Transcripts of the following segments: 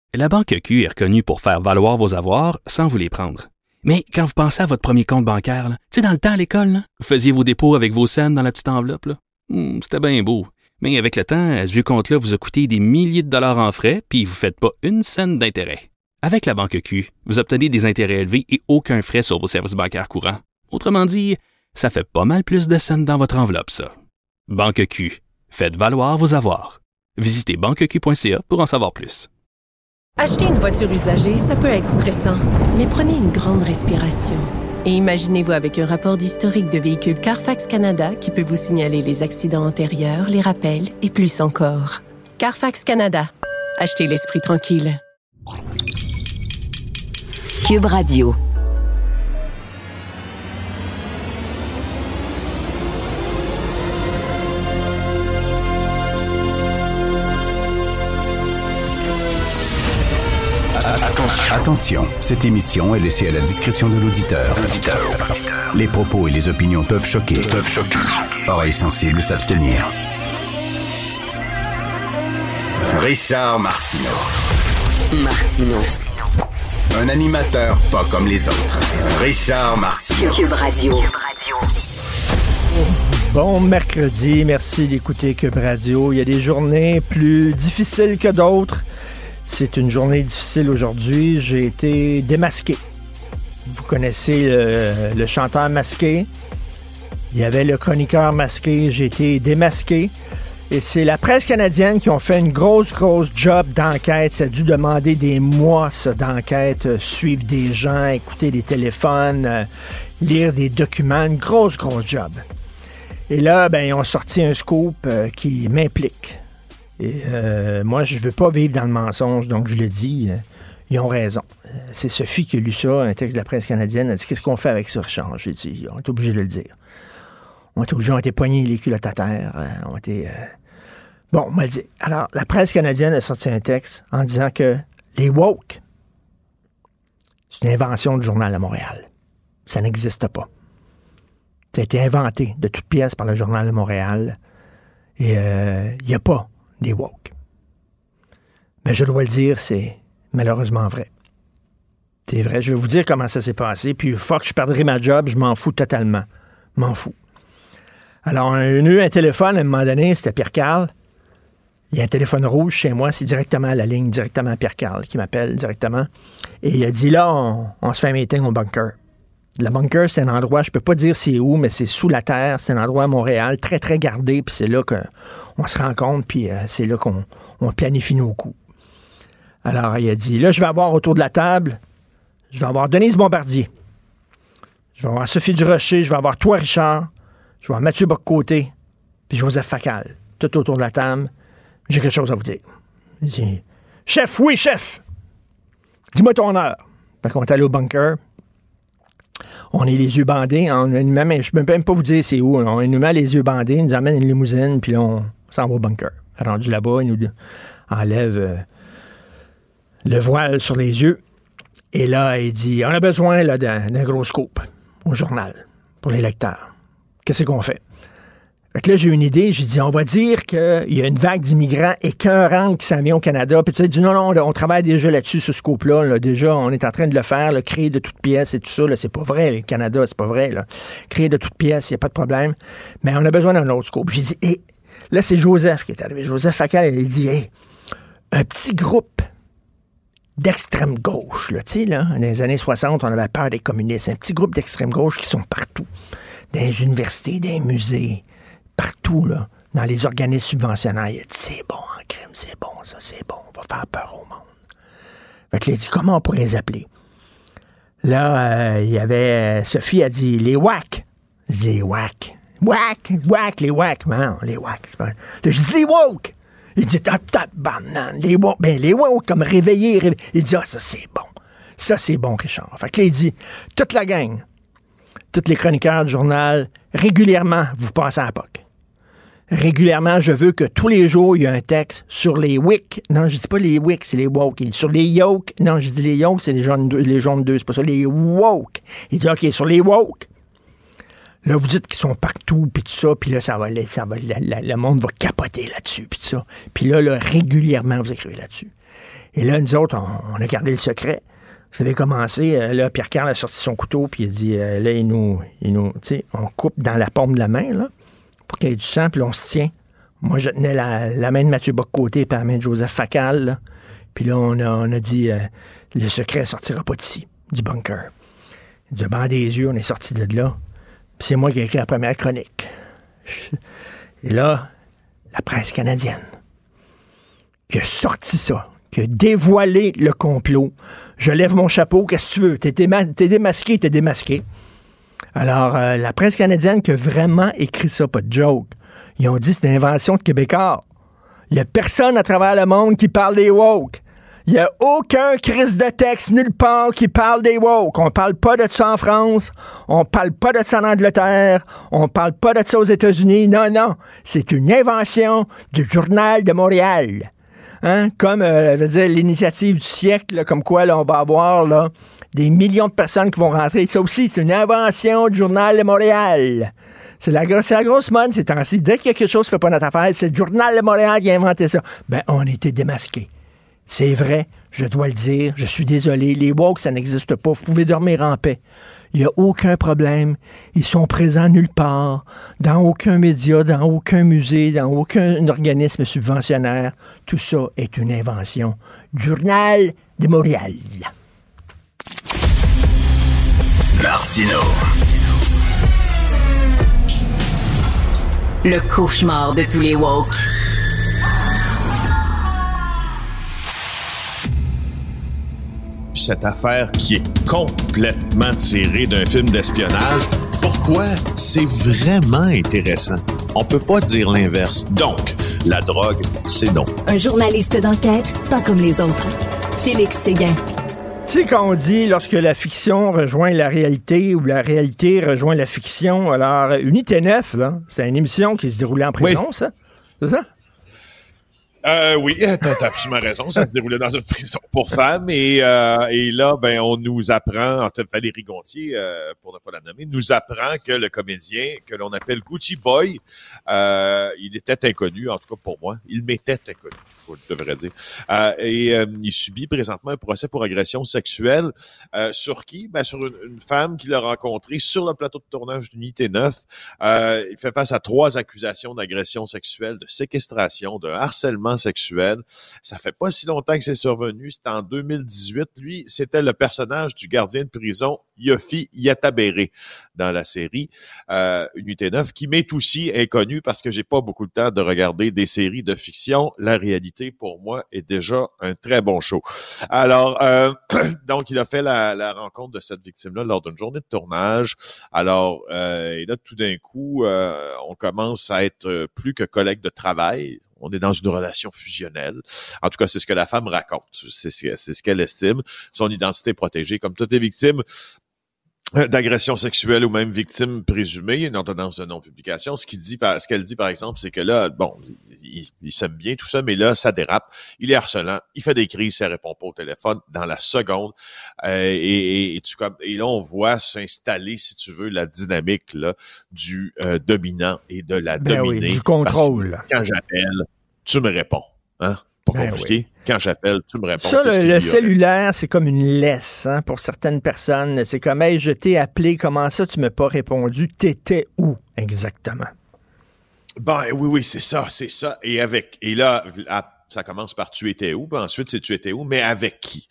La Banque Q est reconnue pour faire valoir vos avoirs sans vous les prendre. Mais quand vous pensez à votre premier compte bancaire, tu sais, dans le temps à l'école, là, vous faisiez vos dépôts avec vos scènes dans la petite enveloppe. Là. C'était bien beau. Mais avec le temps, ce vieux compte-là vous a coûté des milliers de dollars en frais, puis vous ne faites pas une scène d'intérêt. Avec la Banque Q, vous obtenez des intérêts élevés et aucun frais sur vos services bancaires courants. Autrement dit, ça fait pas mal plus de scènes dans votre enveloppe, ça. Banque Q. Faites valoir vos avoirs. Visitez banqueq.ca pour en savoir plus. Acheter une voiture usagée, ça peut être stressant, mais prenez une grande respiration. Et imaginez-vous avec un rapport d'historique de véhicule Carfax Canada qui peut vous signaler les accidents antérieurs, les rappels et plus encore. Carfax Canada. Achetez l'esprit tranquille. Cube Radio. Attention, cette émission est laissée à la discrétion de l'auditeur. Les propos et les opinions peuvent choquer. Oreilles sensibles s'abstenir. Richard Martineau. Un animateur pas comme les autres. Richard Martineau. Cube Radio. Bon mercredi, merci d'écouter Cube Radio. Il y a des journées plus difficiles que d'autres. C'est une journée difficile aujourd'hui. J'ai été démasqué. Vous connaissez le chanteur masqué. Il y avait le chroniqueur masqué. J'ai été démasqué. Et c'est la presse canadienne qui ont fait une grosse job d'enquête. Ça a dû demander des mois, ça, d'enquête. Suivre des gens, écouter des téléphones, lire des documents. Une grosse job. Et là, ils ont sorti un scoop qui m'implique. Et moi, je ne veux pas vivre dans le mensonge, donc je le dis, ils ont raison. C'est Sophie qui a lu ça, un texte de la presse canadienne. Elle a dit, qu'est-ce qu'on fait avec ça, Richard? J'ai dit, on est obligé de le dire. On a été poignés les culottes à terre. Bon, on m'a dit. Alors, la presse canadienne a sorti un texte en disant que les woke, c'est une invention du Journal de Montréal. Ça n'existe pas. Ça a été inventé de toutes pièces par le Journal de Montréal. Et il n'y a pas des woke. Mais je dois le dire, c'est malheureusement vrai. C'est vrai. Je vais vous dire comment ça s'est passé. Puis, fuck, je perdrai ma job, je m'en fous totalement. M'en fous. Alors, on a eu un téléphone à un moment donné, c'était Pierre-Carl. Il y a un téléphone rouge chez moi, c'est directement à la ligne, directement à Pierre-Carl qui m'appelle directement. Et il a dit, là, on se fait un meeting au bunker. Le bunker, c'est un endroit, je peux pas dire c'est où, mais c'est sous la terre. C'est un endroit à Montréal, très gardé. Puis c'est là qu'on se rencontre, puis c'est là qu'on planifie nos coups. Alors, il a dit, là, je vais avoir autour de la table, je vais avoir Denise Bombardier. Je vais avoir Sophie Durocher, je vais avoir toi, Richard. Je vais avoir Mathieu Boccoté, puis Joseph Facal. Tout autour de la table. J'ai quelque chose à vous dire. Il dit, chef, oui, chef. Dis-moi ton heure. Fait qu'on est allé au bunker. On est les yeux bandés. Je ne peux même pas vous dire c'est où. On nous met les yeux bandés, ils nous amène une limousine, puis là, on s'en va au bunker. Rendu là-bas, ils nous enlèvent le voile sur les yeux. Et là, il dit, on a besoin là, d'un gros scoop au journal pour les lecteurs. Qu'est-ce qu'on fait? Fait que là, j'ai une idée. J'ai dit, on va dire qu'il y a une vague d'immigrants écœurants qui s'en vient au Canada. Puis tu sais, il dit, non, on travaille déjà là-dessus, ce scoop-là. Là. Déjà, on est en train de le faire, là, créer de toutes pièces et tout ça. Là, c'est pas vrai, le Canada, c'est pas vrai. Là. Créer de toutes pièces, il n'y a pas de problème. Mais on a besoin d'un autre scoop. J'ai dit, là, c'est Joseph qui est arrivé. Joseph Facal, il dit, un petit groupe d'extrême gauche, là, tu sais, là, dans les années 60, on avait peur des communistes. Un petit groupe d'extrême gauche qui sont partout. Dans les universités, dans les musées. Partout, là, dans les organismes subventionnaires, il a dit, c'est bon en crime, c'est bon, ça, c'est bon, on va faire peur au monde. Fait qu'il a dit, comment on pourrait les appeler? Là, il y avait, Sophie a dit, les WAC. Il dit, les WAC. WAC, les WAC, man, les WAC. C'est pas... Là, je dis, les woke. Il dit, banane, les woke. Ben, les woke, comme réveiller. Il dit, ça, c'est bon. Ça, c'est bon, Richard. Fait que là, il dit, toute la gang, tous les chroniqueurs du journal, régulièrement, vous passez à la POC. Régulièrement, je veux que tous les jours, il y a un texte sur les WIC. Non, je dis pas les WIC, c'est les woke. Sur les yoke. Non, je dis les yoke, c'est les jaunes 2, c'est pas ça. Les woke. Il dit, OK, sur les woke. Là, vous dites qu'ils sont partout, puis tout ça, puis là, le monde va capoter là-dessus, puis tout ça. Puis là, régulièrement, vous écrivez là-dessus. Et là, nous autres, on a gardé le secret. Ça avait commencé, là, Pierre-Carl a sorti son couteau, puis il a dit, là, il nous tu sais, on coupe dans la paume de la main, là, pour qu'il y ait du sang, puis là, on se tient. Moi, je tenais la main de Mathieu Bock-Côté, puis la main de Joseph Facal, là. Puis là, on a dit, le secret sortira pas d'ici, du bunker. De banc des yeux, on est sorti de là. Puis c'est moi qui ai écrit la première chronique. Et là, la presse canadienne, qui a sorti ça, qui a dévoilé le complot. Je lève mon chapeau, qu'est-ce que tu veux? T'es démasqué. Alors, la presse canadienne qui a vraiment écrit ça, pas de joke, ils ont dit que c'est une invention de Québécois. Il n'y a personne à travers le monde qui parle des woke. Il n'y a aucun crise de texte nulle part qui parle des woke. On parle pas de ça en France. On parle pas de ça en Angleterre. On parle pas de ça aux États-Unis. Non. C'est une invention du Journal de Montréal. Hein? Comme l'initiative du siècle, là, comme quoi là, on va avoir là, des millions de personnes qui vont rentrer. Ça aussi, c'est une invention du Journal de Montréal. C'est la grosse mode ces temps-ci. Dès qu'il y a quelque chose qui ne fait pas notre affaire, c'est le Journal de Montréal qui a inventé ça. Ben, on était démasqués. C'est vrai, je dois le dire, je suis désolé. Les woke, ça n'existe pas. Vous pouvez dormir en paix. Il n'y a aucun problème. Ils sont présents nulle part, dans aucun média, dans aucun musée, dans aucun organisme subventionnaire. Tout ça est une invention du Journal de Montréal. Martino. Le cauchemar de tous les woke. Cette affaire qui est complètement tirée d'un film d'espionnage. Pourquoi? C'est vraiment intéressant. On peut pas dire l'inverse. Donc, la drogue, c'est non. Un journaliste d'enquête, pas comme les autres. Félix Séguin. Tu sais, quand on dit lorsque la fiction rejoint la réalité ou la réalité rejoint la fiction, alors Unité 9, là, c'est une émission qui se déroulait en prison, oui. Ça? C'est ça? Oui, t'as absolument raison. Ça se déroulait dans une prison pour femmes et là, ben, on nous apprend, en fait, Valérie Gontier, pour ne pas la nommer, nous apprend que le comédien que l'on appelle Gucci Boy, il était inconnu, en tout cas pour moi, il m'était inconnu, je devrais dire, il subit présentement un procès pour agression sexuelle sur qui? Ben, sur une femme qu'il a rencontrée sur le plateau de tournage d'Unité 9. Il fait face à 3 accusations d'agression sexuelle, de séquestration, de harcèlement sexuel. Ça fait pas si longtemps que c'est survenu. C'était en 2018. Lui, c'était le personnage du gardien de prison Yofi Yatabere dans la série Unité 9, qui m'est aussi inconnu parce que j'ai pas beaucoup de temps de regarder des séries de fiction. La réalité, pour moi, est déjà un très bon show. Alors, donc, il a fait la rencontre de cette victime-là lors d'une journée de tournage. Alors, et là, tout d'un coup, on commence à être plus que collègues de travail. On est dans une relation fusionnelle. En tout cas, c'est ce que la femme raconte. C'est ce qu'elle estime. Son identité est protégée. Comme toutes les victimes d'agression sexuelle ou même victime présumée, il y a une ordonnance de non-publication. Ce qu'elle dit, par exemple, c'est que là, bon, il s'aime bien tout ça, mais là, ça dérape. Il est harcelant. Il fait des crises, ça répond pas au téléphone dans la seconde. Et là, on voit s'installer, si tu veux, la dynamique là du dominant et de la dominée. Oui, du contrôle. Quand j'appelle, tu me réponds. Hein? Pas compliqué. Oui. Quand j'appelle, tu me réponds. Ça, le cellulaire, c'est comme une laisse hein, pour certaines personnes. C'est comme, hey, je t'ai appelé, comment ça, tu m'as pas répondu? T'étais où exactement? Ben oui, c'est ça. Et là, ça commence par tu étais où, ben ensuite c'est tu étais où, mais avec qui?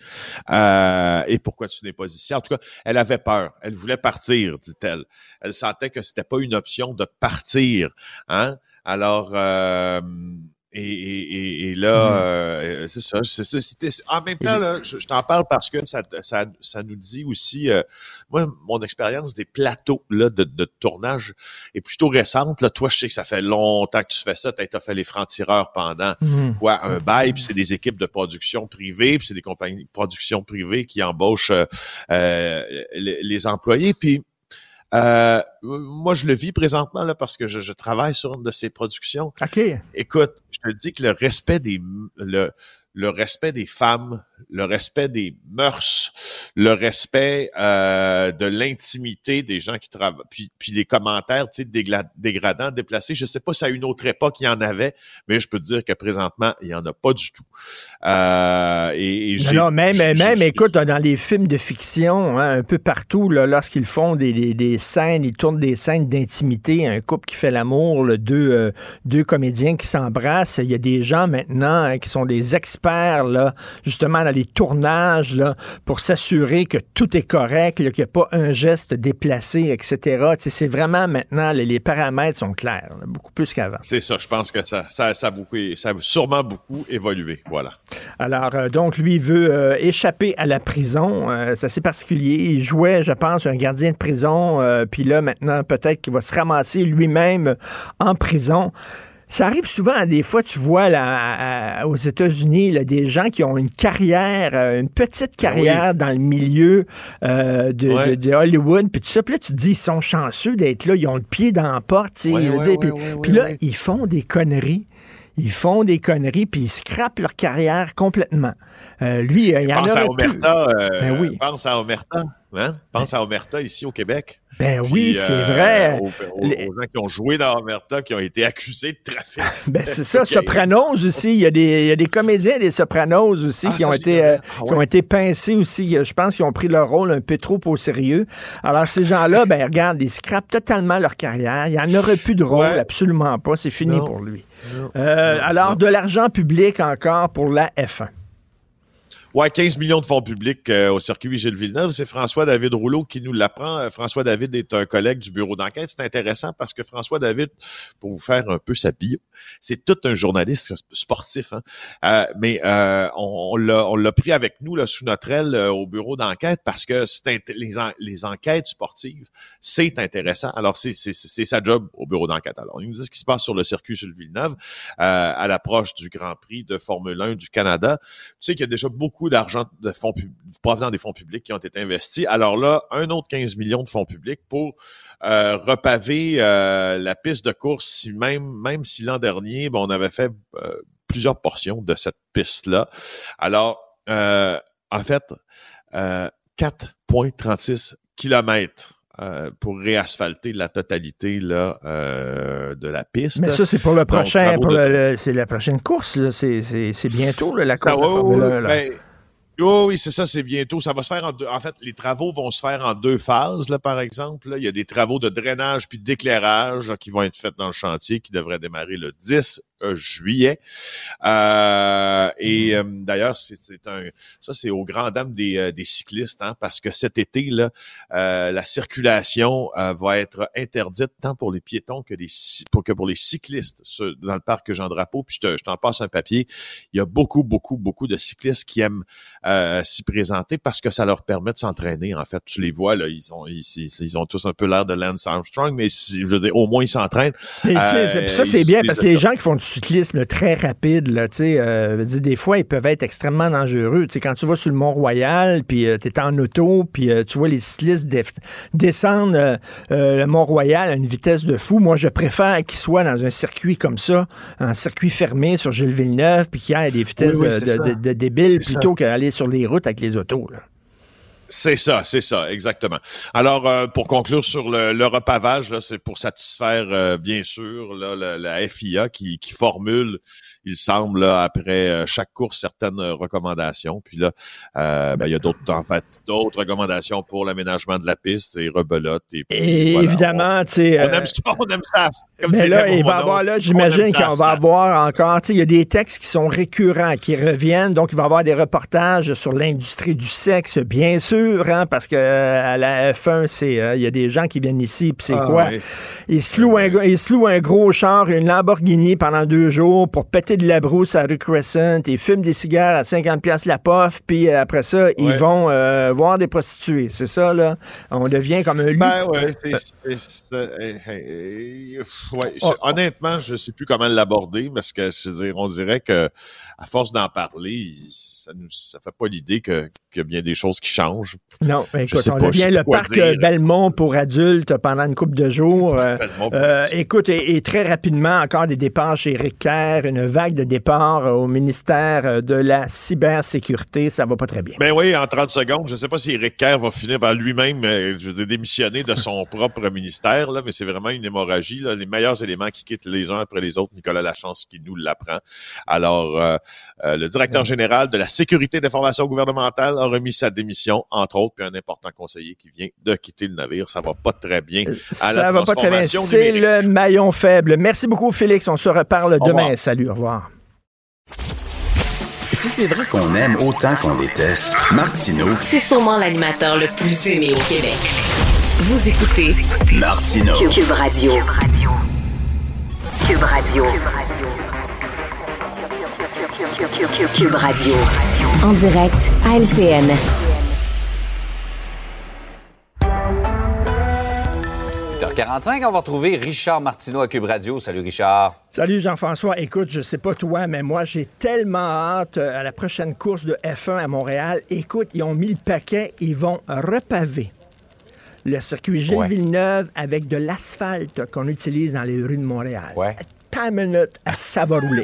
Et pourquoi tu n'es pas ici? En tout cas, elle avait peur. Elle voulait partir, dit-elle. Elle sentait que c'était pas une option de partir. Hein? Alors, et là, c'est ça. En même temps, là, je t'en parle parce que ça nous dit aussi, moi, mon expérience des plateaux là de tournage est plutôt récente. Là, toi, je sais que ça fait longtemps que tu fais ça. T'as fait les francs-tireurs pendant un bail, puis c'est des équipes de production privées, puis c'est des compagnies de production privées qui embauchent les employés, puis moi, je le vis présentement là parce que je travaille sur une de ces productions. OK. Écoute, je te dis que le respect le respect des femmes, le respect des mœurs, le respect de l'intimité des gens qui travaillent, puis les commentaires, tu sais, dégradants, déplacés. Je sais pas si à une autre époque il y en avait, mais je peux te dire que présentement il y en a pas du tout. Écoute, dans les films de fiction, hein, un peu partout, là, lorsqu'ils font des scènes, ils tournent des scènes d'intimité, un couple qui fait l'amour, là, deux comédiens qui s'embrassent, il y a des gens maintenant hein, qui sont des experts là, justement dans les tournages là, pour s'assurer que tout est correct, là, qu'il n'y a pas un geste déplacé, etc. Tu sais, c'est vraiment maintenant, les paramètres sont clairs, là, beaucoup plus qu'avant. C'est ça, je pense que ça a sûrement beaucoup évolué, voilà. Alors, donc, lui, il veut échapper à la prison. C'est assez particulier. Il jouait, je pense, un gardien de prison. Puis là, maintenant, peut-être qu'il va se ramasser lui-même en prison. Ça arrive souvent, des fois, tu vois là, aux États-Unis, là, des gens qui ont une carrière, une petite carrière dans le milieu de Hollywood, puis tout ça. Puis là, tu te dis, ils sont chanceux d'être là, ils ont le pied dans la porte. Puis là, ils font des conneries. Ils font des conneries, puis ils scrapent leur carrière complètement. Lui, il y en a Omerta, pense à Omerta. Hein? Pense à Omerta ici au Québec. Ben puis, oui, c'est vrai. Aux gens qui ont joué dans Omerta, qui ont été accusés de trafic. Ben c'est ça. Sopranos aussi. Il y a des comédiens des Sopranos aussi qui ont été pincés aussi. Je pense qu'ils ont pris leur rôle un peu trop au sérieux. Alors ces gens-là, ben regarde, ils scrapent totalement leur carrière. Il n'y en aurait plus de rôle, absolument pas. C'est fini pour lui. Alors de l'argent public encore pour la F1. Ouais, 15 millions de fonds publics au circuit Gilles Villeneuve. C'est François-David Rouleau qui nous l'apprend. François-David est un collègue du bureau d'enquête. C'est intéressant parce que François-David, pour vous faire un peu sa bio, c'est tout un journaliste sportif. Hein? Mais on l'a pris avec nous là, sous notre aile au bureau d'enquête parce que les enquêtes sportives, c'est intéressant. Alors, c'est sa job au bureau d'enquête. Alors, il nous dit ce qui se passe sur le circuit Gilles Villeneuve à l'approche du Grand Prix de Formule 1 du Canada. Tu sais qu'il y a déjà beaucoup d'argent provenant des fonds publics qui ont été investis. Alors là, un autre 15 millions de fonds publics pour repaver la piste de course, même si l'an dernier, on avait fait plusieurs portions de cette piste-là. Alors, en fait, 4,36 kilomètres pour réasphalter la totalité là de la piste. Mais ça, c'est pour le prochain, c'est la prochaine course. Là. C'est bientôt là, la course de Formule 1. Là. Oui, c'est ça, c'est bientôt. Ça va se faire en deux. En fait, les travaux vont se faire en deux phases, là, par exemple. Là, il y a des travaux de drainage puis d'éclairage là, qui vont être faits dans le chantier, qui devraient démarrer le 10 juillet. D'ailleurs, c'est aux grandes dames des cyclistes, hein, parce que cet été, là, la circulation va être interdite tant pour les piétons que pour les cyclistes dans le parc Jean Drapeau. Puis je t'en passe un papier. Il y a beaucoup de cyclistes qui aiment s'y présenter parce que ça leur permet de s'entraîner. En fait, tu les vois là, ils ont tous un peu l'air de Lance Armstrong, mais je veux dire, au moins ils s'entraînent. Ça c'est bien parce que les gens qui font du cyclisme très rapide, là, tu sais, des fois ils peuvent être extrêmement dangereux. Tu sais, quand tu vas sur le Mont-Royal, puis t'es en auto, puis tu vois les cyclistes descendre le Mont-Royal à une vitesse de fou. Moi, je préfère qu'ils soient dans un circuit comme ça, un circuit fermé sur Gilles Villeneuve, puis qu'il y ait des vitesses de débiles plutôt qu'aller sur les routes avec les autos, là. C'est ça, exactement. Alors, pour conclure sur le repavage, là, c'est pour satisfaire, bien sûr, là, la FIA qui formule, il semble, là, après chaque course, certaines recommandations. Puis là, il y a d'autres recommandations pour l'aménagement de la piste et rebelote. Et voilà, évidemment, tu sais... on aime ça. Comme mais là, il va avoir, là, j'imagine qu'on va avoir encore, tu sais, il y a des textes qui sont récurrents, qui reviennent. Donc, il va y avoir des reportages sur l'industrie du sexe, bien sûr. Hein, parce que à la F1, il y a des gens qui viennent ici, puis c'est quoi? Ouais. Ils se louent un gros char, une Lamborghini pendant 2 jours pour péter de la brousse à rue Crescent, ils fument des cigares à 50$ la pof, puis après ça, ils vont voir des prostituées. C'est ça, là? On devient comme un loup. Honnêtement, je sais plus comment l'aborder, parce que, on dirait que à force d'en parler, ça fait pas l'idée qu'il y a bien des choses qui changent. Non, écoute, on devient le parc Belmont pour adultes pendant une couple de jours. Écoute, et très rapidement, encore des départs chez Éric Kerr, une vague de départs au ministère de la cybersécurité. Ça va pas très bien. Ben oui, en 30 secondes, je sais pas si Éric Kerr va finir par lui-même, démissionner de son propre ministère, là, mais c'est vraiment une hémorragie. Là. Les meilleurs éléments qui quittent les uns après les autres, Nicolas Lachance qui nous l'apprend. Alors, le directeur général de la sécurité d'information gouvernementale a remis sa démission, entre autres, puis un important conseiller qui vient de quitter le navire. Ça va pas très bien à la transformation numérique. C'est le maillon faible. Merci beaucoup, Félix. On se reparle demain. Salut, au revoir. Si c'est vrai qu'on aime autant qu'on déteste, Martineau, c'est sûrement l'animateur le plus aimé au Québec. Vous écoutez Martineau. Cube Radio. Cube Radio. Cube Radio. En direct à LCN. On va retrouver Richard Martineau à Cube Radio. Salut Richard. Salut Jean-François. Écoute, je sais pas toi, mais moi j'ai tellement hâte à la prochaine course de F1 à Montréal. Écoute, ils ont mis le paquet, ils vont repaver le circuit Gilles Villeneuve avec de l'asphalte qu'on utilise dans les rues de Montréal. Ouais. Pas une minute, ça va rouler.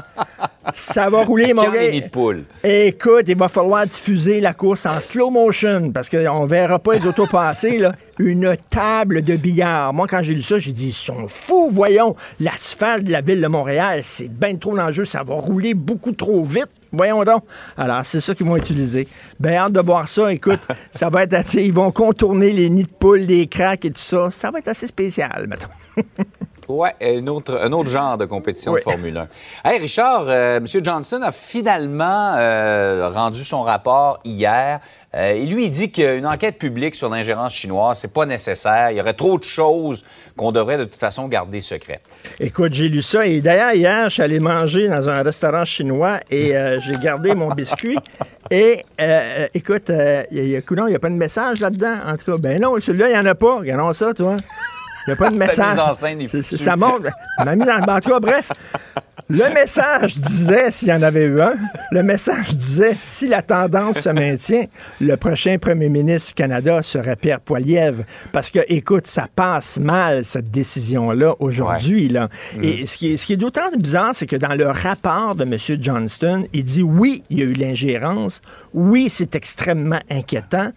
Ça va rouler, mon gars. De poule. Écoute, il va falloir diffuser la course en slow motion parce qu'on verra pas les autos passer, là. Une table de billard. Moi, quand j'ai lu ça, j'ai dit, ils sont fous, voyons. L'asphalte de la ville de Montréal, c'est bien trop l'enjeu. Ça va rouler beaucoup trop vite. Voyons donc. Alors, c'est ça qu'ils vont utiliser. Ben, hâte de voir ça. Écoute, ça va être, ils vont contourner les nids de poules, les craques et tout ça. Ça va être assez spécial, mettons. Oui, un autre genre de compétition de Formule 1. Hey, Richard, M. Johnson a finalement rendu son rapport hier. Lui, il dit qu'une enquête publique sur l'ingérence chinoise, c'est pas nécessaire. Il y aurait trop de choses qu'on devrait de toute façon garder secrètes. Écoute, j'ai lu ça. Et d'ailleurs, hier, je suis allé manger dans un restaurant chinois et j'ai gardé mon biscuit. Et écoute, il n'y a pas de message là-dedans. En tout cas, ben non, celui-là, il n'y en a pas. Regardons ça, toi. Il n'y a pas de message. Ta mise en scène est ça montre. En tout cas, bref, le message disait, s'il y en avait eu un, le message disait, si la tendance se maintient, le prochain premier ministre du Canada serait Pierre Poilievre. Parce que, écoute, ça passe mal, cette décision-là, aujourd'hui. Là. Et ce qui est d'autant bizarre, c'est que dans le rapport de M. Johnston, il dit, oui, il y a eu l'ingérence. Oui, c'est extrêmement inquiétant.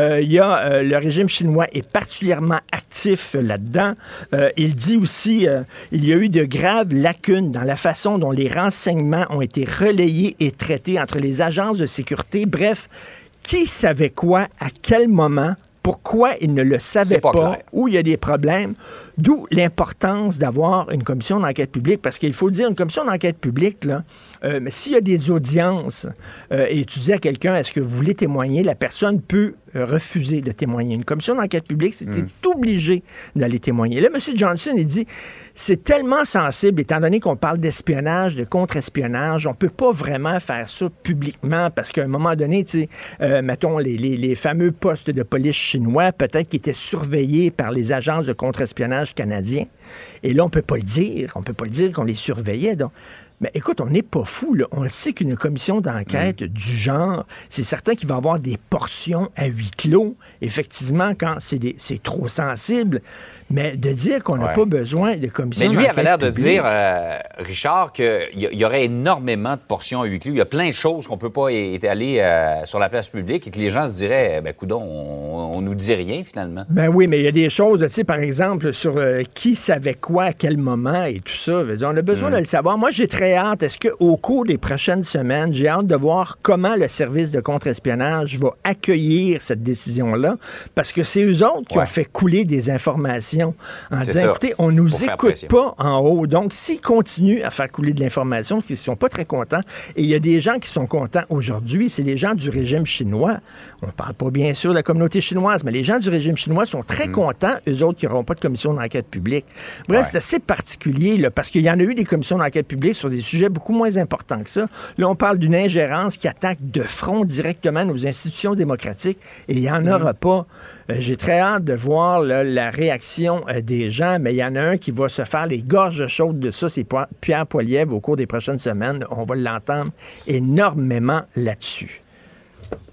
Le régime chinois est particulièrement actif là-dedans. Il dit aussi, il y a eu de graves lacunes dans la façon dont les renseignements ont été relayés et traités entre les agences de sécurité. Bref, qui savait quoi, à quel moment, pourquoi il ne le savait pas, où il y a des problèmes, d'où l'importance d'avoir une commission d'enquête publique, parce qu'il faut le dire, une commission d'enquête publique, là, mais s'il y a des audiences et tu dis à quelqu'un, est-ce que vous voulez témoigner, la personne peut refuser de témoigner. Une commission d'enquête publique, c'était obligé d'aller témoigner. Là, M. Johnson, il dit, c'est tellement sensible, étant donné qu'on parle d'espionnage, de contre-espionnage, on peut pas vraiment faire ça publiquement, parce qu'à un moment donné, tu sais, mettons, les fameux postes de police chinois, peut-être qu'ils étaient surveillés par les agences de contre-espionnage canadiens. Et là, on peut pas le dire. On peut pas le dire qu'on les surveillait, donc. Mais écoute, on n'est pas fou, là. On le sait qu'une commission d'enquête du genre, c'est certain qu'il va y avoir des portions à huis clos, effectivement, quand c'est trop sensible. Mais de dire qu'on n'a pas besoin de commission d'enquête. Mais lui avait l'air de publique, dire, Richard, qu'il y aurait énormément de portions à huis clos. Il y a plein de choses qu'on ne peut pas étaler sur la place publique et que les gens se diraient, ben coudonc, on nous dit rien, finalement. Ben oui, mais il y a des choses, tu sais, par exemple, sur qui savait quoi à quel moment et tout ça. On a besoin de le savoir. Moi, j'ai très hâte. Est-ce qu'au cours des prochaines semaines, j'ai hâte de voir comment le service de contre-espionnage va accueillir cette décision-là, parce que c'est eux autres qui ont fait couler des informations en disant, écoutez, on nous écoute pas en haut. Donc, s'ils continuent à faire couler de l'information, ils ne sont pas très contents, et il y a des gens qui sont contents aujourd'hui, c'est les gens du régime chinois. On ne parle pas bien sûr de la communauté chinoise, mais les gens du régime chinois sont très contents, eux autres qui n'auront pas de commission d'enquête publique. Bref, c'est assez particulier, là, parce qu'il y en a eu des commissions d'enquête publique sur des sujets beaucoup moins importants que ça. Là, on parle d'une ingérence qui attaque de front directement nos institutions démocratiques, et il n'y en aura pas. J'ai très hâte de voir là, la réaction des gens, mais il y en a un qui va se faire les gorges chaudes de ça, c'est Pierre Poilievre au cours des prochaines semaines. On va l'entendre énormément là-dessus.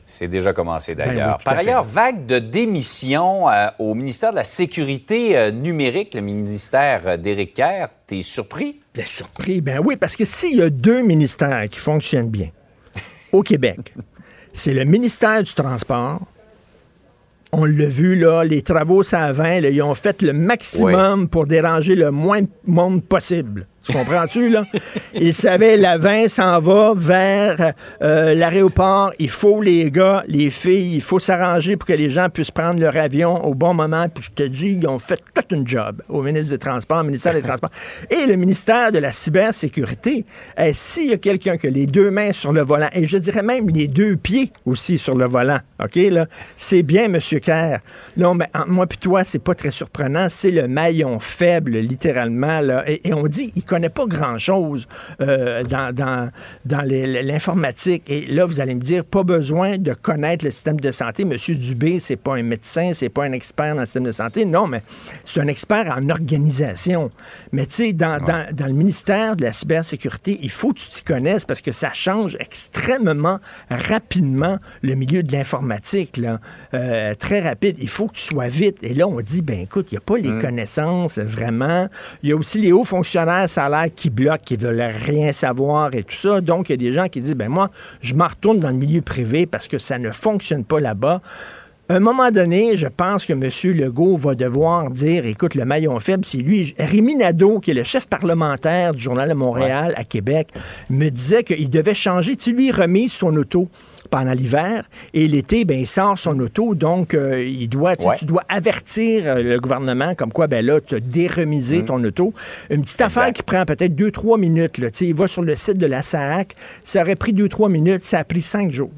C'est déjà commencé d'ailleurs. Oui, Par ailleurs, vague de démissions au ministère de la Sécurité numérique, le ministère d'Éric Kerr. T'es surpris? Bien surpris, ben oui, parce que s'il y a 2 ministères qui fonctionnent bien au Québec, c'est le ministère du Transport. On l'a vu, là, les travaux Savin, là, ils ont fait le maximum pour déranger le moins de monde possible. Tu comprends-tu, là? Ils savaient, la 20 s'en va vers l'aéroport. Il faut, les gars, les filles, il faut s'arranger pour que les gens puissent prendre leur avion au bon moment. Puis je te dis, ils ont fait toute une job au ministre des Transports, au ministère des Transports. Et le ministère de la Cybersécurité, s'il y a quelqu'un qui a les 2 mains sur le volant, et je dirais même les 2 pieds aussi sur le volant, OK, là, c'est bien M. Kerr. Non, mais moi puis toi, c'est pas très surprenant. C'est le maillon faible, littéralement, là. Et on dit, il connaît pas grand-chose dans l'informatique. Et là, vous allez me dire, pas besoin de connaître le système de santé. Monsieur Dubé, c'est pas un médecin, c'est pas un expert dans le système de santé. Non, mais c'est un expert en organisation. Mais tu sais, dans le ministère de la cybersécurité, il faut que tu t'y connaisses parce que ça change extrêmement rapidement le milieu de l'informatique, là. Très rapide. Il faut que tu sois vite. Et là, on dit, ben écoute, il n'y a pas les connaissances, vraiment. Il y a aussi les hauts fonctionnaires, ça a l'air qui bloquent, qui veulent rien savoir et tout ça. Donc, il y a des gens qui disent, ben moi, je m'en retourne dans le milieu privé parce que ça ne fonctionne pas là-bas. À un moment donné, je pense que M. Legault va devoir dire, écoute, le maillon faible, c'est lui. Rémi Nadeau, qui est le chef parlementaire du Journal de Montréal à Québec, me disait qu'il devait changer. Tu sais, lui, il remise son auto pendant l'hiver et l'été, ben il sort son auto. Donc, tu dois avertir le gouvernement comme quoi, ben là, tu as déremiser ton auto. Une petite affaire qui prend peut-être 2-3 minutes. Là. Tu sais, il va sur le site de la SAAC. Ça aurait pris 2-3 minutes. Ça a pris 5 jours.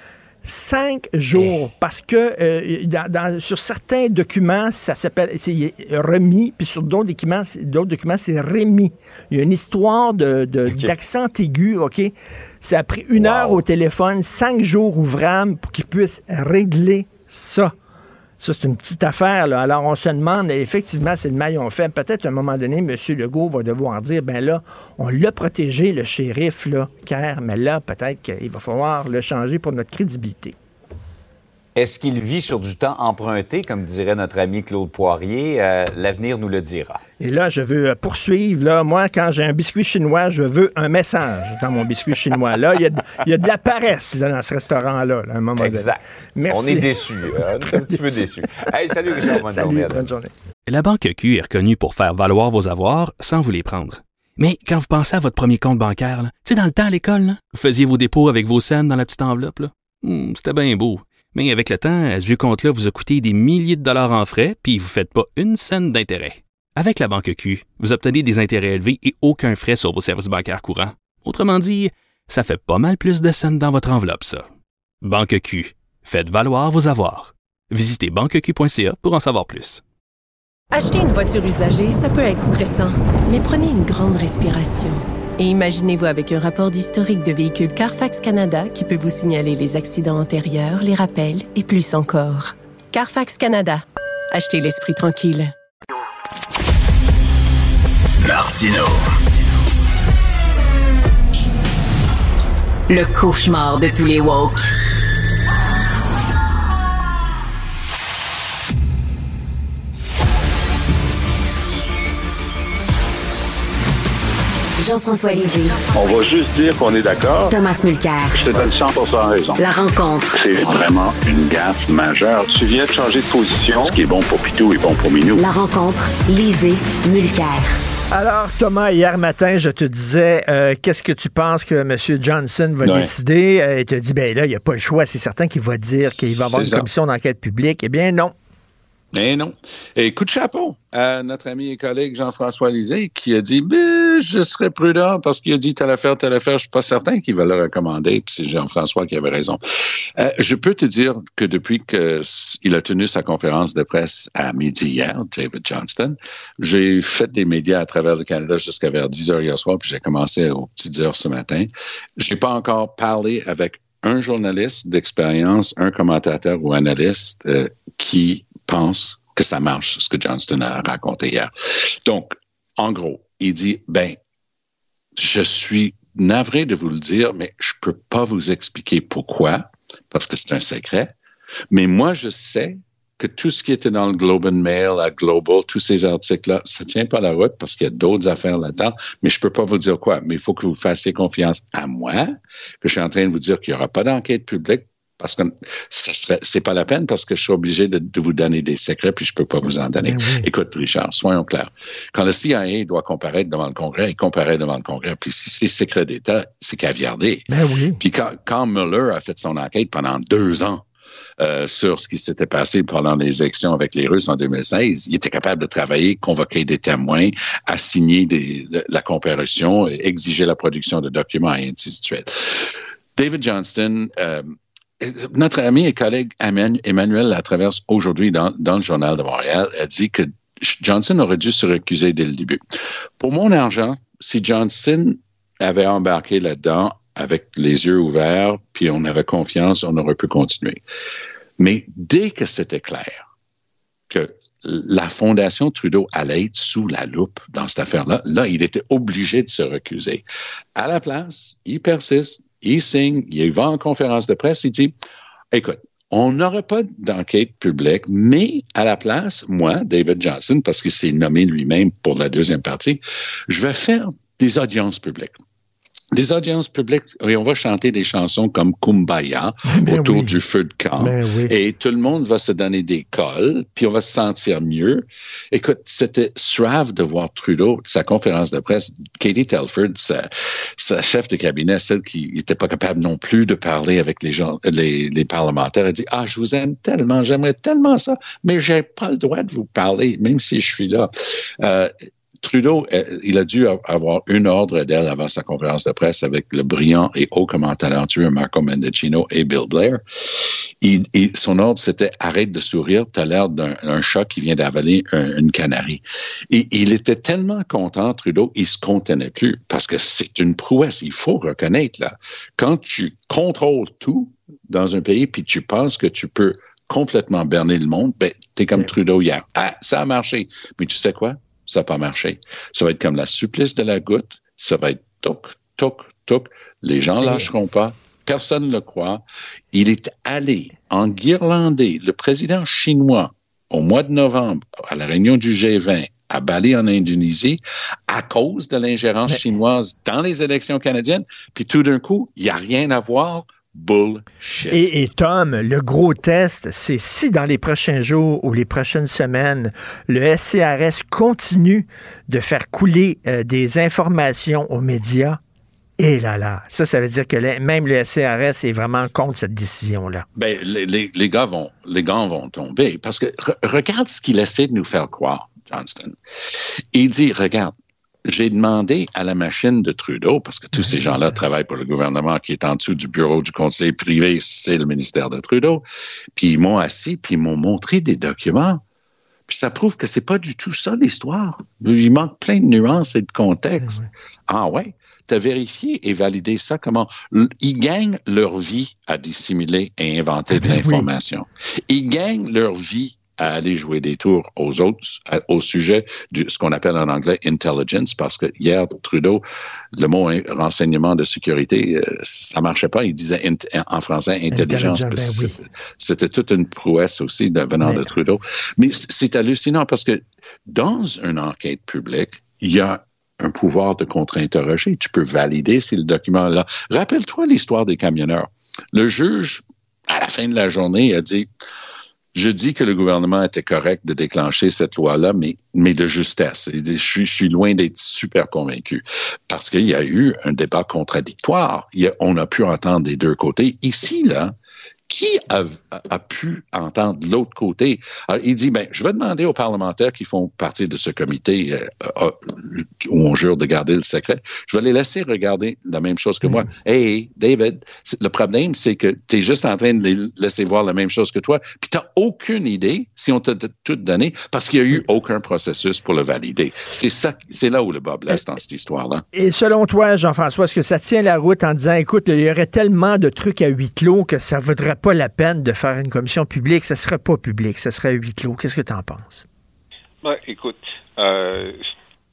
5 jours, parce que sur certains documents, ça s'appelle c'est remis, puis sur d'autres documents, c'est remis. Il y a une histoire d'accent aigu, OK? Ça a pris 1 heure au téléphone, 5 jours ouvrables pour qu'ils puissent régler ça. Ça, c'est une petite affaire, là. Alors, on se demande, effectivement, c'est le maillon faible. Peut-être, à un moment donné, M. Legault va devoir dire, ben là, on l'a protégé, le shérif, là, Kerr, mais là, peut-être qu'il va falloir le changer pour notre crédibilité. Est-ce qu'il vit sur du temps emprunté, comme dirait notre ami Claude Poirier? L'avenir nous le dira. Et là, je veux poursuivre. Là, moi, quand j'ai un biscuit chinois, je veux un message dans mon biscuit chinois. Là, il y a de la paresse là, dans ce restaurant-là, à un moment donné. Exact. Merci. On est déçus. On est un petit peu déçus. Hey, salut Richard, bonne journée. La Banque Q est reconnue pour faire valoir vos avoirs sans vous les prendre. Mais quand vous pensez à votre premier compte bancaire, tu sais, dans le temps à l'école, là, vous faisiez vos dépôts avec vos scènes dans la petite enveloppe. Là. C'était bien beau. Mais avec le temps, ce vieux compte-là vous a coûté des milliers de dollars en frais, puis vous ne faites pas une scène d'intérêt. Avec la Banque Q, vous obtenez des intérêts élevés et aucun frais sur vos services bancaires courants. Autrement dit, ça fait pas mal plus de scènes dans votre enveloppe, ça. Banque Q, faites valoir vos avoirs. Visitez banqueq.ca pour en savoir plus. Acheter une voiture usagée, ça peut être stressant, mais prenez une grande respiration. Et imaginez-vous avec un rapport d'historique de véhicule Carfax Canada qui peut vous signaler les accidents antérieurs, les rappels et plus encore. Carfax Canada. Achetez l'esprit tranquille. Martino. Le cauchemar de tous les woke. Jean-François Lisée. On va juste dire qu'on est d'accord. Thomas Mulcair. Je te donne 100% raison. La rencontre. C'est vraiment une gaffe majeure. Tu viens de changer de position. Ce qui est bon pour Pitou est bon pour Minou. La rencontre. Lisée. Mulcair. Alors, Thomas, hier matin, je te disais, qu'est-ce que tu penses que M. Johnson va décider? Et tu as dit, ben là, il n'y a pas le choix. C'est certain qu'il va dire qu'il va avoir une commission d'enquête publique. Eh bien, non. Eh non. Et coup de chapeau à notre ami et collègue Jean-François Lisée qui a dit je serais prudent parce qu'il a dit telle affaire, je suis pas certain qu'il va le recommander. Puis c'est Jean-François qui avait raison. Je peux te dire que depuis qu'il a tenu sa conférence de presse à midi hier, David Johnston, j'ai fait des médias à travers le Canada jusqu'à vers 10h hier soir, puis j'ai commencé aux petites heures ce matin. Je n'ai pas encore parlé avec un journaliste d'expérience, un commentateur ou analyste qui pense que ça marche, ce que Johnston a raconté hier. Donc, en gros, il dit, je suis navré de vous le dire, mais je peux pas vous expliquer pourquoi, parce que c'est un secret. Mais moi, je sais que tout ce qui était dans le Globe and Mail, à Global, tous ces articles-là, ça tient pas la route parce qu'il y a d'autres affaires là-dedans, mais je peux pas vous dire quoi. Mais il faut que vous fassiez confiance à moi, que je suis en train de vous dire qu'il y aura pas d'enquête publique parce que c'est pas la peine parce que je suis obligé de vous donner des secrets puis je peux pas vous en donner. Oui. Écoute, Richard, soyons clairs. Quand le CIA doit comparaître devant le Congrès, il comparaît devant le Congrès. Puis si c'est secret d'État, c'est caviardé. Oui. Puis quand Mueller a fait son enquête pendant 2 ans, sur ce qui s'était passé pendant les élections avec les Russes en 2016, il était capable de travailler, convoquer des témoins, assigner la comparution, exiger la production de documents et ainsi de suite. David Johnston, notre ami et collègue Emmanuel Latraverse, aujourd'hui dans le Journal de Montréal, a dit que Johnson aurait dû se recuser dès le début. Pour mon argent, si Johnson avait embarqué là-dedans, avec les yeux ouverts, puis on avait confiance, on aurait pu continuer. Mais dès que c'était clair que la Fondation Trudeau allait être sous la loupe dans cette affaire-là, là, il était obligé de se recuser. À la place, il persiste, il signe, il va en conférence de presse, il dit, écoute, on n'aurait pas d'enquête publique, mais à la place, moi, David Johnston, parce qu'il s'est nommé lui-même pour la deuxième partie, je vais faire des audiences publiques. Des audiences publiques, et on va chanter des chansons comme Kumbaya autour du feu de camp. Et tout le monde va se donner des cols, puis on va se sentir mieux. Écoute, c'était suave de voir Trudeau, sa conférence de presse, Katie Telford, sa chef de cabinet, celle qui n'était pas capable non plus de parler avec les gens, les parlementaires, elle dit, je vous aime tellement, j'aimerais tellement ça, mais j'ai pas le droit de vous parler, même si je suis là. Trudeau, il a dû avoir une ordre d'elle avant sa conférence de presse avec le brillant et hautement talentueux Marco Mendicino et Bill Blair. Son ordre, c'était « Arrête de sourire, t'as l'air d'un chat qui vient d'avaler une canarie ». Et il était tellement content, Trudeau, il se contenait plus parce que c'est une prouesse, il faut reconnaître, là. Quand tu contrôles tout dans un pays puis tu penses que tu peux complètement berner le monde, t'es comme Trudeau hier. Ça a marché. Mais tu sais quoi? Ça n'a pas marché. Ça va être comme la supplice de la goutte. Ça va être toc, toc, toc. Les gens ne lâcheront pas. Personne ne le croit. Il est allé enguirlander le président chinois au mois de novembre à la réunion du G20 à Bali en Indonésie à cause de l'ingérence chinoise dans les élections canadiennes. Puis tout d'un coup, il n'y a rien à voir. Bullshit. Et Tom, le gros test, c'est si dans les prochains jours ou les prochaines semaines, le SCRS continue de faire couler des informations aux médias, et là, ça veut dire que même le SCRS est vraiment contre cette décision-là. Les gars vont tomber parce que regarde ce qu'il essaie de nous faire croire, Johnston. Il dit, regarde, j'ai demandé à la machine de Trudeau, parce que tous ces gens-là travaillent pour le gouvernement qui est en dessous du bureau du conseiller privé, c'est le ministère de Trudeau, puis ils m'ont assis, puis ils m'ont montré des documents. Puis ça prouve que c'est pas du tout ça l'histoire. Il manque plein de nuances et de contexte. Ah ouais? T'as vérifié et validé ça comment? Ils gagnent leur vie à dissimuler et inventer de l'information. Ils gagnent leur vie à aller jouer des tours aux autres au sujet de ce qu'on appelle en anglais intelligence, parce que hier, Trudeau, le mot renseignement de sécurité, ça marchait pas. Il disait en français intelligence. C'était toute une prouesse aussi venant de Trudeau. Mais c'est hallucinant parce que dans une enquête publique, il y a un pouvoir de contre-interroger. Tu peux valider si le document est là. Rappelle-toi l'histoire des camionneurs. Le juge, à la fin de la journée, a dit... Je dis que le gouvernement était correct de déclencher cette loi-là, mais de justesse. Il dit, je suis loin d'être super convaincu parce qu'il y a eu un débat contradictoire. On a pu entendre des deux côtés. Ici, là, qui a pu entendre l'autre côté? Alors, il dit, je vais demander aux parlementaires qui font partie de ce comité où on jure de garder le secret, je vais les laisser regarder la même chose que moi. Hey, David, le problème, c'est que tu es juste en train de les laisser voir la même chose que toi, puis tu n'as aucune idée si on t'a tout donné parce qu'il n'y a eu aucun processus pour le valider. C'est là où le bas blesse dans cette histoire-là. Et selon toi, Jean-François, est-ce que ça tient la route en disant, écoute, il y aurait tellement de trucs à huis clos que ça vaudrait pas la peine de faire une commission publique, ça serait pas public, ça serait à huis clos. Qu'est-ce que tu en penses? Écoute,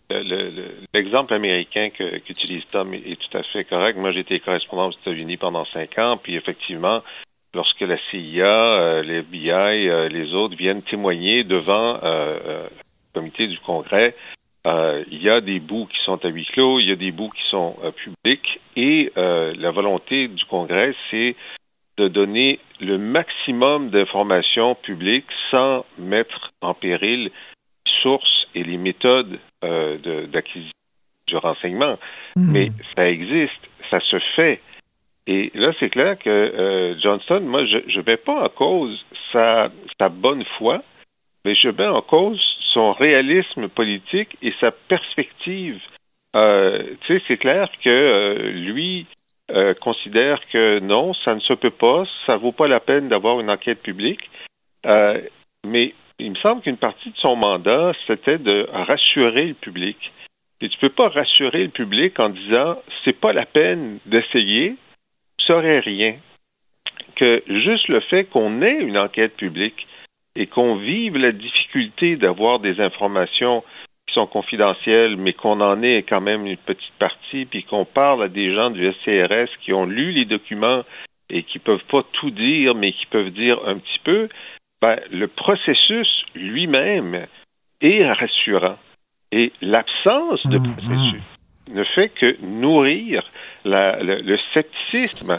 l'exemple américain qu'utilise Tom est tout à fait correct. Moi, j'ai été correspondant aux États-Unis pendant 5 ans, puis effectivement, lorsque la CIA, les FBI, les autres viennent témoigner devant le comité du Congrès, il y a des bouts qui sont à huis clos, il y a des bouts qui sont publics, et la volonté du Congrès, c'est de donner le maximum d'informations publiques sans mettre en péril les sources et les méthodes d'acquisition du renseignement. Mais ça existe, ça se fait. Et là, c'est clair que Johnston, moi, je ne mets pas en cause sa bonne foi, mais je mets en cause son réalisme politique et sa perspective. Tu sais, c'est clair que lui considère que non, ça ne se peut pas, ça vaut pas la peine d'avoir une enquête publique. Mais il me semble qu'une partie de son mandat, c'était de rassurer le public. Et tu peux pas rassurer le public en disant c'est pas la peine d'essayer, vous saurez rien. Que juste le fait qu'on ait une enquête publique et qu'on vive la difficulté d'avoir des informations qui sont confidentielles, mais qu'on en ait quand même une petite partie, puis qu'on parle à des gens du SCRS qui ont lu les documents et qui peuvent pas tout dire, mais qui peuvent dire un petit peu, ben, le processus lui-même est rassurant. Et l'absence de processus ne fait que nourrir le scepticisme.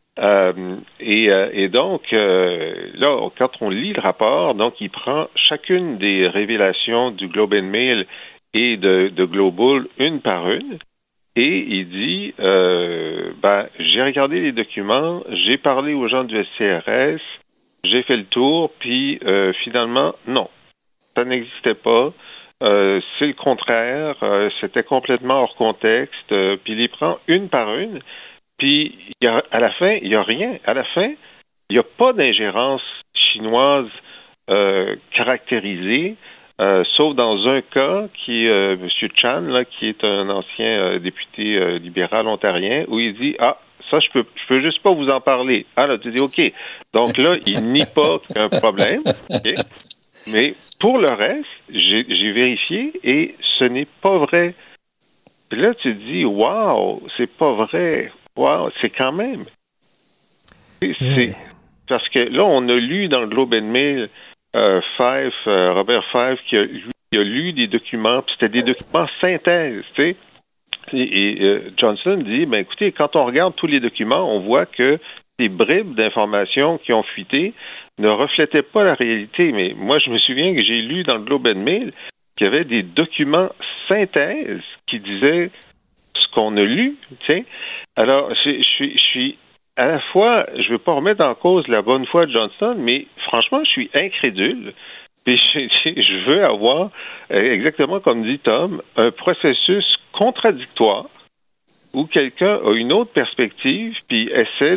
Et donc, là, quand on lit le rapport, donc il prend chacune des révélations du Globe and Mail et de Global une par une, et il dit, j'ai regardé les documents, j'ai parlé aux gens du SCRS, j'ai fait le tour, puis finalement, non, ça n'existait pas. C'est le contraire, c'était complètement hors contexte, puis il les prend une par une. Puis, à la fin, il n'y a rien. À la fin, il n'y a pas d'ingérence chinoise caractérisée, sauf dans un cas qui est M. Chan, là, qui est un ancien député libéral ontarien, où il dit « Ah, ça, je peux juste pas vous en parler. » Ah, là, tu dis « OK. » Donc là, il nie pas qu'il y a un problème. Okay. Mais pour le reste, j'ai vérifié et ce n'est pas vrai. Puis là, tu dis « Wow, c'est pas vrai. » Wow, c'est quand même. C'est parce que là, on a lu dans le Globe and Mail Robert Fife qui a lu des documents, puis c'était des documents synthèse, tu sais. Et Johnson dit, ben écoutez, quand on regarde tous les documents, on voit que ces bribes d'informations qui ont fuité ne reflétaient pas la réalité. Mais moi, je me souviens que j'ai lu dans le Globe and Mail qu'il y avait des documents synthèse qui disaient ce qu'on a lu, tu sais. Alors, je suis à la fois, je veux pas remettre en cause la bonne foi de Johnston, mais franchement, je suis incrédule. Puis je veux avoir, exactement comme dit Tom, un processus contradictoire où quelqu'un a une autre perspective puis essaie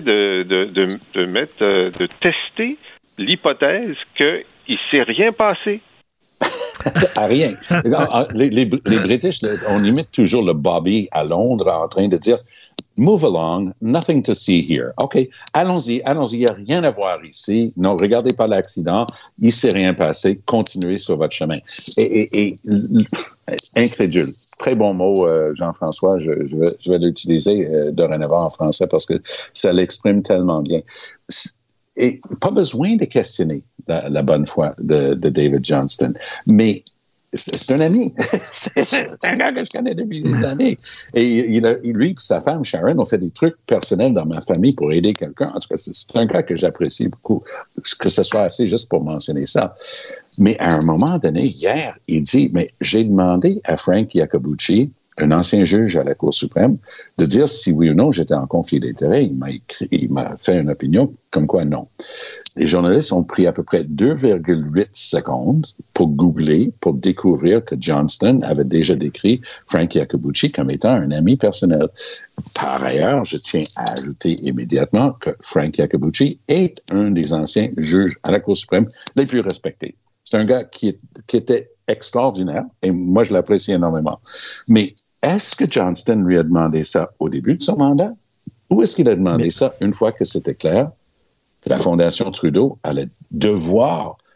de tester l'hypothèse qu'il s'est rien passé. À rien. Les British, on imite toujours le Bobby à Londres en train de dire « Move along, nothing to see here. » OK, allons-y, il n'y a rien à voir ici. Non, regardez pas l'accident, il ne s'est rien passé, continuez sur votre chemin. Et incrédule. Très bon mot, Jean-François, je vais l'utiliser dorénavant en français parce que ça l'exprime tellement bien. Et pas besoin de questionner la bonne foi de David Johnston. Mais c'est un ami. c'est un gars que je connais depuis des années. Et lui et sa femme, Sharon, ont fait des trucs personnels dans ma famille pour aider quelqu'un. En tout cas, c'est un gars que j'apprécie beaucoup. Que ce soit assez juste pour mentionner ça. Mais à un moment donné, hier, il dit, mais j'ai demandé à Frank Iacobucci, un ancien juge à la Cour suprême, de dire si oui ou non j'étais en conflit d'intérêts. Il m'a fait une opinion comme quoi non. Les journalistes ont pris à peu près 2,8 secondes pour googler, pour découvrir que Johnston avait déjà décrit Frank Iacobucci comme étant un ami personnel. Par ailleurs, je tiens à ajouter immédiatement que Frank Iacobucci est un des anciens juges à la Cour suprême les plus respectés. C'est un gars qui était extraordinaire et moi, je l'apprécie énormément. Mais est-ce que Johnston lui a demandé ça au début de son mandat ou est-ce qu'il a demandé ça une fois que c'était clair que la Fondation Trudeau allait devoir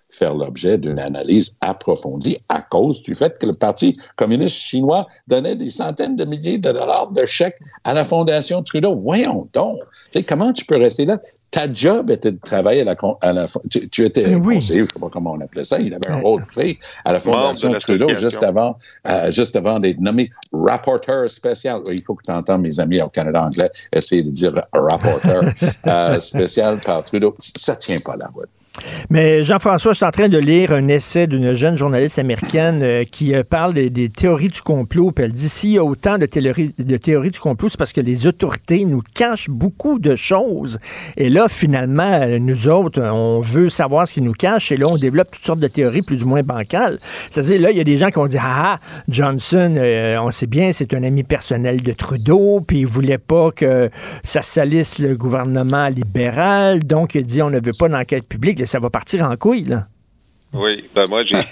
faire l'objet d'une analyse approfondie à cause du fait que le Parti communiste chinois donnait des centaines de milliers de dollars de chèques à la Fondation Trudeau. Voyons donc. Tu sais, comment tu peux rester là? Ta job était de travailler à la tu étais conseiller, je ne sais pas comment on appelait ça, il avait un rôle clé à la Fondation Trudeau juste avant d'être nommé rapporteur spécial. Il faut que tu entends mes amis au Canada anglais essayer de dire rapporteur spécial par Trudeau. Ça ne tient pas la route. Mais Jean-François, je suis en train de lire un essai d'une jeune journaliste américaine qui parle des théories du complot. Puis elle dit, s'il y a autant de théories du complot, c'est parce que les autorités nous cachent beaucoup de choses. Et là, finalement, nous autres, on veut savoir ce qu'ils nous cachent. Et là, on développe toutes sortes de théories plus ou moins bancales. C'est-à-dire, là, il y a des gens qui ont dit, Johnson, on sait bien, c'est un ami personnel de Trudeau, puis il voulait pas que ça salisse le gouvernement libéral. Donc, il dit, on ne veut pas d'enquête publique. Ça va partir en couille, là. Oui, moi, j'ai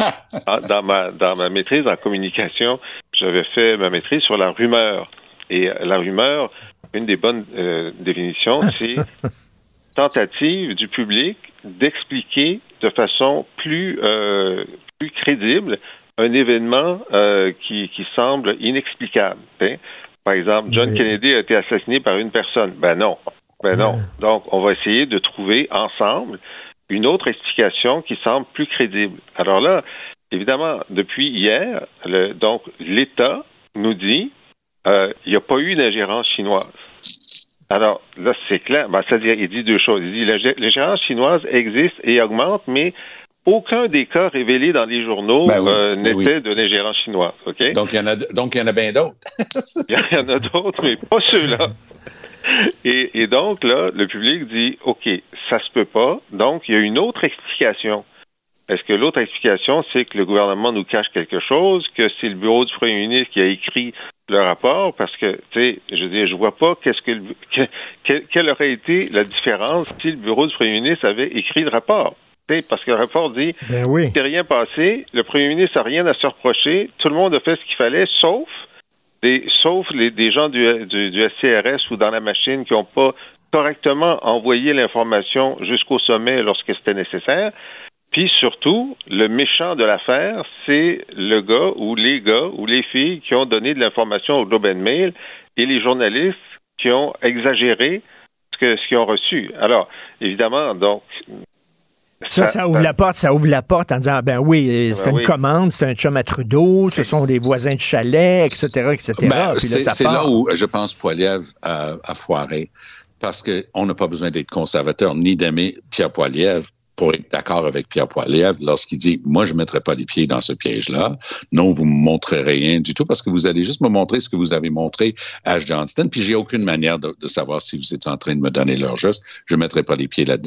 dans ma maîtrise en communication, j'avais fait ma maîtrise sur la rumeur. Et la rumeur, une des bonnes définitions, c'est tentative du public d'expliquer de façon plus crédible un événement qui semble inexplicable. Hein? Par exemple, John Kennedy a été assassiné par une personne. Ben non. Donc, on va essayer de trouver ensemble une autre explication qui semble plus crédible. Alors là, évidemment, depuis hier, donc l'État nous dit il n'y a pas eu d'ingérence chinoise. Alors là, c'est clair. C'est-à-dire, il dit deux choses. Il dit l'ingérence chinoise existe et augmente, mais aucun des cas révélés dans les journaux n'était de l'ingérence chinoise. Okay? Donc, il y en a bien d'autres. Il y en a d'autres, mais pas ceux-là. Et donc, là, le public dit, OK, ça se peut pas. Donc, il y a une autre explication. Est-ce que l'autre explication, c'est que le gouvernement nous cache quelque chose, que c'est le bureau du premier ministre qui a écrit le rapport? Parce que, tu sais, je vois pas quelle aurait été la différence si le bureau du premier ministre avait écrit le rapport. Parce que le rapport dit, il s'est rien passé, le premier ministre n'a rien à se reprocher, tout le monde a fait ce qu'il fallait, sauf des gens du SCRS ou dans la machine qui n'ont pas correctement envoyé l'information jusqu'au sommet lorsque c'était nécessaire. Puis surtout, le méchant de l'affaire, c'est le gars ou les filles qui ont donné de l'information au Globe and Mail et les journalistes qui ont exagéré ce qu'ils ont reçu. Alors, évidemment, donc... Ça ouvre la porte en disant, c'est une commande, c'est un chum à Trudeau, ce sont des voisins de chalet, etc., etc. Puis là, c'est là où je pense Poilievre a foiré, parce qu'on n'a pas besoin d'être conservateur ni d'aimer Pierre Poilievre pour être d'accord avec Pierre Poilievre lorsqu'il dit « Moi, je ne mettrai pas les pieds dans ce piège-là. Non, vous ne me montrez rien du tout parce que vous allez juste me montrer ce que vous avez montré à Johnston, puis j'ai aucune manière de savoir si vous êtes en train de me donner l'heure juste. Je ne mettrai pas les pieds là-dedans. »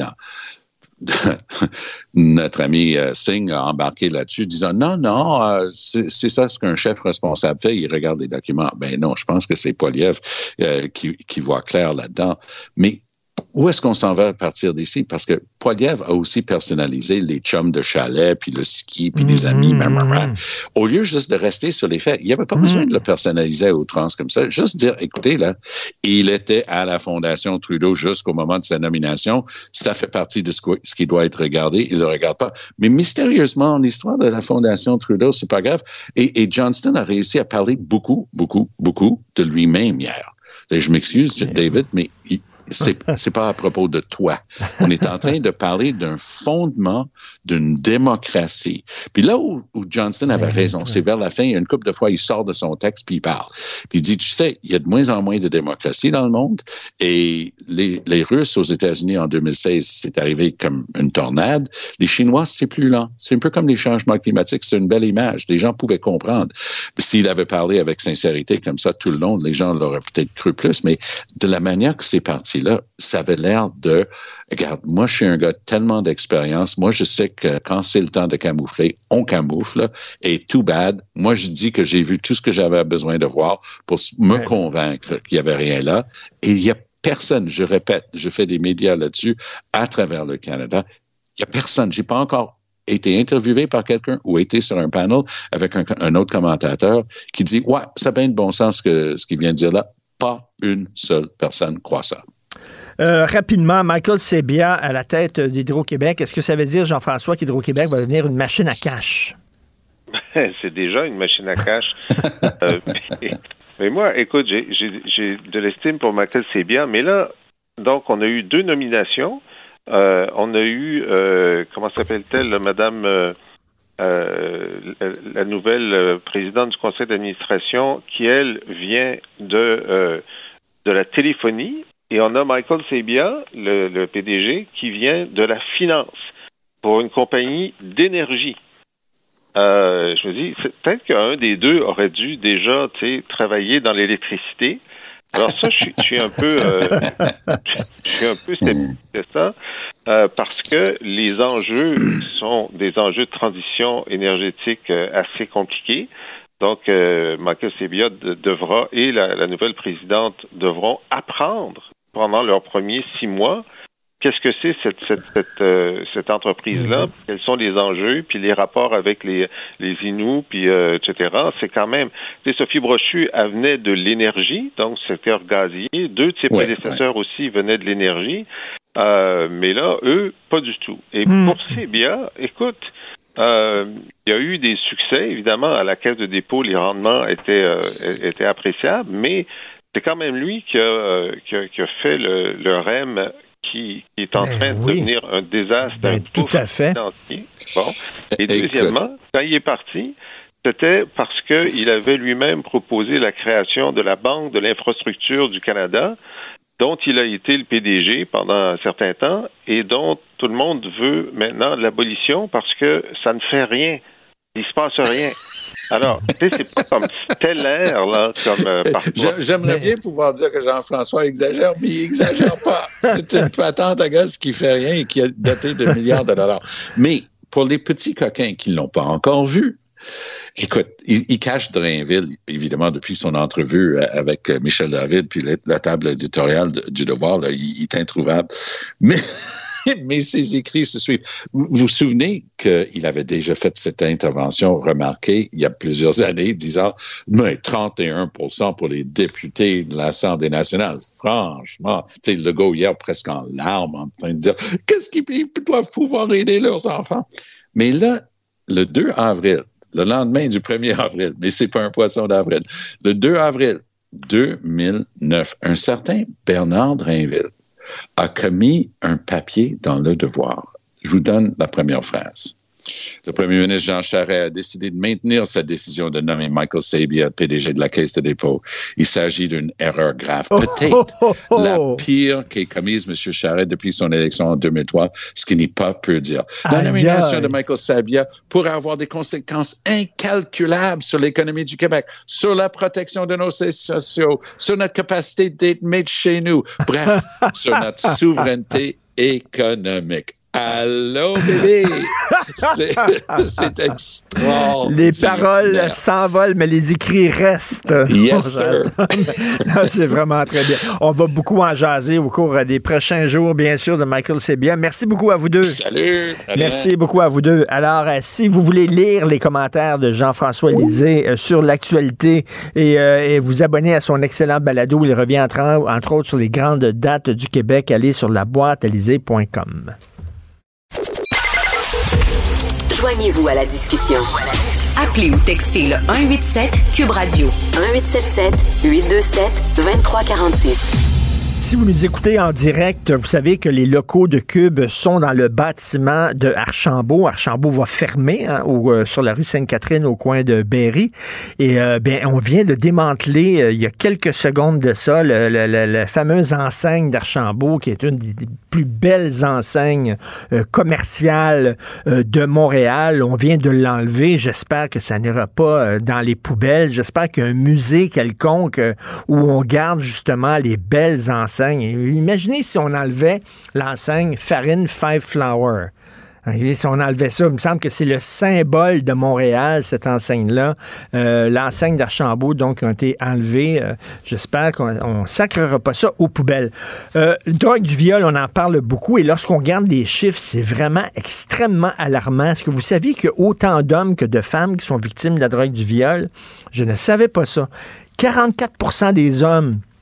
Notre ami Singh a embarqué là-dessus, disant non, c'est ça ce qu'un chef responsable fait, il regarde les documents. Ben non, je pense que c'est Poilievre qui voit clair là-dedans. Mais où est-ce qu'on s'en va à partir d'ici? Parce que Poilievre a aussi personnalisé les chums de chalet, puis le ski, puis les amis. Au lieu juste de rester sur les faits, il n'y avait pas besoin de le personnaliser à outrance comme ça. Juste dire, écoutez, là, il était à la Fondation Trudeau jusqu'au moment de sa nomination. Ça fait partie de ce qui doit être regardé. Il ne le regarde pas. Mais mystérieusement, l'histoire de la Fondation Trudeau, c'est pas grave. Et Johnston a réussi à parler beaucoup de lui-même hier. Et je m'excuse, David, mais... C'est pas à propos de toi. On est en train de parler d'un fondement d'une démocratie. Puis là où Johnston avait raison, c'est vers la fin, il y a une couple de fois, il sort de son texte puis il parle. Puis il dit, tu sais, il y a de moins en moins de démocratie dans le monde et les Russes aux États-Unis en 2016, c'est arrivé comme une tornade. Les Chinois, c'est plus lent. C'est un peu comme les changements climatiques. C'est une belle image. Les gens pouvaient comprendre. S'il avait parlé avec sincérité comme ça tout le long, les gens l'auraient peut-être cru plus, mais de la manière que c'est parti là, ça avait l'air de... Regarde, moi, je suis un gars tellement d'expérience. Moi, je sais que quand c'est le temps de camoufler, on camoufle. Et too bad. Moi, je dis que j'ai vu tout ce que j'avais besoin de voir pour me convaincre qu'il n'y avait rien là. Et il n'y a personne, je répète, je fais des médias là-dessus à travers le Canada. Il n'y a personne. J'ai pas encore été interviewé par quelqu'un ou été sur un panel avec un autre commentateur qui dit « Ouais, ça a bien de bon sens ce qu'il vient de dire là. » Pas une seule personne croit ça. Rapidement, Michael Sabia à la tête d'Hydro-Québec. Est-ce que ça veut dire, Jean-François, qu'Hydro-Québec va devenir une machine à cash? C'est déjà une machine à cash. Mais moi, écoute, j'ai de l'estime pour Michael Sabia, mais là, donc, on a eu 2 nominations. On a eu, comment s'appelle-t-elle, Madame, la nouvelle présidente du conseil d'administration, qui, elle, vient de la téléphonie. Et on a Michael Sabia, le PDG, qui vient de la finance pour une compagnie d'énergie. Je me dis, peut-être qu'un des deux aurait dû déjà travailler dans l'électricité. Alors ça, je suis un peu sceptique de ça, parce que les enjeux sont des enjeux de transition énergétique assez compliqués. Donc, Michael Sabia devra, et la nouvelle présidente devront apprendre pendant leurs premiers 6 mois qu'est-ce que c'est cette entreprise-là, quels sont les enjeux, puis les rapports avec les Inuits, puis etc. C'est quand même... Tu sais, Sophie Brochu, elle venait de l'énergie, donc secteur gazier. 2 de ses prédécesseurs aussi venaient de l'énergie. Mais là, eux, pas du tout. Et pour Sabia, écoute, il y a eu des succès, évidemment, à la Caisse de dépôt, les rendements étaient appréciables, mais c'est quand même lui qui a fait le REM qui est en train de devenir un désastre, un tout à fait financier. Bon. Et deuxièmement, quand il est parti, c'était parce qu'il avait lui-même proposé la création de la Banque de l'infrastructure du Canada, dont il a été le PDG pendant un certain temps et dont tout le monde veut maintenant l'abolition parce que ça ne fait rien. Il se passe rien. Alors, tu sais, c'est pas comme stellaire, là, comme parfois. J'aimerais bien pouvoir dire que Jean-François exagère, mais il exagère pas. C'est une patente à gosse qui fait rien et qui a doté de milliards de dollars. Mais pour les petits coquins qui ne l'ont pas encore vu, écoute, il cache Drainville, évidemment, depuis son entrevue avec Michel David, puis la table éditoriale du Devoir, là, il est introuvable. Mais ses écrits se suivent. Vous vous souvenez qu'il avait déjà fait cette intervention remarquée il y a plusieurs années, disant mais 31% pour les députés de l'Assemblée nationale. Franchement, tu sais, Legault hier presque en larmes en train de dire qu'est-ce qu'ils doivent pouvoir aider leurs enfants. Mais là, le 2 avril, le lendemain du 1er avril, mais c'est pas un poisson d'avril, le 2 avril 2009, un certain Bernard Drainville a commis un papier dans Le Devoir. Je vous donne la première phrase. Le premier ministre Jean Charest a décidé de maintenir sa décision de nommer Michael Sabia PDG de la Caisse de dépôt. Il s'agit d'une erreur grave. Peut-être la pire qu'ait commise M. Charest depuis son élection en 2003, ce qui n'est pas peu dire. La nomination de Michael Sabia pourrait avoir des conséquences incalculables sur l'économie du Québec, sur la protection de nos services sociaux, sur notre capacité d'être made chez nous, bref, sur notre souveraineté économique. Allô, bébé! C'est extraordinaire. Les paroles s'envolent, mais les écrits restent. Yes, sir. C'est vraiment très bien. On va beaucoup en jaser au cours des prochains jours, bien sûr, de Michael Sabia. Merci beaucoup à vous deux. Salut! Merci beaucoup à vous deux. Alors, si vous voulez lire les commentaires de Jean-François Lisée sur l'actualité et vous abonner à son excellent balado, il revient entre autres sur les grandes dates du Québec, allez sur laboîtealisée.com. Joignez-vous à la discussion. Appelez ou textez le 187 Cube Radio 1877-827-2346. Si vous nous écoutez en direct, vous savez que les locaux de Cube sont dans le bâtiment de Archambault. Archambault va fermer sur la rue Sainte-Catherine au coin de Berry. Et on vient de démanteler, il y a quelques secondes de ça, la fameuse enseigne d'Archambault, qui est une des plus belles enseignes commerciales de Montréal. On vient de l'enlever. J'espère que ça n'ira pas dans les poubelles. J'espère qu'il y a un musée quelconque où on garde justement les belles enseignes. Et imaginez si on enlevait l'enseigne Farine Five Flower. Si on enlevait ça, il me semble que c'est le symbole de Montréal, cette enseigne-là. L'enseigne d'Archambault, donc, a été enlevée. J'espère qu'on ne sacrera pas ça aux poubelles. Drogue du viol, on en parle beaucoup. Et lorsqu'on regarde les chiffres, c'est vraiment extrêmement alarmant. Est-ce que vous saviez qu'il y a autant d'hommes que de femmes qui sont victimes de la drogue du viol? Je ne savais pas ça. 44% des hommes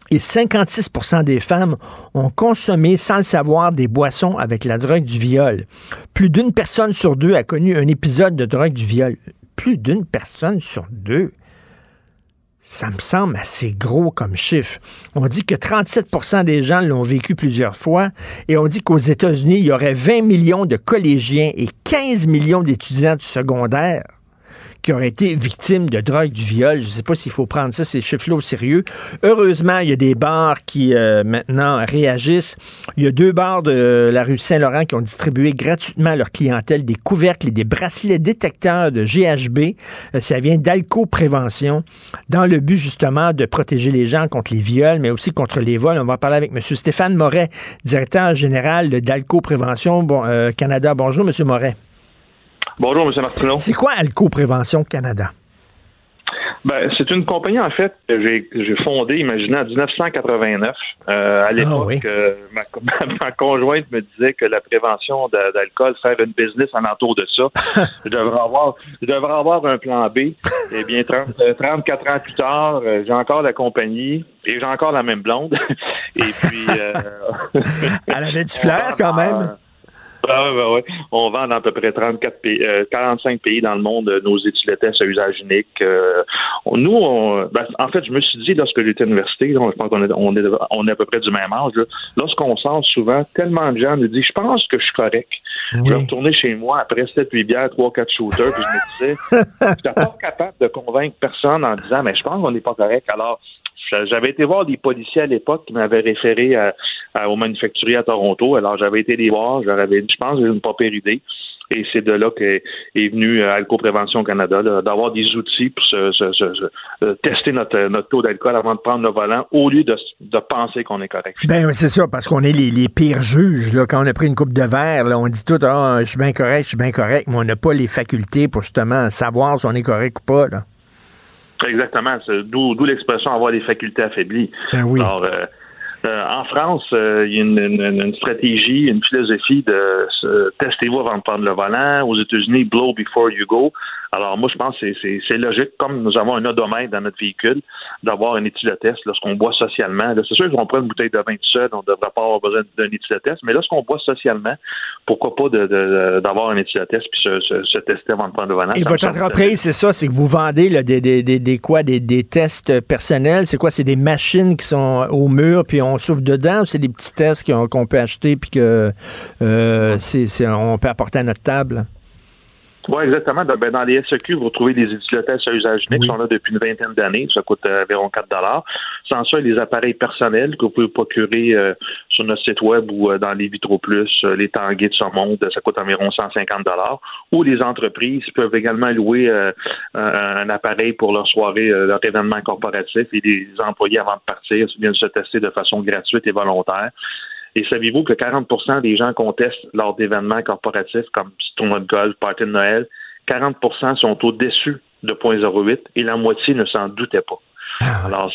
Et 56% des femmes ont consommé, sans le savoir, des boissons avec la drogue du viol. Plus d'une personne sur deux a connu un épisode de drogue du viol. Plus d'une personne sur deux. Ça me semble assez gros comme chiffre. On dit que 37% des gens l'ont vécu plusieurs fois et on dit qu'aux États-Unis, il y aurait 20 millions de collégiens et 15 millions d'étudiants du secondaire qui auraient été victimes de drogue du viol. Je ne sais pas s'il faut prendre ces chiffres-là au sérieux. Heureusement, il y a des bars qui, maintenant, réagissent. Il y a 2 bars de la rue Saint-Laurent qui ont distribué gratuitement à leur clientèle des couvercles et des bracelets détecteurs de GHB. Ça vient d'Alco-Prévention, dans le but, justement, de protéger les gens contre les viols, mais aussi contre les vols. On va en parler avec M. Stéphane Moret, directeur général d'Alco-Prévention Canada. Bonjour, M. Moret. Bonjour, M. Martineau. C'est quoi Alco-Prévention Canada? Ben, c'est une compagnie, en fait, que j'ai fondée, imaginez, en 1989. À l'époque, ma conjointe me disait que la prévention d'alcool, faire une business en entour de ça, je devrais avoir un plan B. Eh bien, 34 ans plus tard, j'ai encore la compagnie et j'ai encore la même blonde. Et puis... Elle avait du flair, quand même. Oui. On vend dans à peu près 45 pays dans le monde nos éthylétestes à usage unique. En fait, je me suis dit, lorsque j'étais à l'université, je pense qu'on est à peu près du même âge, là, lorsqu'on sort souvent, tellement de gens nous disent, je pense que je suis correct. Oui. Je vais retourner chez moi après 7-8 bières, 3-4 shooters, puis je me disais, je n'étais pas capable de convaincre personne en disant, mais je pense qu'on n'est pas correct. Alors, j'avais été voir des policiers à l'époque qui m'avaient référé au manufacturier à Toronto. Alors, j'avais été les voir. Je pense que j'ai une pas pire idée. Et c'est de là qu'est venu Alco-Prévention Canada, là, d'avoir des outils pour tester notre taux d'alcool avant de prendre le volant, au lieu de penser qu'on est correct. Ben oui, c'est ça, parce qu'on est les pires juges. Là, quand on a pris une coupe de verre, là, on dit tout, je suis bien correct, mais on n'a pas les facultés pour justement savoir si on est correct ou pas, là. Exactement. D'où l'expression avoir des facultés affaiblies. Ben oui. Alors, en France, il y a une stratégie, une philosophie de testez-vous avant de prendre le volant. Aux États-Unis, blow before you go. Alors, moi, je pense que c'est logique, comme nous avons un odomètre dans notre véhicule, d'avoir un éthylotest lorsqu'on boit socialement. Là, c'est sûr qu'on prend une bouteille de vin tout seul, on ne devrait pas avoir besoin d'un éthylotest, mais lorsqu'on boit socialement, pourquoi pas d'avoir un éthylotest puis se tester avant de prendre le volant. Et votre entreprise, c'est ça, c'est que vous vendez là, des tests personnels. C'est quoi? C'est des machines qui sont au mur, puis on souffle dedans, ou c'est des petits tests qu'on peut acheter puis que on peut apporter à notre table? Oui, exactement. Dans les SEQ, vous retrouvez des éthylotestes à usage unique qui sont là depuis une vingtaine d'années. Ça coûte environ 4 $. Sans ça, les appareils personnels que vous pouvez procurer sur notre site web ou dans les Vitro Plus, les Tanguay de ce monde, ça coûte environ 150 $. Ou les entreprises peuvent également louer un appareil pour leur soirée, leur événement corporatif, et les employés, avant de partir, viennent se tester de façon gratuite et volontaire. Et saviez-vous que 40% des gens qu'on teste lors d'événements corporatifs comme tournoi de golf, party de Noël, 40% sont au-dessus de 0.08 et la moitié ne s'en doutait pas. Alors,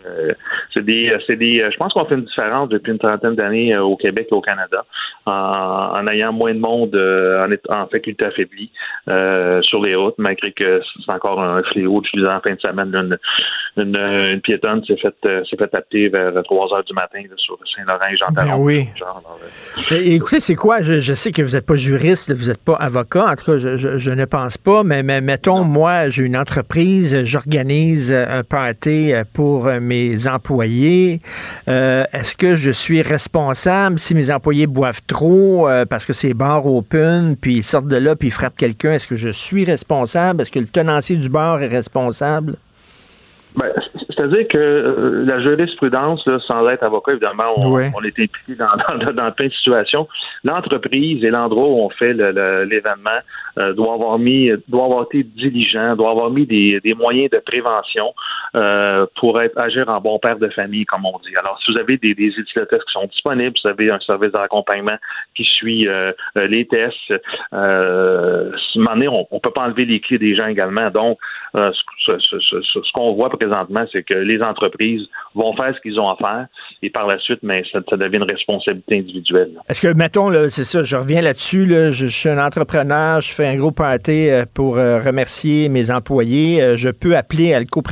je pense qu'on fait une différence depuis une trentaine d'années au Québec et au Canada en ayant moins de monde en faculté affaiblie sur les routes, malgré que c'est encore un fléau. Je disais en fin de semaine, une piétonne s'est fait taper vers 3 heures du matin là, sur Saint-Laurent et Jean-Talon. Ben oui. Écoutez, c'est quoi? Je sais que vous n'êtes pas juriste, vous n'êtes pas avocat, en tout cas, je ne pense pas, mais mettons, moi, j'ai une entreprise, j'organise un party pour mes employés. Est-ce que je suis responsable si mes employés boivent trop parce que c'est bar open, puis ils sortent de là, puis ils frappent quelqu'un? Est-ce que je suis responsable? Est-ce que le tenancier du bar est responsable? Ben, c'est-à-dire que la jurisprudence, là, sans être avocat, évidemment, on est impliqué dans plein de situations. L'entreprise et l'endroit où on fait l'événement doit avoir été diligent, doit avoir mis des moyens de prévention pour agir en bon père de famille, comme on dit. Alors, si vous avez des éthylotestes qui sont disponibles, vous avez un service d'accompagnement qui suit les tests, à un moment donné, on peut pas enlever les clés des gens également. Donc, ce qu'on voit présentement, c'est que les entreprises vont faire ce qu'ils ont à faire et par la suite, mais ça devient une responsabilité individuelle. Est-ce que, mettons, là, c'est ça, je reviens là-dessus, là, je suis un entrepreneur, je fais un gros party pour remercier mes employés, je peux appeler Alco-Prévention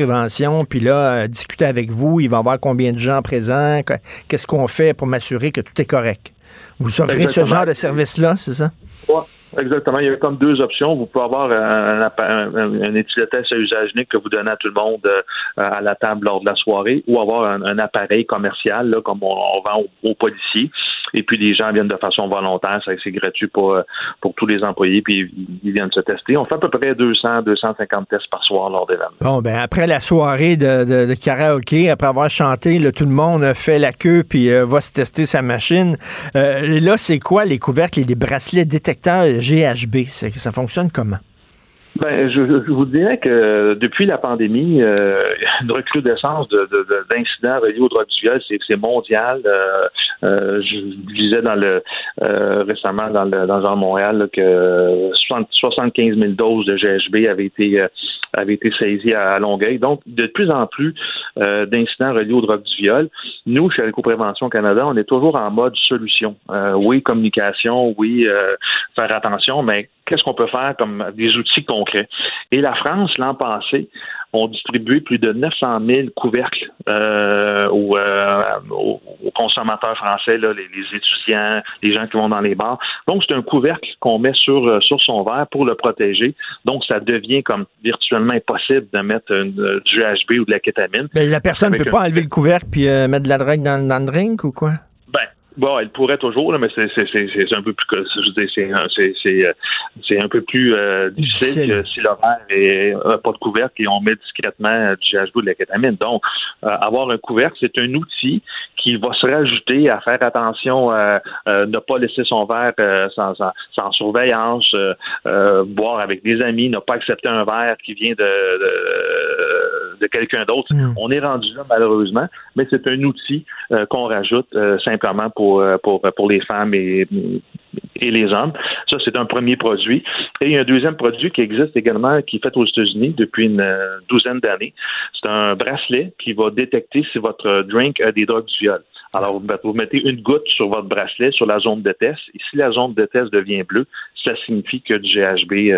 réunion, puis là, discuter avec vous, il va y avoir combien de gens présents, qu'est-ce qu'on fait pour m'assurer que tout est correct. Vous offrez ce genre de service-là, c'est ça? Ouais. Exactement. Il y a comme deux options. Vous pouvez avoir un éthylotest à usage unique que vous donnez à tout le monde à la table lors de la soirée, ou avoir un appareil commercial, là, comme on vend aux policiers. Et puis, les gens viennent de façon volontaire. C'est gratuit pour tous les employés, puis ils viennent se tester. On fait à peu près 200-250 tests par soir lors des l'événement. Bon, ben après la soirée de karaoké, après avoir chanté, là, tout le monde fait la queue puis va se tester sa machine. Là, c'est quoi les couvercles et les bracelets détecteurs GHB? Ça fonctionne comment? Ben, je vous dirais que depuis la pandémie, une recrudescence d'incidents reliés aux drogues du viol, c'est mondial. Je lisais récemment dans le Journal de Montréal là, que 75 000 doses de GHB avaient été saisies à Longueuil. Donc, de plus en plus d'incidents reliés aux drogues du viol. Nous, chez Écoprévention Canada, on est toujours en mode solution. Oui, communication, oui, faire attention, mais qu'est-ce qu'on peut faire comme des outils concrets? Et la France, l'an passé, ont distribué plus de 900 000 couvercles aux consommateurs français, là, les étudiants, les gens qui vont dans les bars. Donc, c'est un couvercle qu'on met sur son verre pour le protéger. Donc, ça devient comme virtuellement impossible de mettre du GHB ou de la kétamine. Mais la personne ne peut pas enlever le couvercle puis mettre de la drogue dans le drink ou quoi? Bon, elle pourrait toujours, là, mais c'est un peu plus, c'est un peu plus difficile que si le verre n'a pas de couvercle et on met discrètement du GHB ou de la kétamine. Donc, avoir un couvercle, c'est un outil qui va se rajouter à faire attention à ne pas laisser son verre sans surveillance, boire avec des amis, ne pas accepter un verre qui vient de quelqu'un d'autre. On est rendu là, malheureusement, mais c'est un outil qu'on rajoute simplement pour les femmes et les hommes. Ça, c'est un premier produit. Et il y a un deuxième produit qui existe également, qui est fait aux États-Unis depuis une douzaine d'années. C'est un bracelet qui va détecter si votre drink a des drogues du viol. Alors, vous mettez une goutte sur votre bracelet, sur la zone de test, et si la zone de test devient bleue, ça signifie qu'il y a du GHB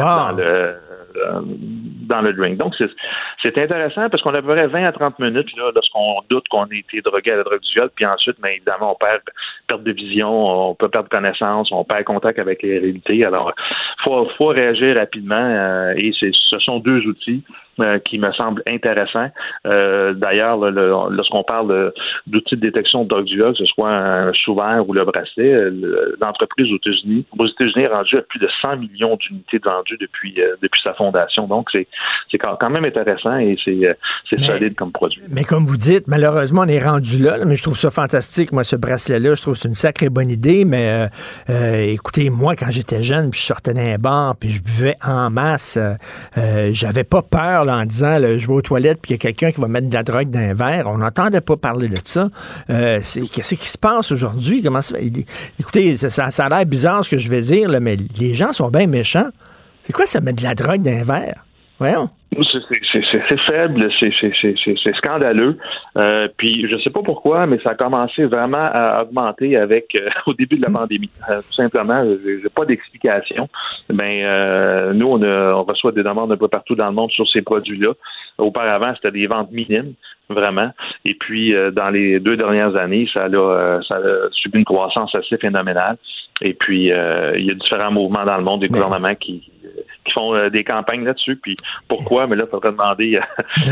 dans le drink. Donc, c'est intéressant parce qu'on a à peu près 20 à 30 minutes là, lorsqu'on doute qu'on a été drogué à la drogue du viol, puis ensuite, bien évidemment, on perd de vision, on peut perdre connaissance, on perd contact avec les réalités. Alors, faut réagir rapidement et ce sont deux outils qui me semblent intéressants. D'ailleurs, lorsqu'on parle d'outils de détection de drogue du viol, que ce soit un sous-verre ou le bracelet, l'entreprise aux États-Unis est rendue à plus de 100 millions d'unités vendues depuis sa fondation. Donc, c'est quand même intéressant et c'est solide comme produit. Mais comme vous dites, malheureusement, on est rendu là, mais je trouve ça fantastique. Moi, ce bracelet-là, je trouve que c'est une sacrée bonne idée, mais écoutez, moi, quand j'étais jeune, puis je sortais d'un bar, puis je buvais en masse, j'avais pas peur là, en disant, là, je vais aux toilettes, puis il y a quelqu'un qui va mettre de la drogue dans un verre. On n'entendait pas parler de ça. Qu'est-ce qui se passe aujourd'hui? Comment ça... Écoutez, ça a l'air bizarre ce que je vais dire, là, mais les gens sont bien méchants. C'est quoi ça, mettre de la drogue dans un verre? Voyons. C'est faible, c'est scandaleux. Puis je sais pas pourquoi, mais ça a commencé vraiment à augmenter au début de la pandémie. Tout simplement, j'ai pas d'explication. Mais nous, on reçoit des demandes un peu partout dans le monde sur ces produits-là. Auparavant, c'était des ventes minimes, vraiment. Et puis, dans les 2 dernières années, ça a subi une croissance assez phénoménale. Et puis, il y a différents mouvements dans le monde, des gouvernements qui font des campagnes là-dessus. Puis pourquoi? Mais là, il faudrait demander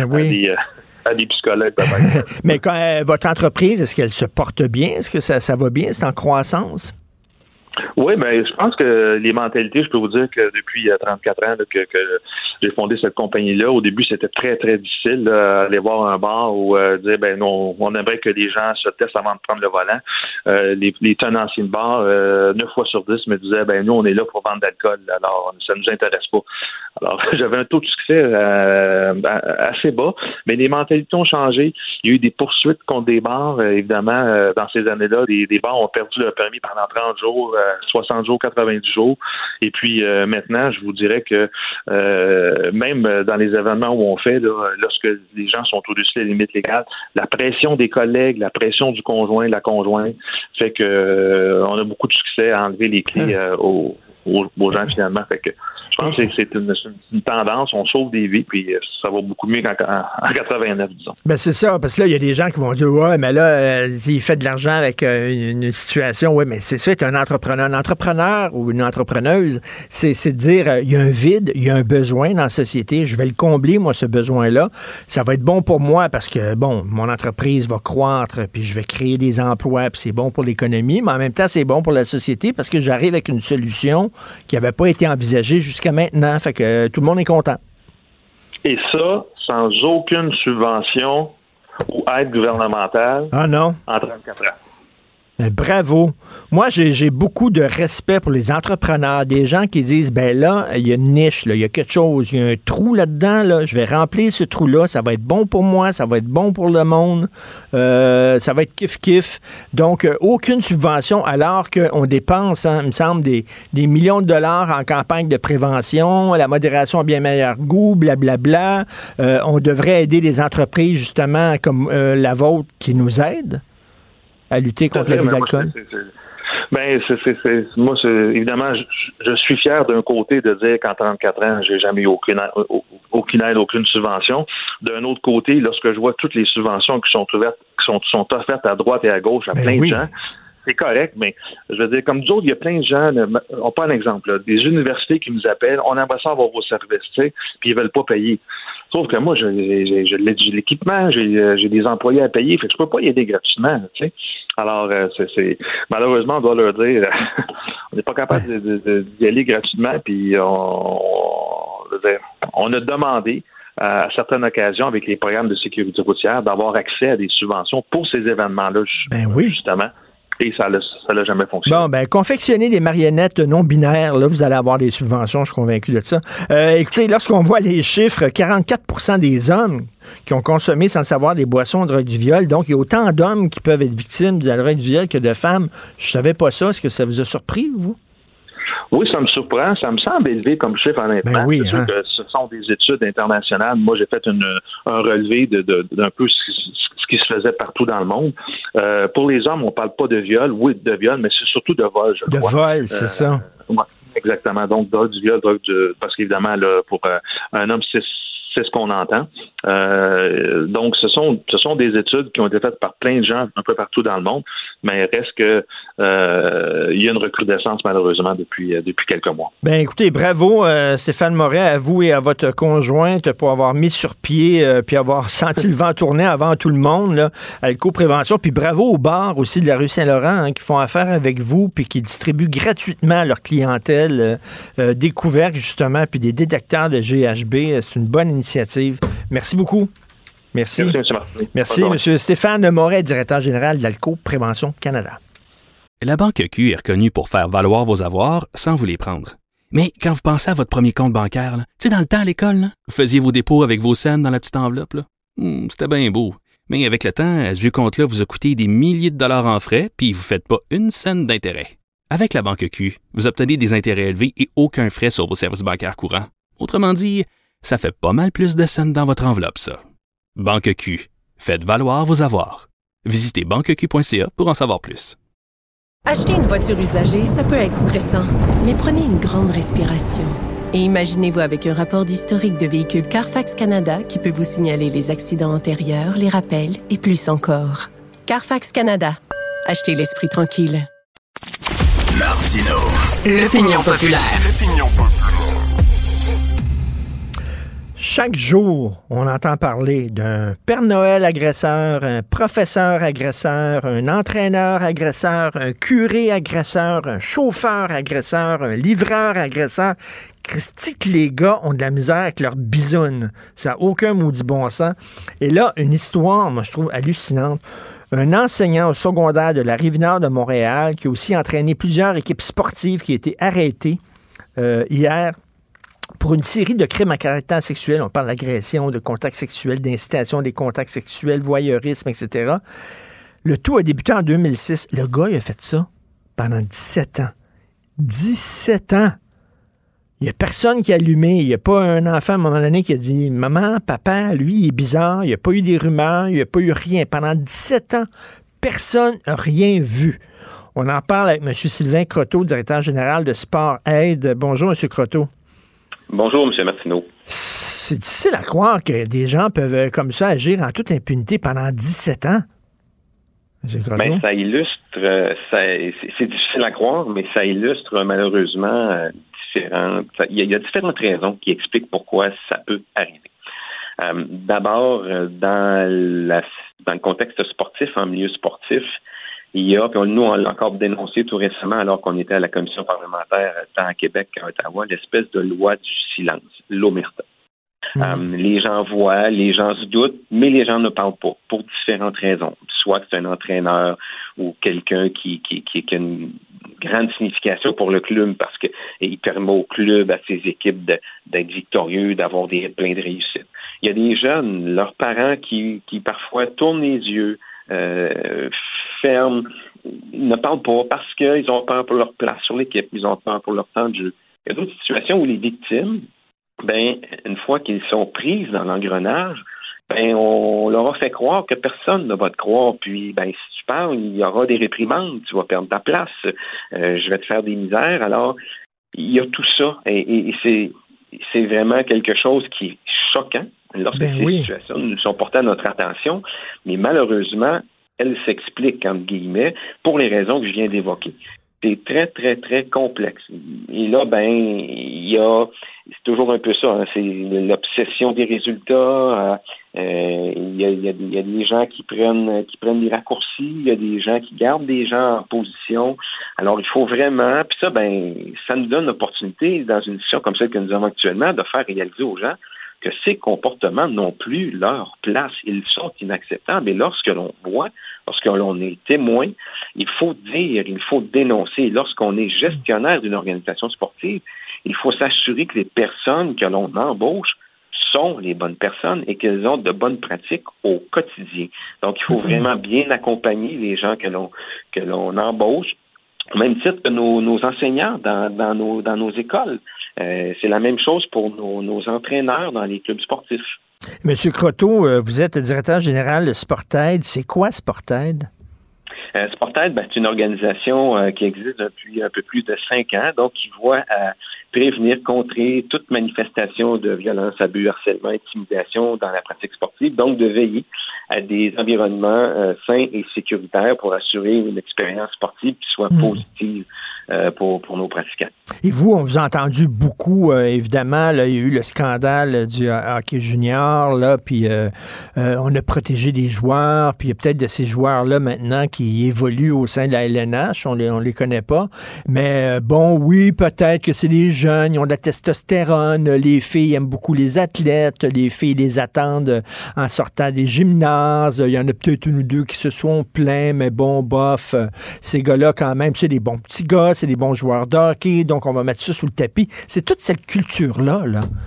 à des psychologues. Mais quand votre entreprise, est-ce qu'elle se porte bien? Est-ce que ça va bien? C'est en croissance? Oui, ben je pense que les mentalités, je peux vous dire que depuis 34 ans là, que j'ai fondé cette compagnie-là, au début, c'était très, très difficile d'aller voir un bar ou dire ben non, on aimerait que les gens se testent avant de prendre le volant. Les tenanciers de bar, 9 fois sur 10 me disaient ben nous, on est là pour vendre de l'alcool, alors ça nous intéresse pas. Alors, j'avais un taux de succès assez bas, mais les mentalités ont changé. Il y a eu des poursuites contre des bars, évidemment, dans ces années-là. Des bars ont perdu leur permis pendant 30 jours, 60 jours, 90 jours. Et puis, maintenant, je vous dirais que même dans les événements où on fait, là, lorsque les gens sont au-dessus des limites légales, la pression des collègues, la pression du conjoint, de la conjointe, fait que on a beaucoup de succès à enlever les clés aux aux gens finalement. Fait que je pense que c'est une tendance, on sauve des vies, puis ça va beaucoup mieux qu'en 89, disons. Ben c'est ça, parce que là, il y a des gens qui vont dire, ouais, mais là, il fait de l'argent avec une situation, ouais, mais c'est ça, être un entrepreneur ou une entrepreneuse, c'est de dire, il y a un vide, il y a un besoin dans la société, je vais le combler, moi, ce besoin-là. Ça va être bon pour moi parce que, bon, mon entreprise va croître, puis je vais créer des emplois, puis c'est bon pour l'économie, mais en même temps, c'est bon pour la société parce que j'arrive avec une solution qui n'avait pas été envisagée jusqu'à maintenant. Fait que tout le monde est content. Et ça, sans aucune subvention ou aide gouvernementale. Ah non? En 34 ans. Ben, bravo. Moi, j'ai beaucoup de respect pour les entrepreneurs, des gens qui disent, ben là, il y a une niche, là, il y a quelque chose, il y a un trou là-dedans, là, je vais remplir ce trou-là, ça va être bon pour moi, ça va être bon pour le monde, ça va être kiff-kiff. Donc, aucune subvention, alors qu'on dépense, il me semble, des millions de dollars en campagne de prévention, la modération a bien meilleur goût, blablabla. On devrait aider des entreprises, justement, comme la vôtre, qui nous aident à lutter contre l'abus d'alcool? Moi, évidemment, je suis fier d'un côté de dire qu'en 34 ans, j'ai jamais eu aucune aide, aucune subvention. D'un autre côté, lorsque je vois toutes les subventions qui sont offertes à droite et à gauche à plein de gens, c'est correct, mais je veux dire, comme d'autres, il y a plein de gens, on prend un exemple, là, des universités qui nous appellent, on aimerait ça avoir vos services, tu sais, puis ils veulent pas payer. Sauf que moi, j'ai l'équipement, j'ai des employés à payer, fait que je peux pas y aider gratuitement, tu sais. Alors, malheureusement, on doit leur dire, on n'est pas capable d'y aller gratuitement, puis on a demandé à certaines occasions, avec les programmes de sécurité routière, d'avoir accès à des subventions pour ces événements-là, justement. Et ça l'a jamais fonctionné. Bon, ben, confectionner des marionnettes non binaires, là, vous allez avoir des subventions, je suis convaincu de ça. Écoutez, lorsqu'on voit les chiffres, 44% des hommes qui ont consommé sans le savoir des boissons de drogue du viol, donc il y a autant d'hommes qui peuvent être victimes de la drogue du viol que de femmes. Je savais pas ça. Est-ce que ça vous a surpris, vous? Oui, ça me surprend. Ça me semble élevé comme chiffre, honnêtement. Ben oui, c'est sûr que ce sont des études internationales. Moi, j'ai fait un relevé d'un peu ce qui se faisait partout dans le monde. Pour les hommes, on parle pas de viol. Oui, de viol, mais c'est surtout de vol, je crois. De vol, c'est ça. Ouais, exactement. Donc, drogue du viol, parce qu'évidemment, là, pour un homme, c'est ce qu'on entend. Donc, ce sont des études qui ont été faites par plein de gens un peu partout dans le monde, mais il reste que il y a une recrudescence, malheureusement, depuis quelques mois. Ben écoutez, bravo Stéphane Moret, à vous et à votre conjointe pour avoir mis sur pied puis avoir senti le vent tourner avant tout le monde, là, à l'éco-prévention. Puis bravo aux bars aussi de la rue Saint-Laurent, hein, qui font affaire avec vous puis qui distribuent gratuitement à leur clientèle des couvercles, justement, puis des détecteurs de GHB. C'est une bonne initiative. Merci beaucoup. Merci. Merci, M. Stéphane Moret, directeur général de l'Alco-Prévention Canada. La Banque Q est reconnue pour faire valoir vos avoirs sans vous les prendre. Mais quand vous pensez à votre premier compte bancaire, tu sais, dans le temps à l'école, là, vous faisiez vos dépôts avec vos scènes dans la petite enveloppe. C'était bien beau. Mais avec le temps, à ce vieux compte-là vous a coûté des milliers de dollars en frais, puis vous ne faites pas une scène d'intérêt. Avec la Banque Q, vous obtenez des intérêts élevés et aucun frais sur vos services bancaires courants. Autrement dit, ça fait pas mal plus de scènes dans votre enveloppe, ça. Banque Q. Faites valoir vos avoirs. Visitez banqueq.ca pour en savoir plus. Acheter une voiture usagée, ça peut être stressant, mais prenez une grande respiration. Et imaginez-vous avec un rapport d'historique de véhicule Carfax Canada qui peut vous signaler les accidents antérieurs, les rappels et plus encore. Carfax Canada. Achetez l'esprit tranquille. Martino. L'opinion populaire. Chaque jour, on entend parler d'un Père Noël agresseur, un professeur agresseur, un entraîneur agresseur, un curé agresseur, un chauffeur agresseur, un livreur agresseur. Christy, que les gars ont de la misère avec leur bisoune. Ça n'a aucun maudit bon sens. Et là, une histoire, moi, je trouve hallucinante. Un enseignant au secondaire de la Rive-Nord de Montréal qui a aussi entraîné plusieurs équipes sportives qui a été arrêté hier pour une série de crimes à caractère sexuel. On parle d'agression, de contacts sexuels, d'incitation des contacts sexuels, voyeurisme, etc. Le tout a débuté en 2006. Le gars, il a fait ça pendant 17 ans. 17 ans! Il n'y a personne qui a allumé. Il n'y a pas un enfant à un moment donné qui a dit « Maman, papa, lui, il est bizarre. » Il n'y a pas eu des rumeurs. Il n'y a pas eu rien. Pendant 17 ans, personne n'a rien vu. On en parle avec M. Sylvain Croteau, directeur général de Sport Aide. Bonjour, M. Croteau. Bonjour, M. Martineau. C'est difficile à croire que des gens peuvent comme ça agir en toute impunité pendant 17 ans. Ben, ça illustre, c'est difficile à croire, mais ça illustre malheureusement il y a différentes raisons qui expliquent pourquoi ça peut arriver. D'abord, dans le contexte sportif, en milieu sportif, il y a, puis nous, on l'a encore dénoncé tout récemment, alors qu'on était à la commission parlementaire tant à Québec qu'à Ottawa, l'espèce de loi du silence, l'omerta. Les gens voient, les gens se doutent, mais les gens ne parlent pas pour différentes raisons. Soit que c'est un entraîneur ou quelqu'un qui a une grande signification pour le club parce qu'il permet au club, à ses équipes d'être victorieux, d'avoir plein de réussites. Il y a des jeunes, leurs parents qui parfois tournent les yeux, ferment, ne parlent pas parce qu'ils ont peur pour leur place sur l'équipe, ils ont peur pour leur temps de jeu. Il y a d'autres situations où les victimes, une fois qu'ils sont prises dans l'engrenage, on leur a fait croire que personne ne va te croire. Puis, si tu parles, il y aura des réprimandes, tu vas perdre ta place, je vais te faire des misères. Alors, il y a tout ça. Et c'est vraiment quelque chose qui est choquant lorsque ces situations nous sont portées à notre attention. Mais malheureusement, elles s'expliquent, entre guillemets, pour les raisons que je viens d'évoquer. C'est très, très, très complexe. Et là, c'est toujours un peu ça, hein, c'est l'obsession des résultats. Il y a des gens qui prennent des raccourcis, il y a des gens qui gardent des gens en position. Alors, il faut vraiment, puis ça, ça nous donne l'opportunité, dans une situation comme celle que nous avons actuellement, de faire réaliser aux gens que ces comportements n'ont plus leur place. Ils sont inacceptables. Et lorsque l'on voit, lorsque l'on est témoin, il faut dire, il faut dénoncer. Lorsqu'on est gestionnaire d'une organisation sportive, il faut s'assurer que les personnes que l'on embauche sont les bonnes personnes et qu'elles ont de bonnes pratiques au quotidien. Donc, il faut vraiment bien accompagner les gens que l'on embauche, au même titre que nos enseignants dans nos écoles. C'est la même chose pour nos entraîneurs dans les clubs sportifs. Monsieur Croteau, vous êtes directeur général de Sport Aide. C'est quoi Sport Aide? Sport Aide, c'est une organisation qui existe depuis un peu plus de 5 ans, donc qui voit à prévenir, contrer toute manifestation de violence, abus, harcèlement, intimidation dans la pratique sportive, donc de veiller à des environnements sains et sécuritaires pour assurer une expérience sportive qui soit positive pour nos pratiquants. Et vous, on vous a entendu beaucoup, évidemment, là, il y a eu le scandale du hockey junior, là, puis on a protégé des joueurs, puis il y a peut-être de ces joueurs-là maintenant qui évoluent au sein de la LNH, on les connaît pas, mais oui, peut-être que c'est des jeunes, ils ont de la testostérone, les filles aiment beaucoup les athlètes, les filles les attendent en sortant des gymnases, il y en a peut-être une ou deux qui se sont plaints, mais bof, ces gars-là quand même, c'est des bons petits gars, c'est des bons joueurs de hockey, donc on va mettre ça sous le tapis. C'est toute cette culture-là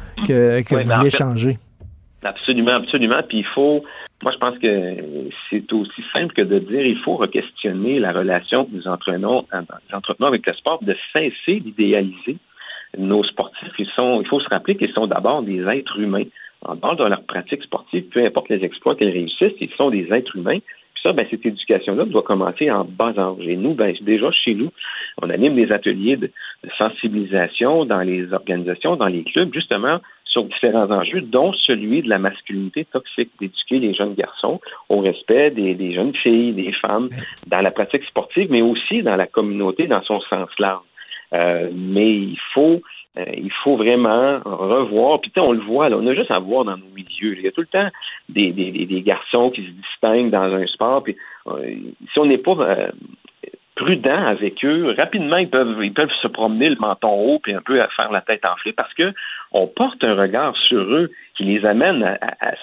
que vous voulez changer. Absolument, absolument. Puis moi je pense que c'est aussi simple que de dire il faut re-questionner la relation que nous entretenons avec le sport, de cesser d'idéaliser nos sportifs. Il faut se rappeler qu'ils sont d'abord des êtres humains. En dehors de leur pratique sportive, peu importe les exploits qu'ils réussissent, ils sont des êtres humains. Ça, cette éducation-là doit commencer en bas âge. Et nous, déjà chez nous, on anime des ateliers de sensibilisation dans les organisations, dans les clubs, justement sur différents enjeux, dont celui de la masculinité toxique, d'éduquer les jeunes garçons au respect des jeunes filles, des femmes, dans la pratique sportive, mais aussi dans la communauté dans son sens large. Mais il faut vraiment revoir. Puis on le voit, là, on a juste à voir dans nos milieux. Il y a tout le temps des garçons qui se distinguent dans un sport. Puis si on n'est pas prudent avec eux, rapidement ils peuvent se promener le menton haut puis un peu à faire la tête enflée parce que on porte un regard sur eux qui les amène à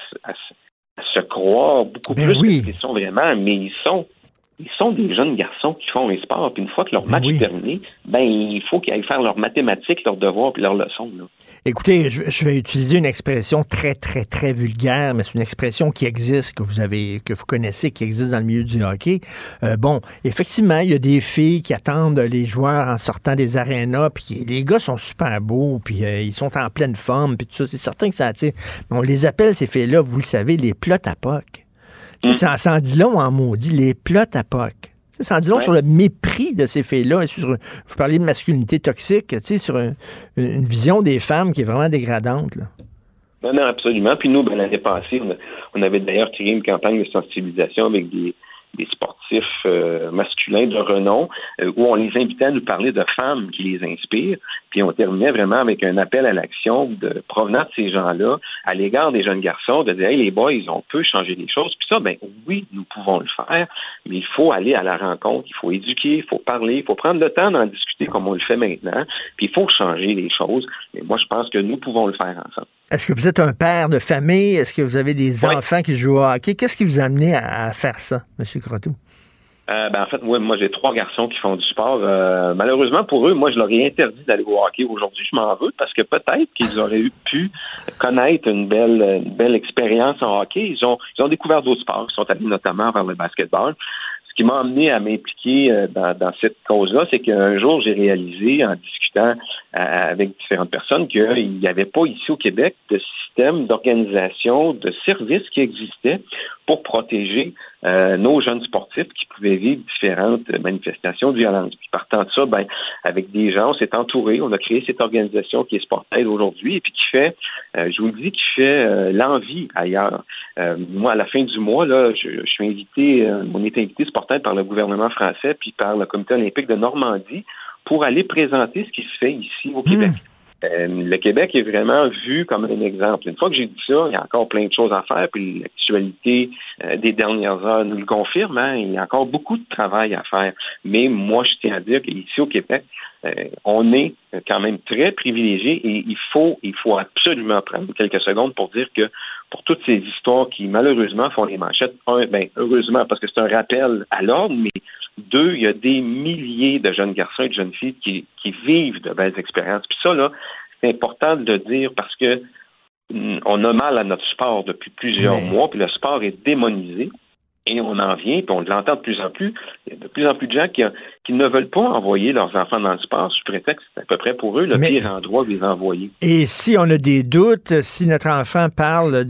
se croire beaucoup plus que ce qu'ils sont vraiment. Mais ils sont des jeunes garçons qui font un sport, puis une fois que leur match est terminé, il faut qu'ils aillent faire leurs mathématiques, leurs devoirs, puis leurs leçons. Là. Écoutez, je vais utiliser une expression très, très, très vulgaire, mais c'est une expression qui existe, que vous connaissez, qui existe dans le milieu du hockey. Effectivement, il y a des filles qui attendent les joueurs en sortant des arénas, puis les gars sont super beaux, puis ils sont en pleine forme, puis tout ça. C'est certain que ça attire. Mais on les appelle, ces filles-là, vous le savez, les plots à POC. Ça en dit long en maudit, les plots à POC. Ça en dit long sur le mépris de ces filles-là. Vous parlez de masculinité toxique, sur une vision des femmes qui est vraiment dégradante. Là. Non, absolument. Puis nous, l'année passée, on avait d'ailleurs créé une campagne de sensibilisation avec des sportifs masculins de renom où on les invitait à nous parler de femmes qui les inspirent. Puis on terminait vraiment avec un appel à l'action provenant de ces gens-là à l'égard des jeunes garçons, de dire « Hey, les boys, on peut changer les choses. » Puis ça, oui, nous pouvons le faire, mais il faut aller à la rencontre, il faut éduquer, il faut parler, il faut prendre le temps d'en discuter comme on le fait maintenant, puis il faut changer les choses. Mais moi, je pense que nous pouvons le faire ensemble. Est-ce que vous êtes un père de famille? Est-ce que vous avez des enfants qui jouent au hockey? Qu'est-ce qui vous a amené à faire ça, M. Croteau? En fait, moi, j'ai 3 garçons qui font du sport. Malheureusement pour eux, moi, je leur ai interdit d'aller au hockey aujourd'hui. Je m'en veux parce que peut-être qu'ils auraient pu connaître une belle expérience en hockey. Ils ont découvert d'autres sports. Ils sont allés notamment vers le basketball. Ce qui m'a amené à m'impliquer dans cette cause-là, c'est qu'un jour, j'ai réalisé, en discutant avec différentes personnes, qu'il n'y avait pas ici au Québec de système d'organisation, de services qui existait pour protéger nos jeunes sportifs qui pouvaient vivre différentes manifestations de violence. Puis partant de ça, avec des gens, on s'est entouré, on a créé cette organisation qui est Sportaid aujourd'hui et puis qui fait, je vous le dis, qui fait l'envie ailleurs. Moi, à la fin du mois, là, je suis invité, on est invité Sportaid par le gouvernement français puis par le Comité olympique de Normandie pour aller présenter ce qui se fait ici au Québec. Le Québec est vraiment vu comme un exemple. Une fois que j'ai dit ça, il y a encore plein de choses à faire, puis l'actualité des dernières heures nous le confirme. Il y a encore beaucoup de travail à faire. Mais moi, je tiens à dire qu'ici au Québec, on est quand même très privilégié et il faut absolument prendre quelques secondes pour dire que pour toutes ces histoires qui malheureusement font les manchettes, heureusement parce que c'est un rappel à l'ordre, mais 2, il y a des milliers de jeunes garçons et de jeunes filles qui vivent de belles expériences. Puis ça, là, c'est important de le dire parce que on a mal à notre sport depuis plusieurs mois, puis le sport est démonisé. Et on en vient, puis on l'entend de plus en plus. Il y a de plus en plus de gens qui ne veulent pas envoyer leurs enfants dans le sport sous prétexte que c'est à peu près pour eux le pire endroit de les envoyer. Et si on a des doutes, si notre enfant parle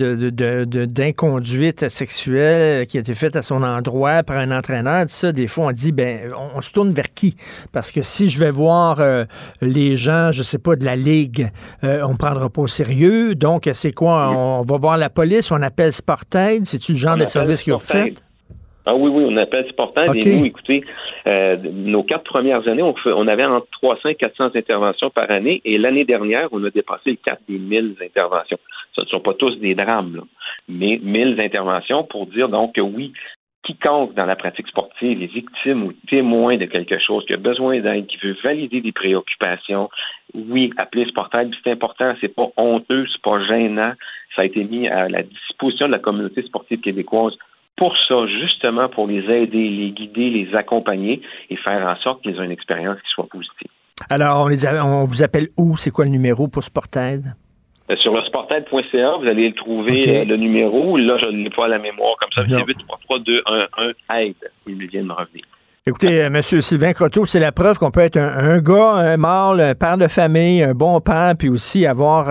d'inconduite sexuelle qui a été faite à son endroit par un entraîneur, ça, des fois, on dit, on se tourne vers qui? Parce que si je vais voir les gens, je sais pas, de la Ligue, on me prendra pas au sérieux. Donc, c'est quoi? On va voir la police, on appelle Sportaid. C'est-tu le genre de service qu'ils ont fait? Ah oui, on appelle Sportaid. Okay. Et nous, écoutez, nos 4 premières années, on avait entre 300 et 400 interventions par année. Et l'année dernière, on a dépassé le cap des 1000 interventions. Ce ne sont pas tous des drames, là, mais 1000 interventions pour dire donc que oui, quiconque dans la pratique sportive est victime ou témoin de quelque chose, qui a besoin d'aide, qui veut valider des préoccupations, oui, appelez Sportaid. C'est important, c'est pas honteux, c'est pas gênant. Ça a été mis à la disposition de la communauté sportive québécoise pour ça, justement, pour les aider, les guider, les accompagner et faire en sorte qu'ils aient une expérience qui soit positive. Alors, on vous appelle où? C'est quoi le numéro pour Sportaid? Sur le sportaid.ca, vous allez le trouver, le numéro. Là, je ne l'ai pas à la mémoire comme ça. C'est 833-211-AIDE. Il vient de me revenir. Écoutez, M. Sylvain Croteau, c'est la preuve qu'on peut être un gars, un mâle, un père de famille, un bon père, puis aussi avoir,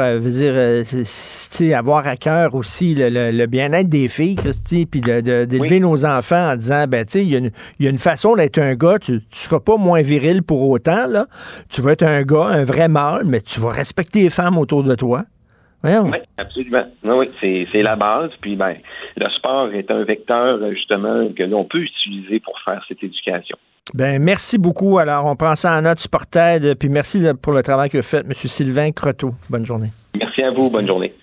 avoir à cœur aussi le bien-être des filles, Christy, puis d'élever nos enfants en disant, il y a une façon d'être un gars, tu seras pas moins viril pour autant, là. Tu vas être un gars, un vrai mâle, mais tu vas respecter les femmes autour de toi. Voyons. Oui, absolument. Oui, c'est la base. Puis, le sport est un vecteur, justement, que l'on peut utiliser pour faire cette éducation. Merci beaucoup. Alors, on prend ça en note, Sportaid. Puis, merci pour le travail que vous faites, M. Sylvain Croteau. Bonne journée. Merci à vous. Bonne journée.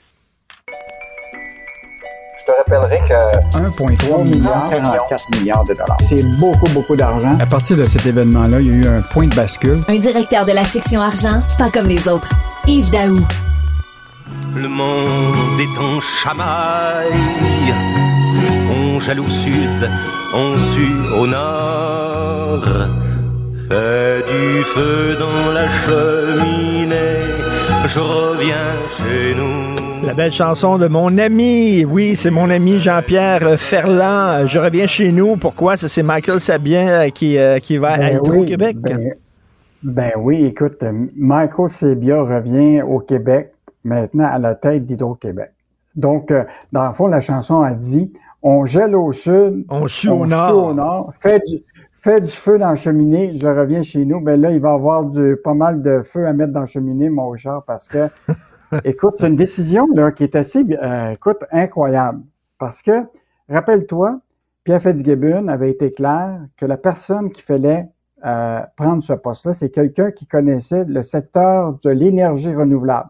Je te rappellerai que 1,3 milliard, 44 milliards de dollars. C'est beaucoup, beaucoup d'argent. À partir de cet événement-là, il y a eu un point de bascule. Un directeur de la section argent, pas comme les autres. Yves Daou. Le monde est en chamaille, on jaloux au sud, on sue au nord, fait du feu dans la cheminée, je reviens chez nous. La belle chanson de mon ami, oui, c'est mon ami Jean-Pierre Ferland, je reviens chez nous. Pourquoi? C'est Michael Sabia qui va être au Québec. Oui, écoute, Michael Sabia revient au Québec. Maintenant à la tête d'Hydro-Québec. Donc, dans le fond, la chanson a dit « On gèle au sud, on sue au nord, fais du feu dans la cheminée, je reviens chez nous. Ben là, il va y avoir pas mal de feu à mettre dans la cheminée, mon Richard, parce que, écoute, c'est une décision là qui est assez, incroyable. Parce que, rappelle-toi, Pierre Fitzgibbon avait été clair que la personne qui fallait prendre ce poste-là, c'est quelqu'un qui connaissait le secteur de l'énergie renouvelable.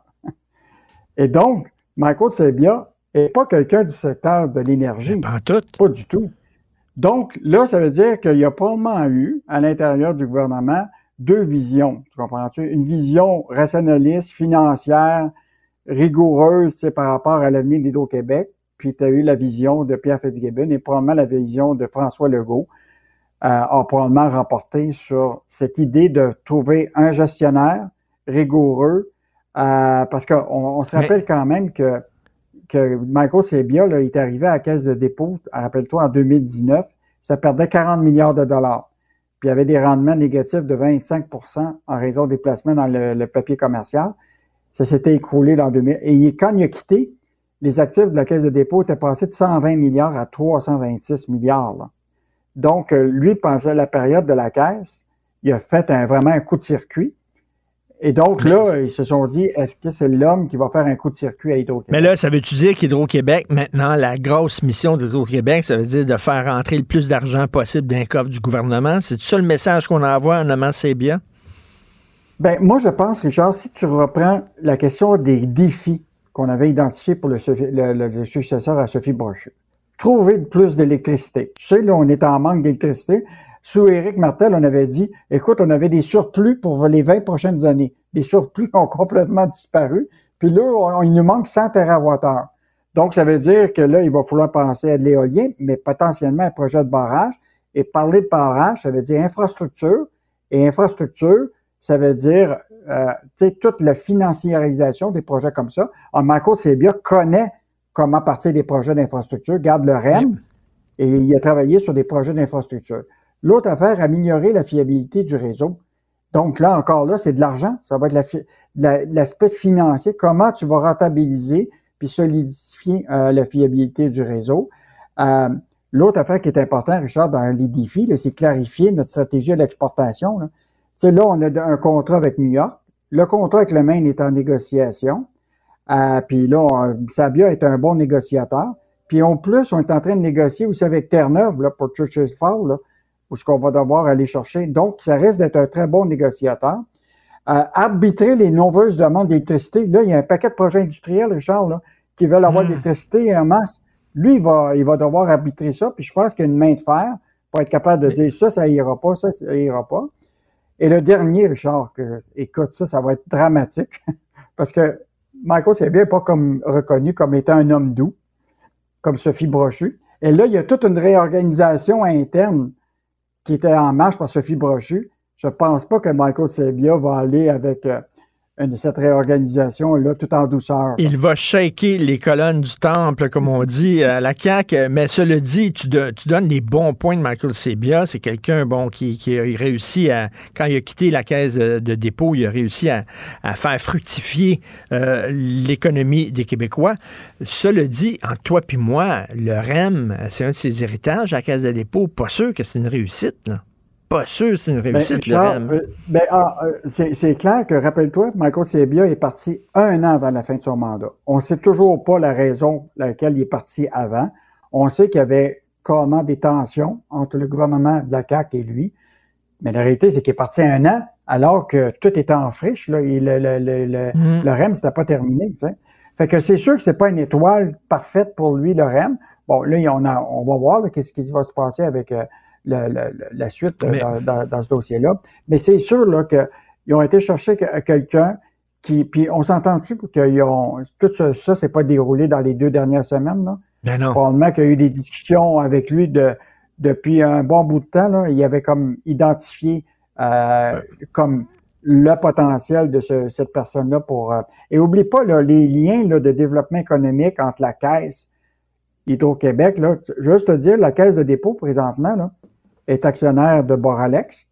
Et donc, Michael Sabia n'est pas quelqu'un du secteur de l'énergie. Pas tout. Pas du tout. Donc, là, ça veut dire qu'il y a probablement eu, à l'intérieur du gouvernement, deux visions. Tu comprends-tu? Une vision rationaliste, financière, rigoureuse, par rapport à l'avenir d'Hydro-Québec. Puis, tu as eu la vision de Pierre Fitzgibbon et probablement la vision de François Legault a probablement remporté sur cette idée de trouver un gestionnaire rigoureux, parce qu'on se rappelle quand même que Michael Sabia, là, il est arrivé à la Caisse de dépôt, rappelle-toi, en 2019, ça perdait 40 milliards de dollars. Puis il y avait des rendements négatifs de 25 % en raison des placements dans le papier commercial. Ça s'était écroulé dans 2000. Et quand il a quitté, les actifs de la Caisse de dépôt étaient passés de 120 milliards à 326 milliards. Là. Donc, lui, pendant la période de la Caisse, il a fait vraiment un coup de circuit. Et donc, là, ils se sont dit, est-ce que c'est l'homme qui va faire un coup de circuit à Hydro-Québec? Mais là, ça veut-tu dire qu'Hydro-Québec, maintenant, la grosse mission d'Hydro-Québec, ça veut dire de faire rentrer le plus d'argent possible dans le coffre du gouvernement? C'est ça le message qu'on envoie en nommant Sabia? Ben, moi, je pense, Richard, si tu reprends la question des défis qu'on avait identifiés pour le successeur à Sophie Brochu, trouver plus d'électricité. Tu sais, là, on est en manque d'électricité. Sous Éric Martel, on avait dit, écoute, on avait des surplus pour les 20 prochaines années. Les surplus ont complètement disparu. Puis là, il nous manque 100 TWh. Donc, ça veut dire que là, il va falloir penser à de l'éolien, mais potentiellement un projet de barrage. Et parler de barrage, ça veut dire infrastructure. Et infrastructure, ça veut dire, tu sais, toute la financiarisation des projets comme ça. Michael Sabia connaît comment partir des projets d'infrastructure, garde le REM, et il a travaillé sur des projets d'infrastructure. L'autre affaire, améliorer la fiabilité du réseau. Donc là, encore là, c'est de l'argent. Ça va être l'aspect financier. Comment tu vas rentabiliser puis solidifier la fiabilité du réseau. L'autre affaire qui est importante, Richard, dans les défis, là, c'est clarifier notre stratégie à l'exportation. Tu sais, là, on a un contrat avec New York. Le contrat avec le Maine est en négociation. Puis là, Sabia est un bon négociateur. Puis en plus, on est en train de négocier aussi avec Terre-Neuve là, pour Churchill Falls, là, où ce qu'on va devoir aller chercher. Donc, ça risque d'être un très bon négociateur. Arbitrer les nombreuses demandes d'électricité. Là, il y a un paquet de projets industriels, Richard, là, qui veulent avoir de l'électricité en masse. Lui, il va devoir arbitrer ça. Puis je pense qu'il y a une main de fer pour être capable de dire ça ira pas, ça ira pas. Et le dernier, Richard, écoute, ça va être dramatique. Parce que Michael Sabia n'est pas reconnu comme étant un homme doux, comme Sophie Brochu. Et là, il y a toute une réorganisation interne qui était en marche par Sophie Brochu. Je pense pas que Michael Sabia va aller avec cette réorganisation-là tout en douceur. Il va shaker les colonnes du temple, comme on dit, à la CAQ. Mais cela dit, tu donnes les bons points de Michael Sabia. C'est quelqu'un qui a réussi quand il a quitté la caisse de dépôt, il a réussi à faire fructifier l'économie des Québécois. Cela dit, entre toi et moi, le REM, c'est un de ses héritages à la caisse de dépôt. Pas sûr que c'est une réussite, là. Pas sûr, c'est une réussite, le REM. C'est clair que, rappelle-toi, Michael Sabia est parti 1 an avant la fin de son mandat. On ne sait toujours pas la raison pour laquelle il est parti avant. On sait qu'il y avait carrément des tensions entre le gouvernement de la CAQ et lui. Mais la réalité, c'est qu'il est parti 1 an alors que tout était en friche. Là, et le REM, c'était pas terminé. Tu sais. Fait que c'est sûr que c'est pas une étoile parfaite pour lui, le REM. Bon, là, on va voir qu'est-ce qui va se passer avec la suite dans ce dossier-là. Mais c'est sûr là qu'ils ont été chercher quelqu'un puis on s'entend-tu que tout ça s'est pas déroulé dans les 2 dernières semaines, là? Ben non. Probablement qu'il y a eu des discussions avec lui depuis un bon bout de temps, là. Il avait comme identifié comme le potentiel de cette personne-là pour... Et oublie pas là, les liens là, de développement économique entre la Caisse Hydro-Québec. Là, juste te dire, la Caisse de dépôt, présentement, là, est actionnaire de Boralex,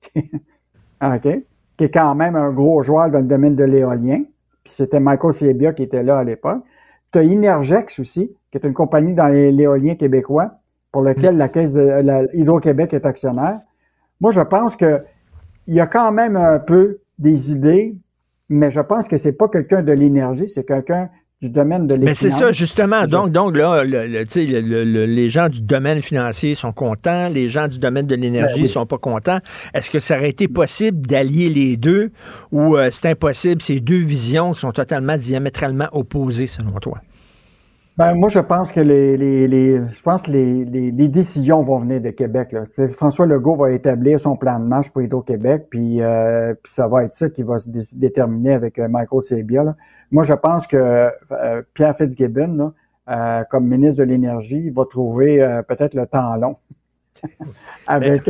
okay, qui est quand même un gros joueur dans le domaine de l'éolien. Puis c'était Michael Sabia qui était là à l'époque. Tu as Inergex aussi, qui est une compagnie dans l'éolien québécois, pour lequel la Caisse de Hydro-Québec est actionnaire. moi, je pense qu'il y a quand même un peu des idées, mais je pense que c'est pas quelqu'un de l'énergie, c'est quelqu'un du domaine de l'économie. Mais c'est ça, justement. Donc là, les gens du domaine financier sont contents, les gens du domaine de l'énergie sont pas contents. Est-ce que ça aurait été possible d'allier les deux ou c'est impossible, ces deux visions qui sont totalement diamétralement opposées, selon toi? Ben, moi, je pense que les décisions vont venir de Québec, là. François Legault va établir son plan de marche pour Hydro-Québec, puis ça va être ça qui va se déterminer avec Michael Sabia, là. Moi, je pense que Pierre Fitzgibbon, là, comme ministre de l'Énergie, va trouver peut-être le temps long avec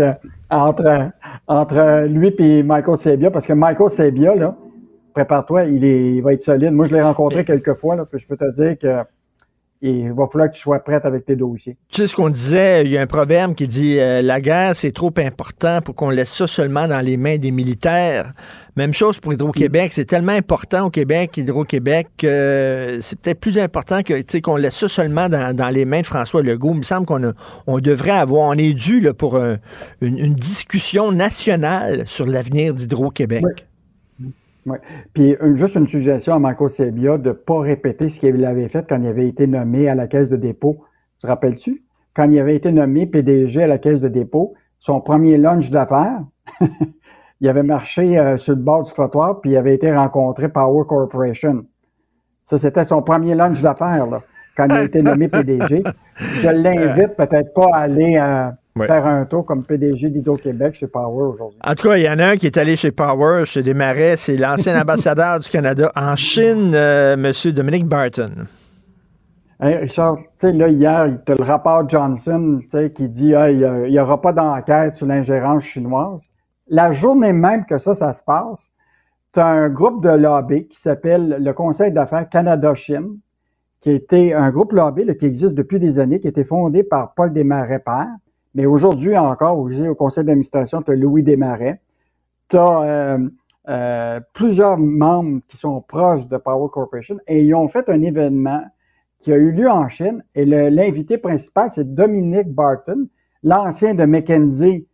entre lui et Michael Sabia, parce que Michael Sabia, là, prépare-toi, il va être solide. Moi, je l'ai rencontré quelques fois, là, puis je peux te dire que il va falloir que tu sois prête avec tes dossiers. Tu sais ce qu'on disait, il y a un proverbe qui dit la guerre, c'est trop important pour qu'on laisse ça seulement dans les mains des militaires. Même chose pour Hydro-Québec, c'est tellement important au Québec, Hydro-Québec, c'est peut-être plus important que, tu sais, qu'on laisse ça seulement dans les mains de François Legault. Il me semble on devrait avoir, on est dû là, pour une discussion nationale sur l'avenir d'Hydro-Québec. Oui. Oui. Puis, juste une suggestion à Michael Sabia de ne pas répéter ce qu'il avait fait quand il avait été nommé à la Caisse de dépôt. Tu te rappelles-tu? Quand il avait été nommé PDG à la Caisse de dépôt, son premier lunch d'affaires, il avait marché sur le bord du trottoir puis il avait été rencontré Power Corporation. Ça, c'était son premier lunch d'affaires, là, quand il a été nommé PDG. Je l'invite peut-être pas à aller faire un tour comme PDG d'Hydro-Québec chez Power aujourd'hui. En tout cas, il y en a un qui est allé chez Power, chez Desmarais, c'est l'ancien ambassadeur du Canada en Chine, M. Dominic Barton. Hey, Richard, tu sais, là, hier, tu as le rapport Johnson, tu sais, qui dit il n'y aura pas d'enquête sur l'ingérence chinoise. La journée même que ça se passe, tu as un groupe de lobby qui s'appelle le Conseil d'affaires Canada-Chine, qui a été un groupe lobby là, qui existe depuis des années, qui a été fondé par Paul Desmarais père. Mais aujourd'hui encore, au conseil d'administration, tu as Louis Desmarais. Tu as plusieurs membres qui sont proches de Power Corporation et ils ont fait un événement qui a eu lieu en Chine. Et l'invité principal, c'est Dominic Barton, l'ancien de McKinsey,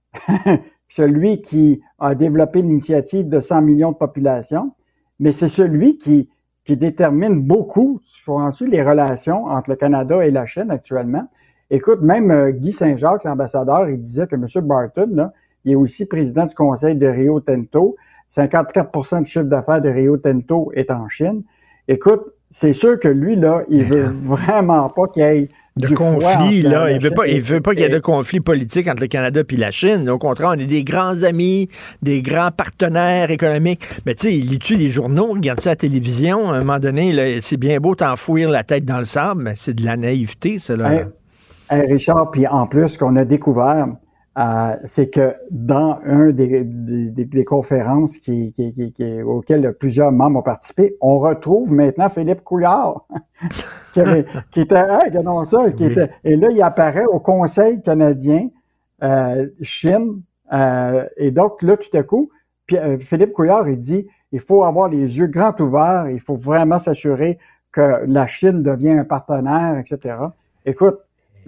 celui qui a développé l'initiative de 100 millions de population. Mais c'est celui qui détermine beaucoup sur les relations entre le Canada et la Chine actuellement. Écoute, même Guy Saint-Jacques, l'ambassadeur, il disait que M. Barton, là, il est aussi président du conseil de Rio Tinto. 54% du chiffre d'affaires de Rio Tinto est en Chine. Écoute, c'est sûr que lui, là, il veut vraiment pas qu'il y ait de conflit, là. Il veut pas qu'il y ait de conflit politique entre le Canada et la Chine. Au contraire, on est des grands amis, des grands partenaires économiques. Mais tu sais, il lit-tu les journaux, regarde ça à la télévision, à un moment donné, là, c'est bien beau t'enfouir la tête dans le sable, mais c'est de la naïveté, ça, là. Richard, puis en plus, ce qu'on a découvert, c'est que dans un des conférences auxquelles plusieurs membres ont participé, on retrouve maintenant Philippe Couillard, qui annonce ça, et là, il apparaît au Conseil canadien Chine, et donc là, tout à coup, Philippe Couillard, il dit, il faut avoir les yeux grands ouverts, il faut vraiment s'assurer que la Chine devient un partenaire, etc. Écoute,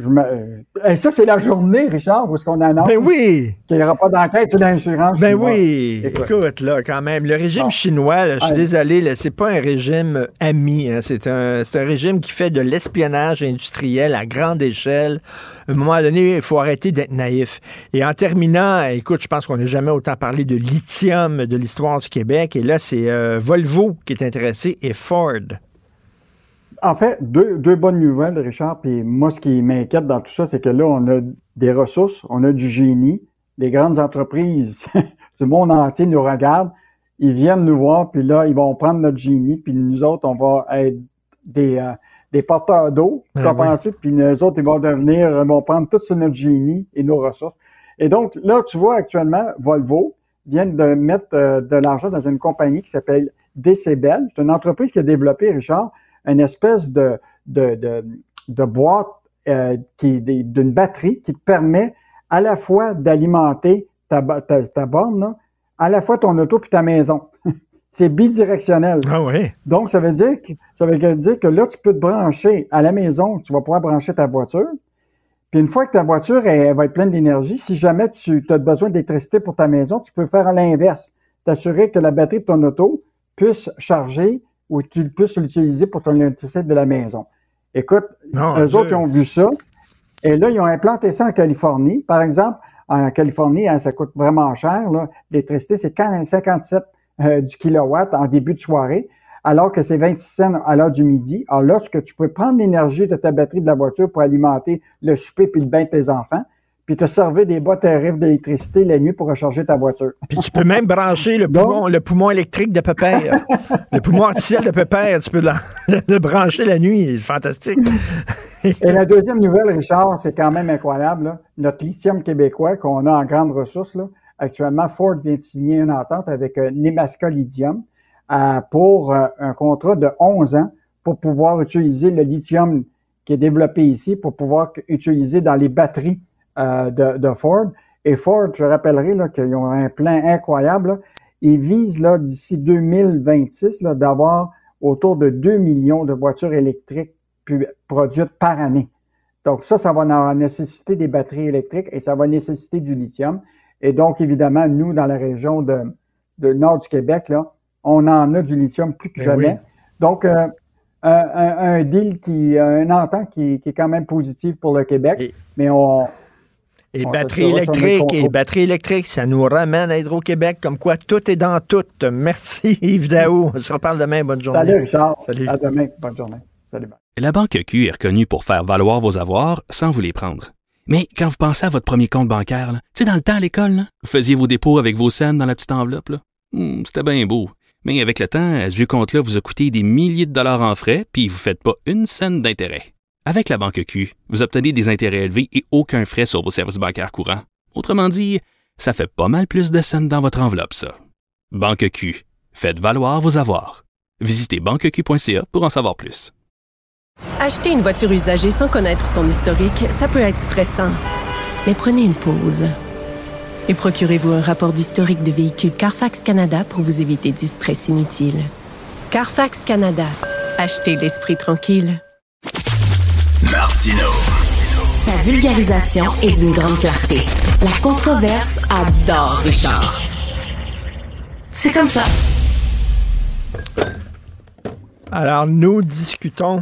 ça, c'est la journée, Richard, où est-ce qu'on annonce qu'il n'y aura pas d'enquête sur l'insurance chinoise. Oui, écoute, là, quand même, le régime chinois, là, je suis désolé, là, c'est pas un régime ami, hein, c'est un régime qui fait de l'espionnage industriel à grande échelle. À un moment donné, il faut arrêter d'être naïf. Et en terminant, écoute, je pense qu'on n'a jamais autant parlé de lithium de l'histoire du Québec, et là, c'est Volvo qui est intéressé et Ford. En fait, deux bonnes nouvelles, Richard. Puis moi, ce qui m'inquiète dans tout ça, c'est que là, on a des ressources, on a du génie. Les grandes entreprises du monde entier nous regardent. Ils viennent nous voir, puis là, ils vont prendre notre génie. Puis nous autres, on va être des porteurs d'eau, comprends-tu? Puis nous autres, ils vont prendre tout sur notre génie et nos ressources. Et donc, là, tu vois, actuellement, Volvo vient de mettre de l'argent dans une compagnie qui s'appelle Decibel. C'est une entreprise qui a développé, Richard, une espèce de boîte d'une batterie qui te permet à la fois d'alimenter ta borne, là, à la fois ton auto puis ta maison. C'est bidirectionnel. Ah oui. Donc, ça veut dire que là, tu peux te brancher à la maison, tu vas pouvoir brancher ta voiture, Puis une fois que ta voiture elle va être pleine d'énergie, si jamais tu as besoin d'électricité pour ta maison, tu peux faire à l'inverse. T'assurer que la batterie de ton auto puisse charger ou que tu puisses l'utiliser pour ton électricité de la maison. Écoute, eux autres, ils ont vu ça. Et là, ils ont implanté ça en Californie. Par exemple, en Californie, ça coûte vraiment cher. Là. L'électricité, c'est 57 du kilowatt en début de soirée, alors que c'est 26 cents à l'heure du midi. Alors là, ce que tu peux prendre l'énergie de ta batterie de la voiture pour alimenter le souper puis le bain de tes enfants, puis te servir des bas tarifs d'électricité la nuit pour recharger ta voiture. Puis tu peux même brancher le poumon électrique de Pépère. Le poumon artificiel de Pépère, tu peux le brancher la nuit. C'est fantastique. Et la deuxième nouvelle, Richard, c'est quand même incroyable. Là. Notre lithium québécois qu'on a en grande ressource, là, actuellement, Ford vient de signer une entente avec Nemaska Lithium pour un contrat de 11 ans pour pouvoir utiliser le lithium qui est développé ici pour pouvoir utiliser dans les batteries de Ford. Et Ford, je rappellerai là, qu'ils ont un plan incroyable. Là. Ils visent là, d'ici 2026 là, d'avoir autour de 2 millions de voitures électriques produites par année. Donc ça va nécessiter des batteries électriques et ça va nécessiter du lithium. Et donc, évidemment, nous, dans la région de nord du Québec, là, on en a du lithium plus que jamais. Oui. Donc, un deal une entente qui est quand même positive pour le Québec. Mais batterie électrique, ça nous ramène à Hydro-Québec, comme quoi tout est dans tout. Merci Yves Daou. On se reparle demain. Bonne journée. Salut Richard. Salut. À demain. Bonne journée. Salut. La Banque Q est reconnue pour faire valoir vos avoirs sans vous les prendre. Mais quand vous pensez à votre premier compte bancaire, tu sais, dans le temps à l'école, là, vous faisiez vos dépôts avec vos scènes dans la petite enveloppe. C'était bien beau. Mais avec le temps, ce vieux compte-là vous a coûté des milliers de dollars en frais, puis vous ne faites pas une scène d'intérêt. Avec la Banque Q, vous obtenez des intérêts élevés et aucun frais sur vos services bancaires courants. Autrement dit, ça fait pas mal plus de scènes dans votre enveloppe, ça. Banque Q. Faites valoir vos avoirs. Visitez banqueq.ca pour en savoir plus. Acheter une voiture usagée sans connaître son historique, ça peut être stressant. Mais prenez une pause. Et procurez-vous un rapport d'historique de véhicule Carfax Canada pour vous éviter du stress inutile. Carfax Canada. Achetez l'esprit tranquille. Martino. Sa vulgarisation est d'une grande clarté. La controverse adore Richard. C'est comme ça. Alors, nous discutons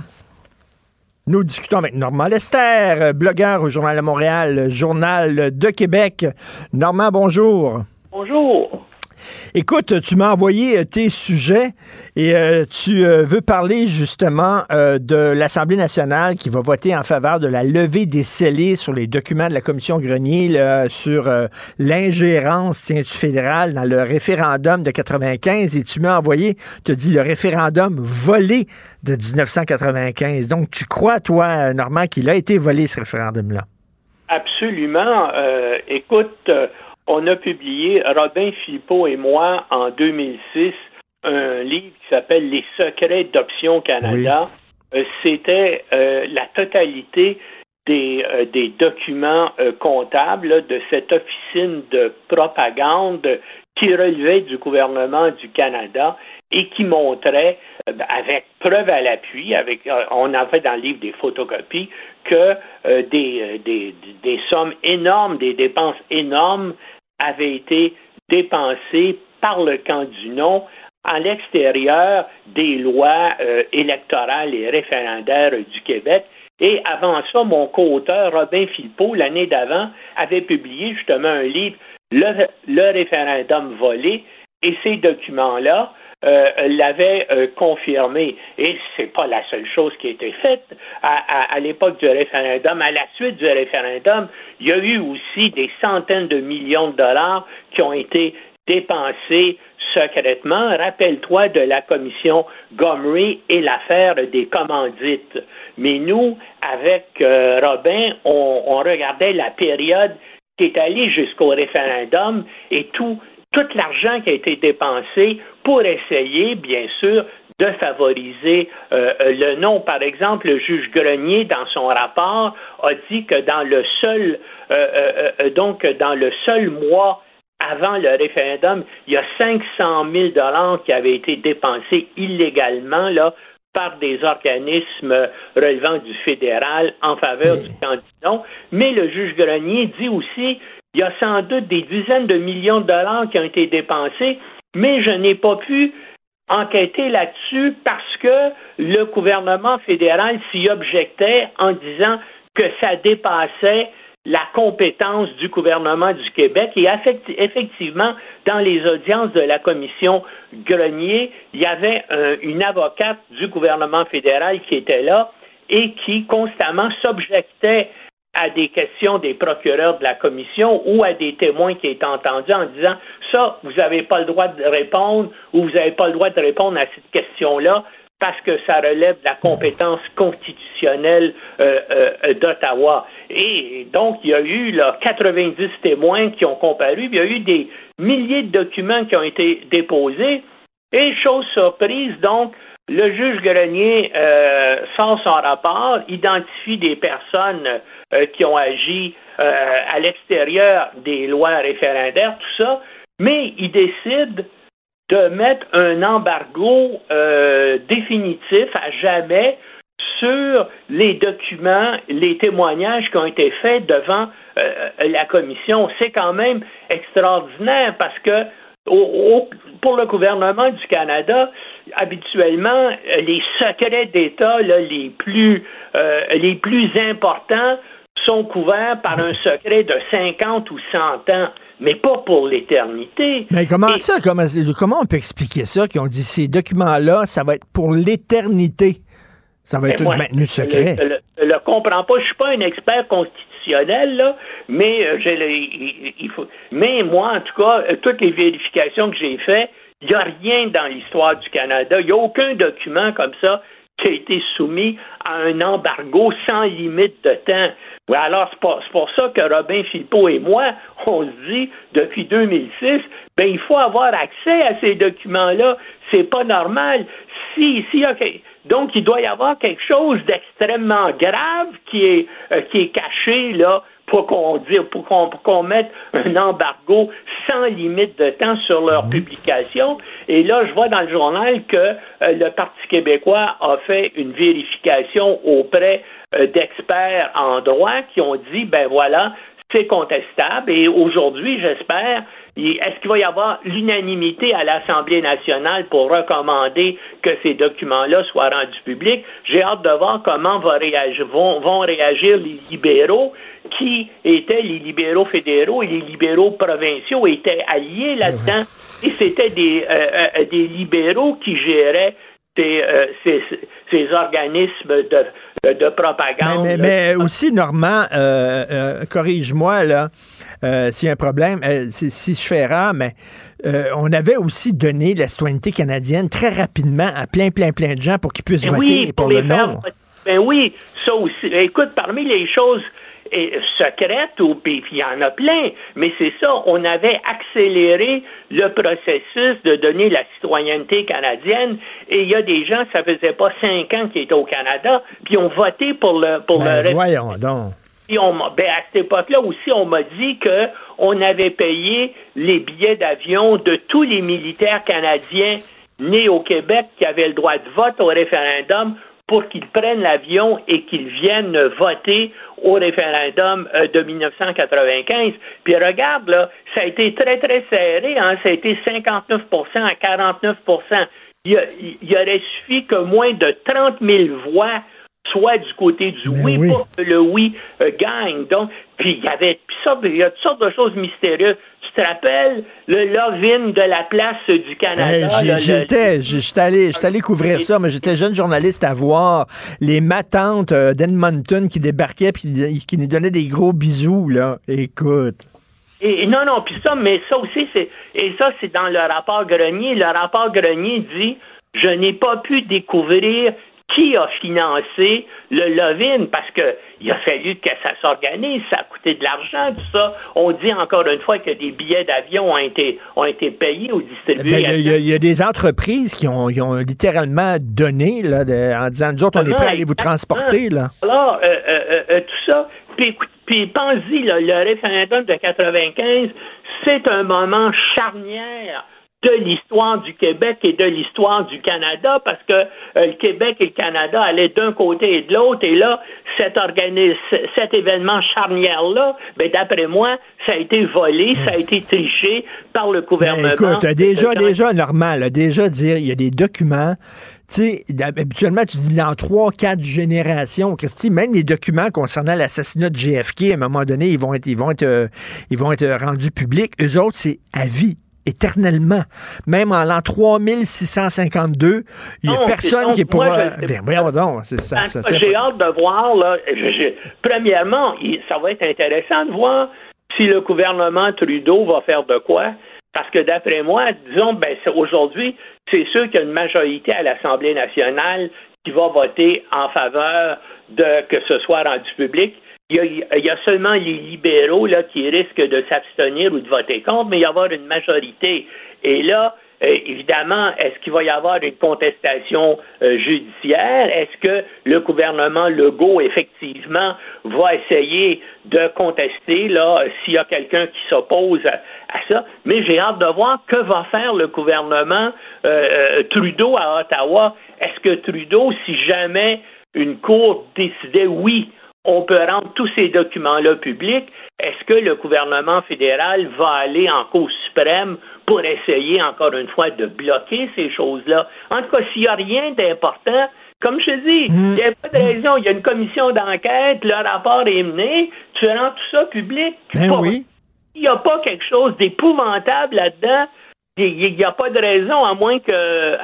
avec Normand Lester, blogueur au Journal de Montréal, Journal de Québec. Normand, bonjour. Bonjour. Écoute, tu m'as envoyé tes sujets et tu veux parler justement de l'Assemblée nationale qui va voter en faveur de la levée des scellés sur les documents de la Commission Grenier là, sur l'ingérence fédérale dans le référendum de 95. Et tu m'as envoyé, tu as dit le référendum volé de 1995. Donc, tu crois, toi, Normand, qu'il a été volé, ce référendum-là? Absolument. Écoute... on a publié, Robin Philpot et moi, en 2006, un livre qui s'appelle « Les secrets d'Option Canada ». Oui. C'était la totalité des documents comptables là, de cette officine de propagande qui relevait du gouvernement du Canada et qui montrait, avec preuve à l'appui, on avait dans le livre des photocopies, que des sommes énormes, des dépenses énormes avaient été dépensées par le camp du non à l'extérieur des lois électorales et référendaires du Québec. Et avant ça, mon co-auteur, Robin Philpot, l'année d'avant, avait publié justement un livre, Le référendum volé, et ces documents-là l'avaient confirmé. Et c'est pas la seule chose qui a été faite à l'époque du référendum. À la suite du référendum, il y a eu aussi des centaines de millions de dollars qui ont été dépensés secrètement. Rappelle-toi de la commission Gomery et l'affaire des commandites. Mais nous, avec Robin, on regardait la période qui est allée jusqu'au référendum et tout l'argent qui a été dépensé pour essayer, bien sûr, de favoriser le non. Par exemple, le juge Grenier, dans son rapport, a dit que dans le seul mois avant le référendum, il y a 500 000 $ qui avaient été dépensés illégalement là par des organismes relevant du fédéral en faveur du candidat non. Mais le juge Grenier dit aussi il y a sans doute des dizaines de millions de dollars qui ont été dépensés, mais je n'ai pas pu enquêter là-dessus parce que le gouvernement fédéral s'y objectait en disant que ça dépassait la compétence du gouvernement du Québec. Et effectivement, dans les audiences de la commission Grenier, il y avait une avocate du gouvernement fédéral qui était là et qui constamment s'objectait à des questions des procureurs de la commission ou à des témoins qui étaient entendus en disant « ça, vous n'avez pas le droit de répondre » ou « vous n'avez pas le droit de répondre à cette question-là » parce que ça relève de la compétence constitutionnelle d'Ottawa. Et donc, il y a eu là, 90 témoins qui ont comparu, il y a eu des milliers de documents qui ont été déposés, et chose surprise, donc, le juge Grenier sort son rapport, identifie des personnes qui ont agi à l'extérieur des lois référendaires, tout ça, mais il décide de mettre un embargo définitif à jamais sur les documents, les témoignages qui ont été faits devant la commission. C'est quand même extraordinaire parce que pour le gouvernement du Canada, habituellement, les secrets d'État là, les plus importants sont couverts par un secret de 50 ou 100 ans. Mais pas pour l'éternité. Mais comment ça? Comment on peut expliquer ça? Qu'ils ont dit ces documents-là, ça va être pour l'éternité. Ça va être maintenu secret. Je le comprends pas. Je suis pas un expert constitutionnel, là, mais mais moi, en tout cas, toutes les vérifications que j'ai faites, il n'y a rien dans l'histoire du Canada. Il n'y a aucun document comme ça qui a été soumis à un embargo sans limite de temps. Oui, alors, c'est pour ça que Robin Philpot et moi, on se dit, depuis 2006, il faut avoir accès à ces documents-là. C'est pas normal. Donc, il doit y avoir quelque chose d'extrêmement grave qui est caché, là, pour qu'on mette un embargo sans limite de temps sur leur publication. Et là, je vois dans le journal que le Parti québécois a fait une vérification auprès d'experts en droit qui ont dit, voilà, c'est contestable. Et aujourd'hui, j'espère, est-ce qu'il va y avoir l'unanimité à l'Assemblée nationale pour recommander que ces documents-là soient rendus publics? J'ai hâte de voir comment vont réagir les libéraux qui étaient les libéraux fédéraux et les libéraux provinciaux étaient alliés là-dedans. Et c'était des libéraux qui géraient ces organismes de propagande. Mais aussi, Normand, corrige-moi, là, s'il y a un problème, si je fais erreur, mais on avait aussi donné la citoyenneté canadienne très rapidement à plein de gens pour qu'ils puissent voter pour le non. Oui, ça aussi. Écoute, parmi les choses secrètes, puis il y en a plein, mais c'est ça, on avait accéléré le processus de donner la citoyenneté canadienne, et il y a des gens, ça faisait pas 5 ans qu'ils étaient au Canada, puis ont voté pour le voyons donc. Puis à cette époque-là aussi, on m'a dit que on avait payé les billets d'avion de tous les militaires canadiens nés au Québec qui avaient le droit de vote au référendum pour qu'ils prennent l'avion et qu'ils viennent voter au référendum de 1995. Puis regarde, là, ça a été très, très serré, hein, ça a été 59% à 49%. Il aurait suffi que moins de 30 000 voix soient du côté du oui pour que le oui gagne. Donc, puis il y a toutes sortes de choses mystérieuses. Tu te rappelles le love-in de la place du Canada? J'étais allé couvrir ça, mais j'étais jeune journaliste à voir les matantes d'Edmonton qui débarquaient puis qui nous donnaient des gros bisous, là. Écoute. Non, puis ça, mais ça aussi, c'est dans le rapport Grenier. Le rapport Grenier dit « Je n'ai pas pu découvrir qui a financé le love-in, parce que il a fallu que ça s'organise, ça a coûté de l'argent, tout ça. On dit encore une fois que des billets d'avion ont été payés ou distribués. Il y a des entreprises qui ont littéralement donné là, en disant, nous autres, on est prêts à aller vous transporter. Là. Alors, tout ça, puis pense-y, le référendum de 95, c'est un moment charnière de l'histoire du Québec et de l'histoire du Canada, parce que le Québec et le Canada allaient d'un côté et de l'autre, et là, cet événement charnière-là, ben, d'après moi, ça a été volé, ça a été triché par le gouvernement. Écoute, déjà, normal, déjà dire, il y a des documents, tu sais, habituellement, tu dis dans 3-4 générations, Christy, même les documents concernant l'assassinat de JFK, à un moment donné, ils vont être rendus publics. Eux autres, c'est à vie. Éternellement. Même en l'an 3652, il n'y a personne qui est pour... voyons donc. J'ai hâte de voir, là, premièrement, ça va être intéressant de voir si le gouvernement Trudeau va faire de quoi. Parce que d'après moi, disons, aujourd'hui, c'est sûr qu'il y a une majorité à l'Assemblée nationale qui va voter en faveur de que ce soit rendu public. Il y a seulement les libéraux là, qui risquent de s'abstenir ou de voter contre, mais il va y avoir une majorité. Et là, évidemment, est-ce qu'il va y avoir une contestation judiciaire? Est-ce que le gouvernement Legault, effectivement, va essayer de contester là s'il y a quelqu'un qui s'oppose à ça? Mais j'ai hâte de voir que va faire le gouvernement Trudeau à Ottawa. Est-ce que Trudeau, si jamais une cour décidait oui, on peut rendre tous ces documents-là publics, est-ce que le gouvernement fédéral va aller en Cour suprême pour essayer, encore une fois, de bloquer ces choses-là? En tout cas, s'il n'y a rien d'important, comme je te dis, il n'y a pas de raison. Il y a une commission d'enquête, le rapport est mené, tu rends tout ça public. Oui. Il n'y a pas quelque chose d'épouvantable là-dedans. Il n'y a pas de raison, à moins que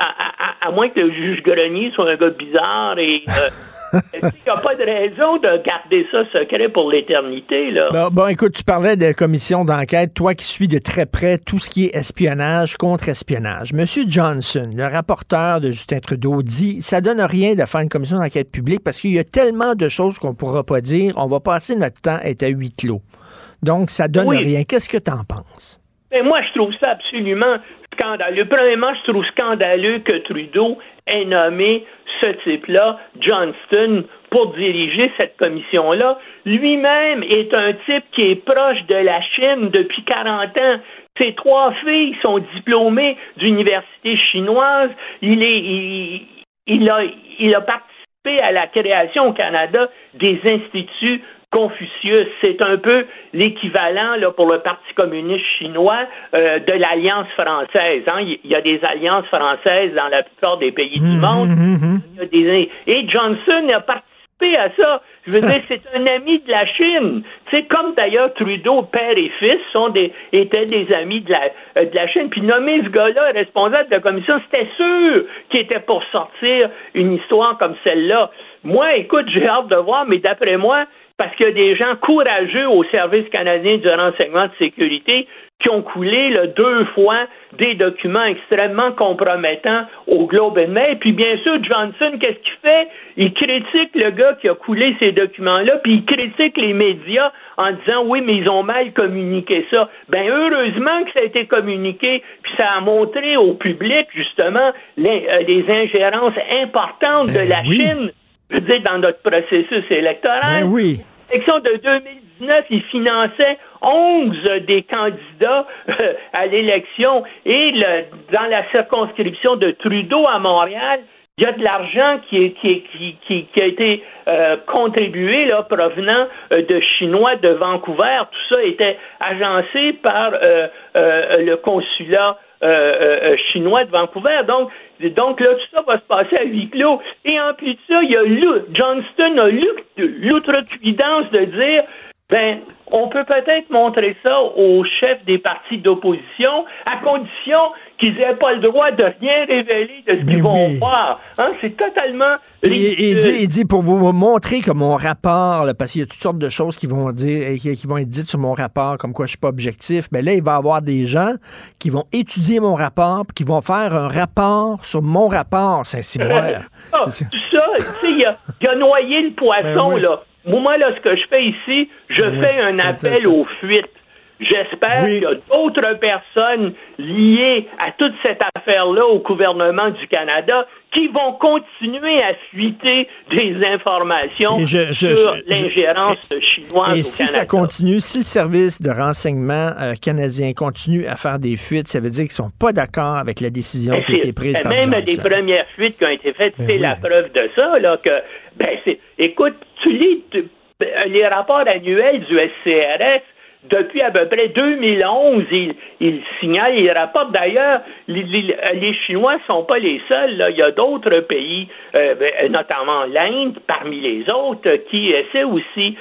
le juge Grenier soit un gars bizarre et il n'y a pas de raison de garder ça secret pour l'éternité, là. Bon, écoute, tu parlais de commission d'enquête, toi qui suis de très près tout ce qui est espionnage, contre-espionnage. Monsieur Johnson, le rapporteur de Justin Trudeau, dit ça donne rien de faire une commission d'enquête publique parce qu'il y a tellement de choses qu'on ne pourra pas dire, on va passer notre temps à être à huis clos. Donc, ça donne rien. Qu'est-ce que tu en penses? Ben moi, je trouve ça absolument scandaleux. Premièrement, je trouve scandaleux que Trudeau ait nommé ce type-là, Johnston, pour diriger cette commission-là. Lui-même est un type qui est proche de la Chine depuis 40 ans. Ses 3 filles sont diplômées d'universités chinoises. Il a participé à la création au Canada des instituts Confucius. C'est un peu l'équivalent là, pour le Parti communiste chinois de l'Alliance française. Hein. Il y a des alliances françaises dans la plupart des pays du monde. Et Johnson a participé à ça. Je veux dire, c'est un ami de la Chine. Tu sais, comme d'ailleurs Trudeau, père et fils, étaient des amis de la Chine. Puis nommer ce gars-là responsable de la commission, c'était sûr qu'il était pour sortir une histoire comme celle-là. Moi, écoute, j'ai hâte de voir, mais d'après moi, parce qu'il y a des gens courageux au Service canadien du renseignement de sécurité qui ont coulé 2 fois des documents extrêmement compromettants au Globe and Mail. Puis bien sûr, Johnson, qu'est-ce qu'il fait? Il critique le gars qui a coulé ces documents-là, puis il critique les médias en disant « Oui, mais ils ont mal communiqué ça ». Ben heureusement que ça a été communiqué, puis ça a montré au public, justement, les ingérences importantes de la Chine, je veux dire, dans notre processus électoral. L'élection de 2019, il finançait 11 des candidats à l'élection. Et dans la circonscription de Trudeau à Montréal, il y a de l'argent qui a été contribué là, provenant de Chinois de Vancouver. Tout ça était agencé par le consulat chinois de Vancouver. Donc là, tout ça va se passer à huis clos. Et en plus de ça, Johnston a eu l'outrecuidance de dire on peut peut-être montrer ça aux chefs des partis d'opposition à condition qu'ils n'aient pas le droit de rien révéler de ce qu'ils vont voir. Hein? C'est totalement ridicule. Il dit pour vous montrer que mon rapport, là, parce qu'il y a toutes sortes de choses qui vont être dites sur mon rapport, comme quoi je suis pas objectif, là, il va y avoir des gens qui vont étudier mon rapport puis qui vont faire un rapport sur mon rapport, Saint-Cyboire. Tout ça, tu sais, il a noyé le poisson, là. Moi, là, ce que je fais ici, je fais un appel aux fuites. J'espère qu'il y a d'autres personnes liées à toute cette affaire-là au gouvernement du Canada qui vont continuer à fuiter des informations sur l'ingérence chinoise et au si Canada. Ça continue, si le service de renseignement canadien continue à faire des fuites, ça veut dire qu'ils ne sont pas d'accord avec la décision qui a été prise par Johnson. Même des premières fuites qui ont été faites, c'est la preuve de ça, là, que, écoute, tu lis les rapports annuels du SCRS. Depuis à peu près 2011, il signale, il rapporte d'ailleurs, les Chinois ne sont pas les seuls. Là. Il y a d'autres pays, notamment l'Inde, parmi les autres, qui essaient aussi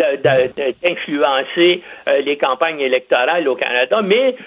d'influencer les campagnes électorales au Canada. Mais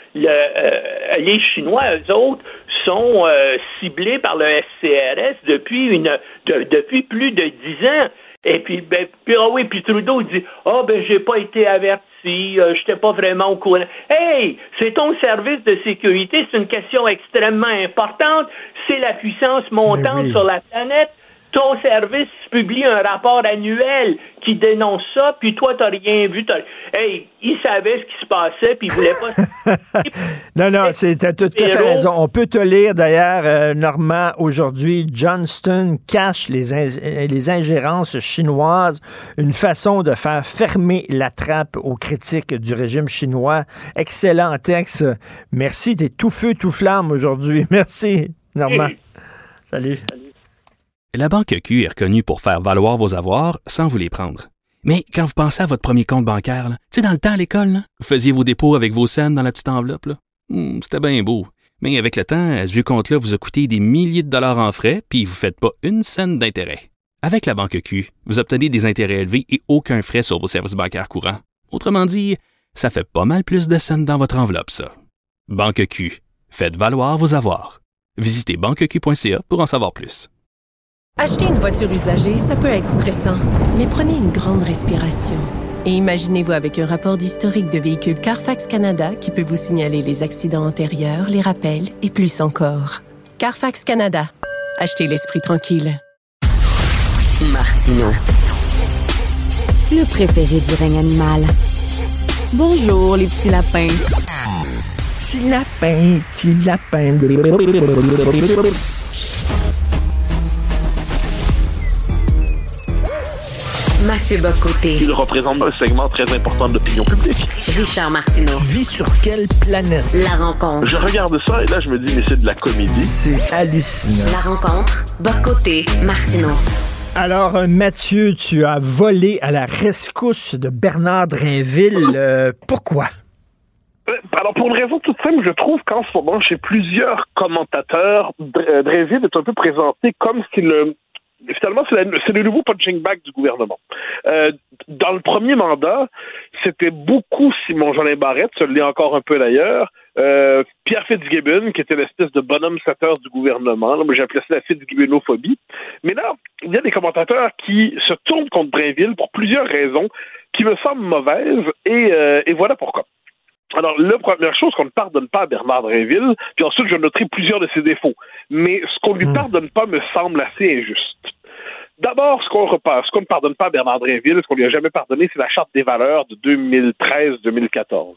les Chinois, eux autres, sont ciblés par le SCRS depuis plus de 10 ans. Et puis, puis Trudeau dit, j'ai pas été averti, j'étais pas vraiment au courant. Hey, c'est ton service de sécurité, c'est une question extrêmement importante, c'est la puissance montante sur la planète. Ton service publie un rapport annuel qui dénonce ça, puis toi, t'as rien vu. Hey, il savait ce qui se passait, puis il voulait pas... Non, t'as tout à fait raison. On peut te lire, d'ailleurs, Normand, aujourd'hui, Johnston cache les ingérences chinoises, une façon de faire fermer la trappe aux critiques du régime chinois. Excellent texte. Merci, t'es tout feu, tout flamme aujourd'hui. Merci, Normand. Salut. La Banque Q est reconnue pour faire valoir vos avoirs sans vous les prendre. Mais quand vous pensez à votre premier compte bancaire, tu sais, dans le temps à l'école, vous faisiez vos dépôts avec vos scènes dans la petite enveloppe. C'était bien beau. Mais avec le temps, ce vieux compte-là vous a coûté des milliers de dollars en frais, puis vous ne faites pas une scène d'intérêt. Avec la Banque Q, vous obtenez des intérêts élevés et aucun frais sur vos services bancaires courants. Autrement dit, ça fait pas mal plus de scènes dans votre enveloppe, ça. Banque Q. Faites valoir vos avoirs. Visitez banqueq.ca pour en savoir plus. Acheter une voiture usagée, ça peut être stressant, mais prenez une grande respiration. Et imaginez-vous avec un rapport d'historique de véhicule Carfax Canada qui peut vous signaler les accidents antérieurs, les rappels et plus encore. Carfax Canada. Achetez l'esprit tranquille. Martineau. Le préféré du règne animal. Bonjour, les petits lapins. Petit lapin, petit lapin. Mathieu Bock-Côté. Il représente un segment très important de l'opinion publique. Richard Martineau. Tu vis sur quelle planète? La rencontre. Je regarde ça et là, je me dis, mais c'est de la comédie. C'est hallucinant. La rencontre. Bock-Côté, Martineau. Alors, Mathieu, tu as volé à la rescousse de Bernard Drainville. Pourquoi? Alors, pour une raison toute simple, je trouve qu'en ce moment, chez plusieurs commentateurs, Drainville est un peu présenté comme si finalement, c'est le nouveau punching bag du gouvernement. Dans le premier mandat, c'était beaucoup Simon-Jolin Barrette, ça l'est encore un peu d'ailleurs, Pierre Fitzgibbon, qui était l'espèce de bonhomme sateur du gouvernement. Là, moi, j'ai appelé ça la Fitzgibbonophobie. Mais là, il y a des commentateurs qui se tournent contre Drainville pour plusieurs raisons qui me semblent mauvaises, et voilà pourquoi. Alors, la première chose qu'on ne pardonne pas à Bernard Drainville, puis ensuite je noterai plusieurs de ses défauts, mais ce qu'on lui pardonne pas me semble assez injuste. D'abord, ce qu'on ne pardonne pas à Bernard Drainville, ce qu'on lui a jamais pardonné, c'est la Charte des valeurs de 2013-2014.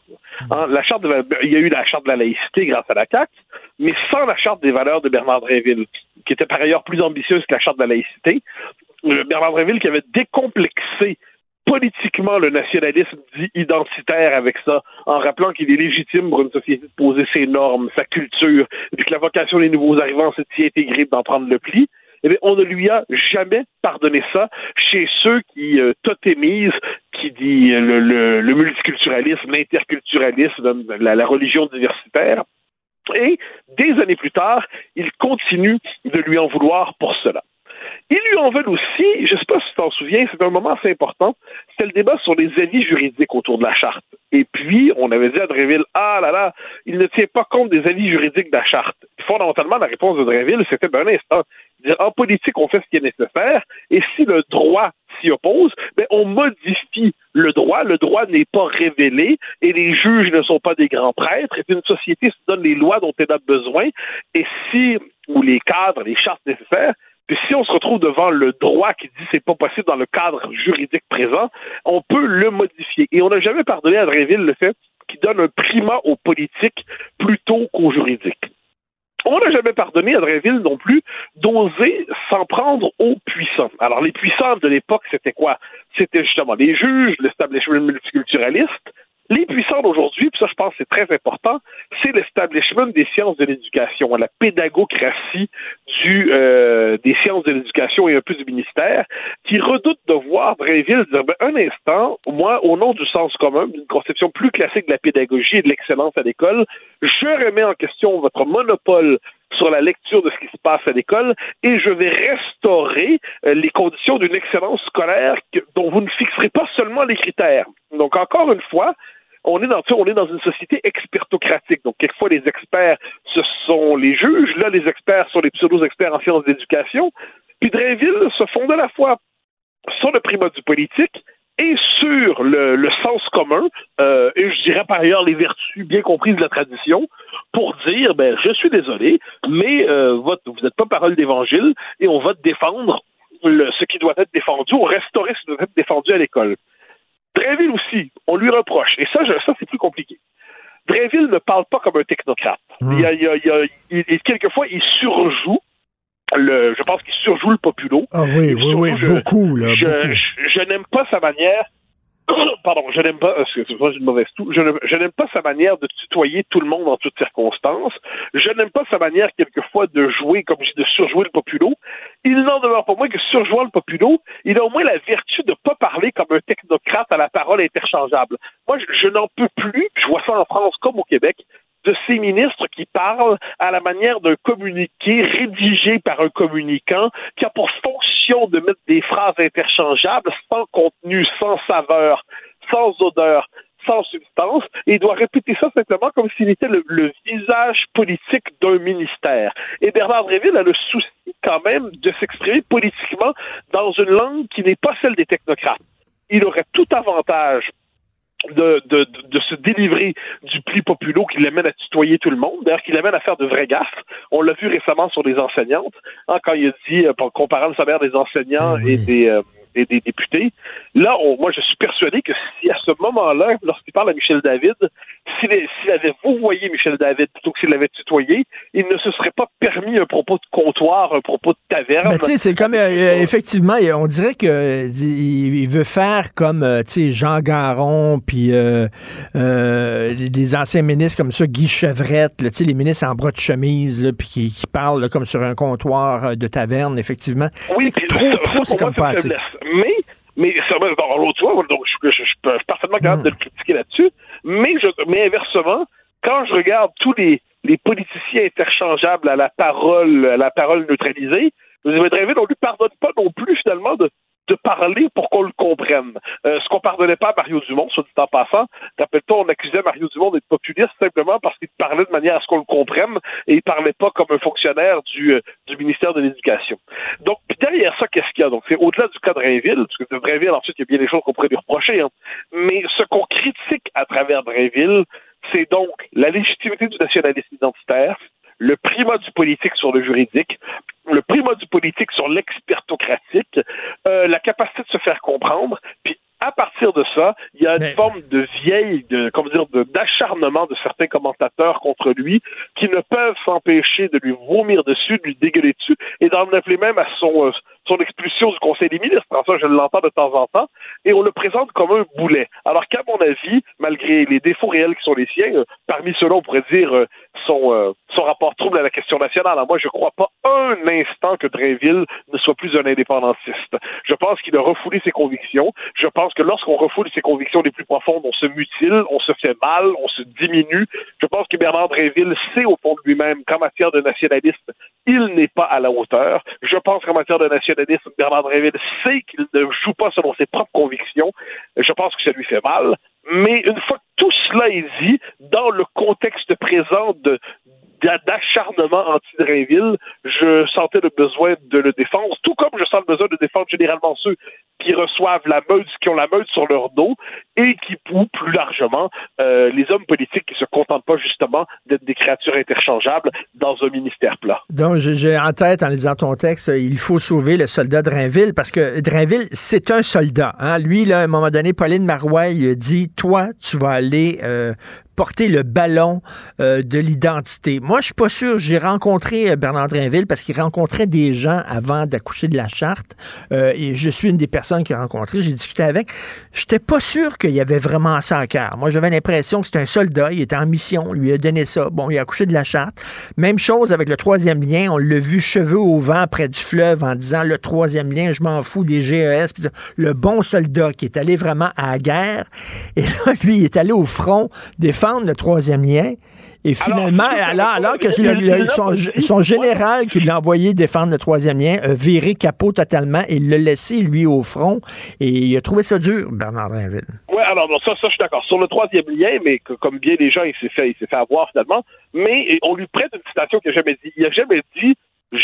Il y a eu la Charte de la laïcité grâce à la CAQ, mais sans la Charte des valeurs de Bernard Drainville, qui était par ailleurs plus ambitieuse que la Charte de la laïcité, Bernard Drainville qui avait décomplexé politiquement le nationalisme dit identitaire avec ça, en rappelant qu'il est légitime pour une société de poser ses normes, sa culture, et que la vocation des nouveaux arrivants, c'est d'y intégrer, d'en prendre le pli. Eh bien, on ne lui a jamais pardonné ça chez ceux qui totémisent, qui dit le multiculturalisme, l'interculturalisme, la religion diversitaire. Et des années plus tard, il continue de lui en vouloir pour cela. Ils lui en veulent aussi, je ne sais pas si tu t'en souviens, c'est un moment assez important, c'était le débat sur les avis juridiques autour de la Charte. Et puis, on avait dit à Drainville, il ne tient pas compte des avis juridiques de la Charte. Fondamentalement, la réponse de Drainville, c'était un instant, dire, en politique, on fait ce qui est nécessaire, et si le droit s'y oppose, on modifie le droit n'est pas révélé, et les juges ne sont pas des grands prêtres, et une société se donne les lois dont elle a besoin, ou les cadres, les chartes nécessaires. Puis si on se retrouve devant le droit qui dit c'est pas possible dans le cadre juridique présent, on peut le modifier. Et on n'a jamais pardonné à Drainville le fait qui donne un primat au politique plutôt qu'au juridique. On n'a jamais pardonné à Drainville non plus d'oser s'en prendre aux puissants. Alors, les puissants de l'époque, c'était quoi? C'était justement les juges, l'establishment multiculturaliste. Les puissants d'aujourd'hui, puis ça, je pense que c'est très important, c'est l'establishment des sciences de l'éducation, la pédagocratie des sciences de l'éducation et un peu du ministère, qui redoute de voir Drainville dire, un instant, moi, au nom du sens commun, d'une conception plus classique de la pédagogie et de l'excellence à l'école, je remets en question votre monopole sur la lecture de ce qui se passe à l'école et je vais restaurer les conditions d'une excellence scolaire dont vous ne fixerez pas seulement les critères. Donc, encore une fois, on est dans une société expertocratique. Donc, quelquefois, les experts, ce sont les juges. Là, les experts sont les pseudo-experts en sciences d'éducation. Puis Drainville se fonde à la fois sur le primat du politique et sur le sens commun, et je dirais par ailleurs les vertus bien comprises de la tradition, pour dire, je suis désolé, mais vous n'êtes pas parole d'évangile, et on va défendre ce qui doit être défendu, ou restaurer ce qui doit être défendu à l'école. Drainville aussi, on lui reproche, et ça c'est plus compliqué. Drainville ne parle pas comme un technocrate. Quelquefois, il surjoue. Je pense qu'il surjoue le populo. Ah oui, beaucoup. Je n'aime pas sa manière. Pardon, je n'aime pas. Excusez-moi, j'ai une mauvaise toux. Je n'aime pas sa manière de tutoyer tout le monde en toutes circonstances. Je n'aime pas sa manière, quelquefois, de jouer, comme je dis, de surjouer le populo. Il n'en demeure pas moins que surjouant le populo, il a au moins la vertu de ne pas parler comme un technocrate à la parole interchangeable. Moi, je n'en peux plus. Je vois ça en France comme au Québec, de ces ministres qui parlent à la manière d'un communiqué rédigé par un communicant qui a pour fonction de mettre des phrases interchangeables sans contenu, sans saveur, sans odeur, sans substance, et il doit répéter ça simplement comme s'il était le visage politique d'un ministère. Et Bernard Drainville a le souci quand même de s'exprimer politiquement dans une langue qui n'est pas celle des technocrates. Il aurait tout avantage de se délivrer du pli populo qui l'amène à tutoyer tout le monde, d'ailleurs qui l'amène à faire de vraies gaffes. On l'a vu récemment sur des enseignantes, quand il a dit, comparant le salaire des enseignants et des députés. Là, moi, je suis persuadé que si à ce moment-là, lorsqu'il parle à Michel David, s'il avait vouvoyé Michel David plutôt que s'il l'avait tutoyé, il ne se serait pas permis un propos de comptoir, un propos de taverne. Tu sais, c'est comme, effectivement, on dirait qu'il veut faire comme, tu sais, Jean Garon, puis des anciens ministres comme ça, Guy Chevrette, tu sais, les ministres en bras de chemise, puis qui parlent là, comme sur un comptoir de taverne, effectivement. Oui, trop, c'est comme pas assez. Mais ça, tu vois, donc je suis parfaitement capable de le critiquer là-dessus, mais inversement, quand je regarde tous les politiciens interchangeables à la parole neutralisée, Drainville, on lui pardonne pas non plus finalement de parler pour qu'on le comprenne. Ce qu'on pardonnait pas à Mario Dumont, soit dit en passant, rappelle-toi, on accusait Mario Dumont d'être populiste simplement parce qu'il parlait de manière à ce qu'on le comprenne et il parlait pas comme un fonctionnaire du ministère de l'Éducation. Donc, puis derrière ça, qu'est-ce qu'il y a? Donc, c'est au-delà du cas de Drainville, parce que de Drainville, ensuite, il y a bien des choses qu'on pourrait lui reprocher, hein. Mais ce qu'on critique à travers Drainville, c'est donc la légitimité du nationalisme identitaire, le primat du politique sur le juridique, le primat du politique sur l'expertocratique, la capacité de se faire comprendre, puis à partir de ça, il y a une forme de d'acharnement de certains commentateurs contre lui qui ne peuvent s'empêcher de lui vomir dessus, de lui dégueuler dessus et d'en appeler même à son expulsion du Conseil des ministres. Ça, je l'entends de temps en temps, et on le présente comme un boulet. Alors qu'à mon avis, malgré les défauts réels qui sont les siens, parmi ceux-là, on pourrait dire son rapport trouble à la question nationale. Alors moi, je ne crois pas un instant que Drainville ne soit plus un indépendantiste. Je pense qu'il a refoulé ses convictions. Je pense que lorsqu'on refoule ses convictions les plus profondes, on se mutile, on se fait mal, on se diminue. Je pense que Bernard Drainville sait au fond de lui-même qu'en matière de nationalisme, il n'est pas à la hauteur. Je pense qu'en matière de nationalisme, Bernard Drainville sait qu'il ne joue pas selon ses propres convictions. Je pense que ça lui fait mal. Mais une fois que tout cela est dit, dans le contexte présent d'acharnement anti-Drainville, je sentais le besoin de le défendre, tout comme je sens le besoin de défendre généralement ceux qui reçoivent qui ont la meute sur leur dos, et ou plus largement, les hommes politiques qui se contentent pas justement d'être des créatures interchangeables dans un ministère plat. Donc, j'ai en tête, en lisant ton texte, il faut sauver le soldat Drainville, parce que Drainville, c'est un soldat. Hein? Lui, là, à un moment donné, Pauline Marois, il a dit, toi, tu vas aller porter le ballon de l'identité. Moi, je suis pas sûr. J'ai rencontré Bernard Drinville parce qu'il rencontrait des gens avant d'accoucher de la charte. Et je suis une des personnes qu'il a rencontrées. J'ai discuté avec. J'étais pas sûr qu'il y avait vraiment ça à cœur. Moi, j'avais l'impression que c'était un soldat. Il était en mission. On lui a donné ça. Bon, il a accouché de la charte. Même chose avec le troisième lien. On l'a vu cheveux au vent près du fleuve en disant le troisième lien, je m'en fous des GES. Le bon soldat qui est allé vraiment à la guerre. Et là, lui, il est allé au front défendre le troisième lien. Et finalement, alors que son général qui l'a envoyé défendre le troisième lien a viré capot totalement et l'a laissé, lui, au front. Et il a trouvé ça dur, Bernard Drinville. Oui, alors ça, je suis d'accord. Sur le troisième lien, mais comme bien les gens, il s'est fait avoir finalement. Mais on lui prête une citation qu'il n'a jamais dit. Il n'a jamais dit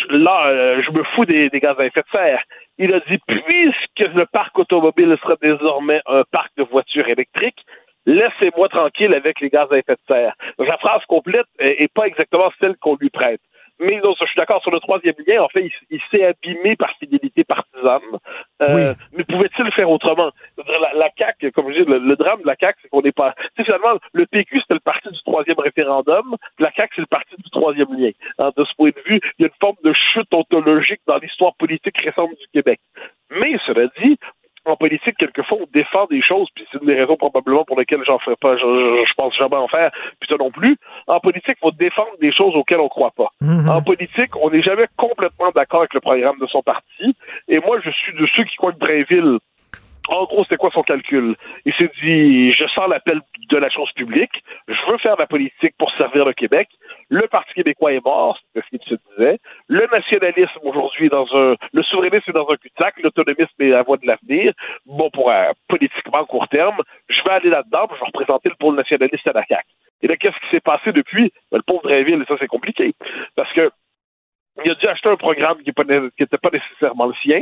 je me fous des gaz à effet de serre. Il a dit, puisque le parc automobile sera désormais un parc de voitures électriques, laissez-moi tranquille avec les gaz à effet de serre. Donc, la phrase complète est pas exactement celle qu'on lui prête. Mais non, je suis d'accord sur le troisième lien. En fait, il s'est abîmé par fidélité partisane. Mais pouvait-il le faire autrement? La CAQ, comme je dis, le drame de la CAQ, c'est qu'on n'est pas... Tu sais, finalement, le PQ, c'était le parti du troisième référendum. La CAQ, c'est le parti du troisième lien. De ce point de vue, il y a une forme de chute ontologique dans l'histoire politique récente du Québec. Mais, cela dit, en politique, quelquefois, on défend des choses, puis c'est une des raisons probablement pour lesquelles j'en ferai pas, je pense jamais en faire, puis ça non plus. En politique, il faut défendre des choses auxquelles on croit pas. En politique, on n'est jamais complètement d'accord avec le programme de son parti, et moi, je suis de ceux qui croient que Drainville, en gros, c'était quoi son calcul? Il s'est dit, je sens l'appel de la chose publique, je veux faire de la politique pour servir le Québec. Le Parti québécois est mort, c'est ce qu'il se disait. Le nationalisme, aujourd'hui, le souverainisme est dans un cul-de-sac, l'autonomisme est la voie de l'avenir. Bon, pour politiquement court terme, je vais aller là-dedans, puis je vais représenter le pôle nationaliste à la CAQ. Et là, qu'est-ce qui s'est passé depuis? Le pauvre Drainville, ça, c'est compliqué. Parce que il a dû acheter un programme qui n'était pas nécessairement le sien.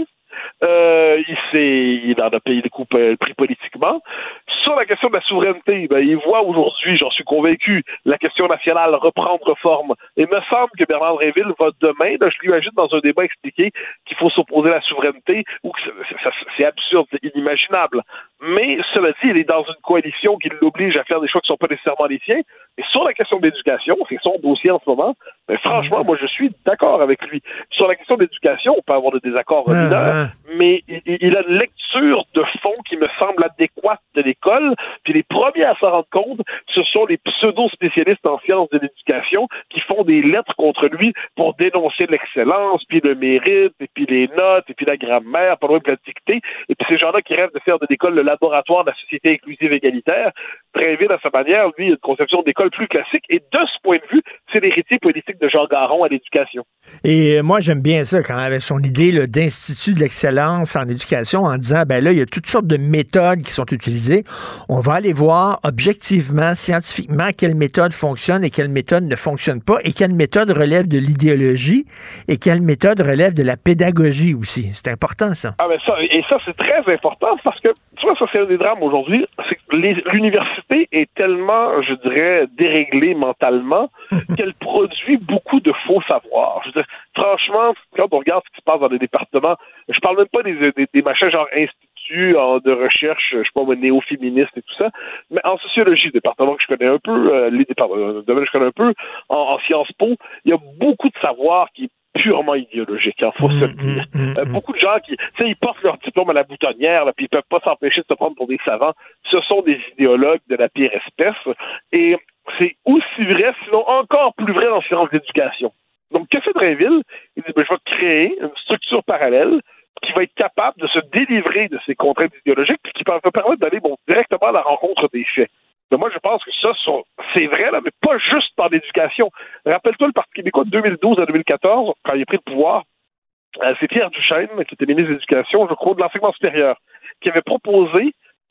Il en a payé le prix politiquement. Sur la question de la souveraineté, il voit aujourd'hui, j'en suis convaincu, la question nationale reprendre forme. Et il me semble que Bernard Drinville va demain, je l'imagine dans un débat expliquer qu'il faut s'opposer à la souveraineté, ou que c'est absurde, c'est inimaginable. Mais cela dit, il est dans une coalition qui l'oblige à faire des choix qui ne sont pas nécessairement les siens. Et sur la question de l'éducation, c'est son dossier en ce moment, mais franchement, moi je suis d'accord avec lui. Sur la question de l'éducation, on peut avoir des désaccords mineurs, mais il a une lecture de fond qui me semble adéquate de l'école, puis les premiers à s'en rendre compte, ce sont les pseudo-spécialistes en sciences de l'éducation qui font des lettres contre lui pour dénoncer l'excellence, puis le mérite, et puis les notes, et puis la grammaire, pas loin de la dictée, et puis ces gens-là qui rêvent de faire de l'école le laboratoire de la société inclusive égalitaire. Drinville, à sa manière, lui, a une conception d'école plus classique, et de ce point de vue, c'est l'héritier politique de Jean Garon à l'éducation. Et moi, j'aime bien ça, quand avec son idée d'institut de l'excellence en éducation, en disant, ben là, il y a toutes sortes de méthodes qui sont utilisées. On va aller voir objectivement, scientifiquement, quelle méthode fonctionne et quelle méthode ne fonctionne pas, et quelle méthode relève de l'idéologie et quelle méthode relève de la pédagogie aussi. C'est important, ça. Ah ben ça, c'est très important parce que, tu vois, ça, c'est un des drames aujourd'hui. C'est que l'université est tellement, je dirais, déréglée mentalement qu'elle produit beaucoup de faux savoirs. Je veux dire, franchement, quand on regarde ce qui se passe dans les départements, je parle même pas des machins genre instituts de recherche, je sais pas, néo-féministes et tout ça, mais en sociologie, département que je connais un peu, les départements, domaine que je connais un peu, en Sciences Po, il y a beaucoup de savoirs qui purement idéologique, faut se le dire. Beaucoup de gens qui, tu sais, ils portent leur diplôme à la boutonnière, puis ils peuvent pas s'empêcher de se prendre pour des savants. Ce sont des idéologues de la pire espèce, et c'est aussi vrai, sinon encore plus vrai en sciences d'éducation. Donc, que fait Drainville? Il dit, je vais créer une structure parallèle qui va être capable de se délivrer de ces contraintes idéologiques, puis qui va permettre d'aller directement à la rencontre des faits. Mais moi, je pense que ça, c'est vrai, là, mais pas juste dans l'éducation. Rappelle-toi le Parti québécois de 2012 à 2014, quand il a pris le pouvoir, c'est Pierre Duchesne, qui était ministre de l'Éducation, je crois, de l'enseignement supérieur, qui avait proposé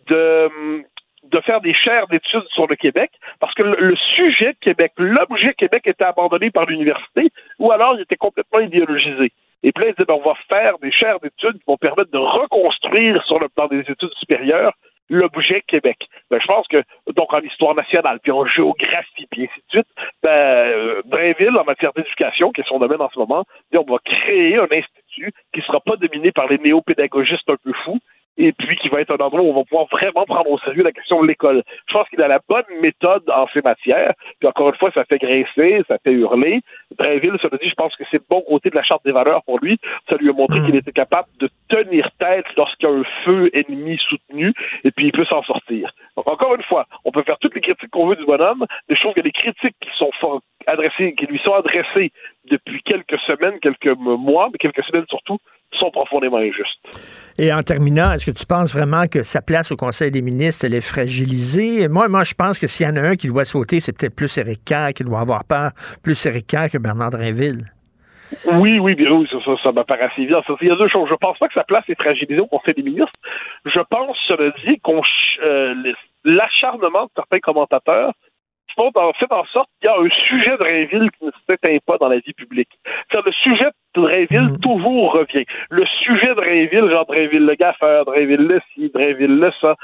de faire des chaires d'études sur le Québec, parce que le sujet Québec, l'objet Québec était abandonné par l'université, ou alors il était complètement idéologisé. Et puis là, il dit, on va faire des chaires d'études qui vont permettre de reconstruire sur le plan des études supérieures l'objet Québec. Ben, je pense que, donc, en histoire nationale, puis en géographie, puis ainsi de suite, Drainville, en matière d'éducation, qui est son domaine en ce moment, dit, on va créer un institut qui ne sera pas dominé par les néo-pédagogistes un peu fous, et puis qui va être un endroit où on va pouvoir vraiment prendre au sérieux la question de l'école. Je pense qu'il a la bonne méthode en ces matières, puis encore une fois, ça fait grincer, ça fait hurler. Drainville, ça veut dire, je pense que c'est le bon côté de la charte des valeurs pour lui. Ça lui a montré qu'il était capable de tenir tête lorsqu'il y a un feu ennemi soutenu, et puis il peut s'en sortir. Donc, encore une fois, on peut faire toutes les critiques qu'on veut du bonhomme, mais je trouve que les critiques qui lui sont adressées depuis quelques semaines, quelques mois, mais quelques semaines surtout, sont profondément injustes. Et en terminant, est-ce que tu penses vraiment que sa place au Conseil des ministres, elle est fragilisée? Moi, je pense que s'il y en a un qui doit sauter, c'est peut-être plus Éric Kerr, qui doit avoir peur, plus Éric Kerr que Bernard Drainville. Oui, ça m'apparaît assez évident. Il y a deux choses. Je pense pas que sa place est fragilisée au Conseil des ministres. Je pense, cela dit, l'acharnement de certains commentateurs fait en sorte qu'il y a un sujet de Drainville qui ne s'éteint pas dans la vie publique. Le sujet de Drainville toujours revient. Le sujet de Drainville, genre Drainville le gaffeur, Drainville le ci, Drainville le ça,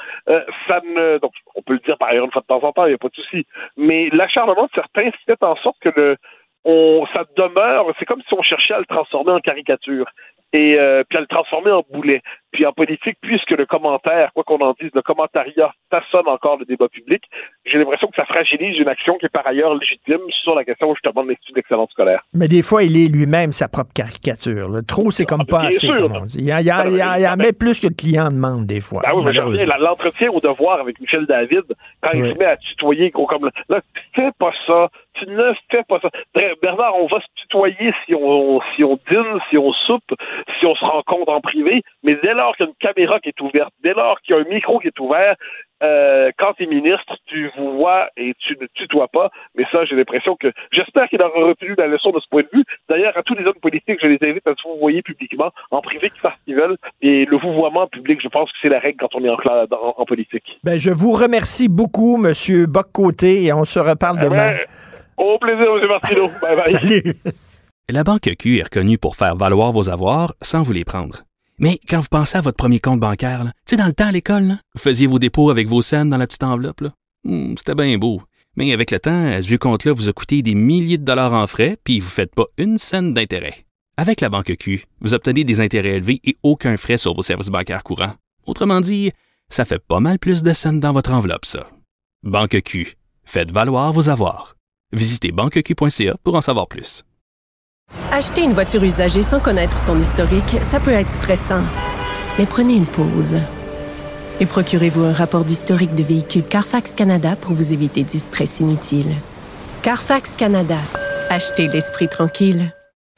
donc on peut le dire par ailleurs une fois de temps en temps, il n'y a pas de souci. Mais l'acharnement de certains fait en sorte que ça demeure, c'est comme si on cherchait à le transformer en caricature et puis à le transformer en boulet. Puis en politique, puisque le commentaire, quoi qu'on en dise, le commentariat façonne encore le débat public, j'ai l'impression que ça fragilise une action qui est par ailleurs légitime sur la question justement de l'Institut d'excellence scolaire. Mais des fois, il est lui-même sa propre caricature. Là. Trop, c'est comme pas assez, comme on dit. Il en met plus que le client demande des fois. Ben oui, mais je reviens, l'entretien au devoir avec Michel David, quand il se met à tutoyer, comme là, fais pas ça, tu ne fais pas ça. Bernard, on va se tutoyer si on dîne, si on soupe, si on se rencontre en privé, mais dès lors qu'il y a une caméra qui est ouverte, dès lors qu'il y a un micro qui est ouvert, quand tu es ministre, tu vous vois et tu ne tutoies pas. Mais ça, j'ai l'impression que... J'espère qu'il aura retenu la leçon de ce point de vue. D'ailleurs, à tous les hommes politiques, je les invite à se vouvoyer publiquement, en privé, qu'ils fassent ce qu'ils veulent. Et le vouvoiement public, je pense que c'est la règle quand on est en politique. Ben, je vous remercie beaucoup, M. Bock-Côté, et on se reparle demain. Au plaisir, M. Martineau. Bye-bye. Salut. La Banque Q est reconnue pour faire valoir vos avoirs sans vous les prendre. Mais quand vous pensez à votre premier compte bancaire, tu sais, dans le temps à l'école, là, vous faisiez vos dépôts avec vos scènes dans la petite enveloppe. C'était bien beau. Mais avec le temps, ce vieux compte-là vous a coûté des milliers de dollars en frais, puis vous ne faites pas une scène d'intérêt. Avec la Banque Q, vous obtenez des intérêts élevés et aucun frais sur vos services bancaires courants. Autrement dit, ça fait pas mal plus de scènes dans votre enveloppe, ça. Banque Q. Faites valoir vos avoirs. Visitez banqueq.ca pour en savoir plus. Acheter une voiture usagée sans connaître son historique, ça peut être stressant. Mais prenez une pause. Et procurez-vous un rapport d'historique de véhicule Carfax Canada pour vous éviter du stress inutile. Carfax Canada. Achetez l'esprit tranquille.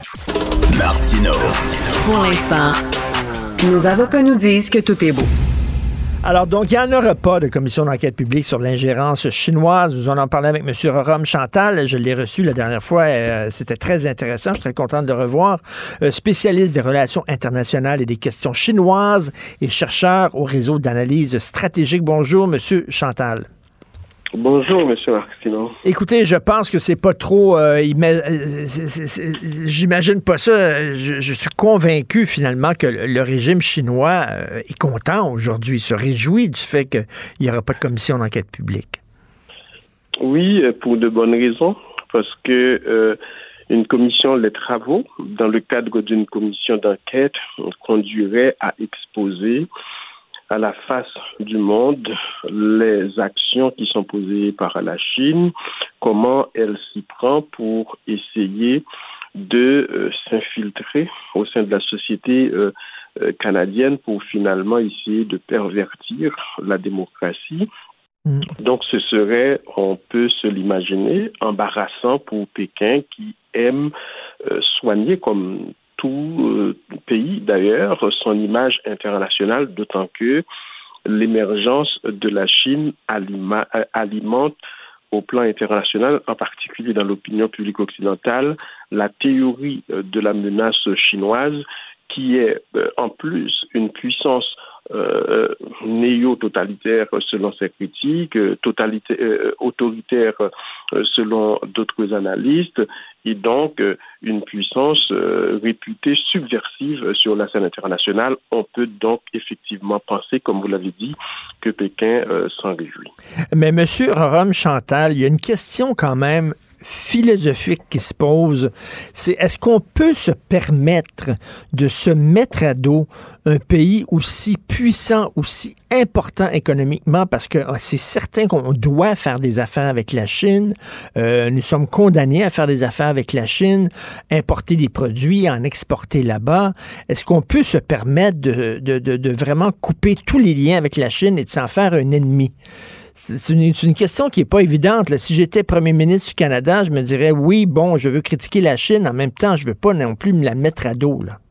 Martino. Pour l'instant, nos avocats nous disent que tout est beau. Alors, donc, il n'y en aura pas de commission d'enquête publique sur l'ingérence chinoise. Nous en avons parlé avec M. Rorom Chantal. Je l'ai reçu la dernière fois. C'était très intéressant. Je suis très content de le revoir. Spécialiste des relations internationales et des questions chinoises et chercheur au réseau d'analyse stratégique. Bonjour, M. Chantal. Bonjour, M. Martino. Écoutez, je pense que c'est pas trop... j'imagine pas ça. Je suis convaincu, finalement, que le régime chinois est content aujourd'hui, se réjouit du fait qu'il n'y aura pas de commission d'enquête publique. Oui, pour de bonnes raisons. Parce que une commission, les travaux, dans le cadre d'une commission d'enquête, conduirait à exposer à la face du monde les actions qui sont posées par la Chine, comment elle s'y prend pour essayer de s'infiltrer au sein de la société canadienne pour finalement essayer de pervertir la démocratie. Donc ce serait, on peut se l'imaginer, embarrassant pour Pékin qui aime soigner comme tout pays d'ailleurs son image internationale, d'autant que l'émergence de la Chine alimente au plan international, en particulier dans l'opinion publique occidentale, la théorie de la menace chinoise qui est en plus une puissance néo-totalitaire selon ses critiques, autoritaire selon d'autres analystes, et donc une puissance réputée subversive sur la scène internationale. On peut donc effectivement penser, comme vous l'avez dit, que Pékin s'en réjouit. Mais M. Rorom Chantal, il y a une question quand même philosophique qui se pose, c'est est-ce qu'on peut se permettre de se mettre à dos un pays aussi puissant, aussi important économiquement, parce que c'est certain qu'on doit faire des affaires avec la Chine. Nous sommes condamnés à faire des affaires avec la Chine, importer des produits, en exporter là-bas. Est-ce qu'on peut se permettre de vraiment couper tous les liens avec la Chine et de s'en faire un ennemi? C'est une question qui n'est pas évidente. Là. Si j'étais premier ministre du Canada, je me dirais, oui, bon, je veux critiquer la Chine, en même temps, je ne veux pas non plus me la mettre à dos, là.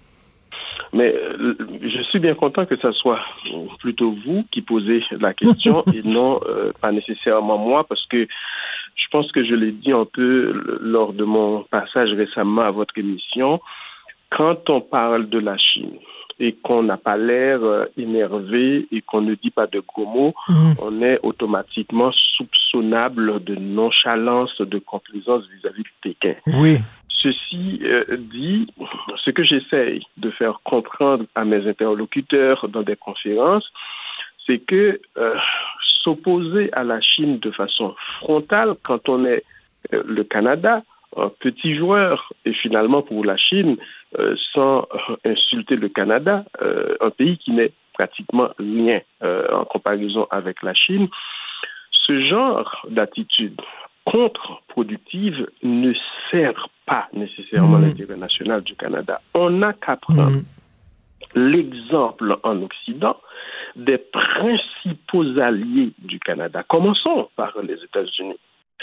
Mais je suis bien content que ce soit plutôt vous qui posez la question et non pas nécessairement moi, parce que je pense que je l'ai dit un peu lors de mon passage récemment à votre émission. Quand on parle de la Chine et qu'on n'a pas l'air énervé et qu'on ne dit pas de gros mots, on est automatiquement soupçonnable de nonchalance, de complaisance vis-à-vis de Pékin. Oui. Ceci dit, ce que j'essaye de faire comprendre à mes interlocuteurs dans des conférences, c'est que s'opposer à la Chine de façon frontale, quand on est le Canada, un petit joueur, et finalement pour la Chine, sans insulter le Canada, un pays qui n'est pratiquement rien en comparaison avec la Chine, ce genre d'attitude contre-productive ne sert pas nécessairement l'intérêt national du Canada. On n'a qu'à prendre l'exemple en Occident des principaux alliés du Canada. Commençons par les États-Unis.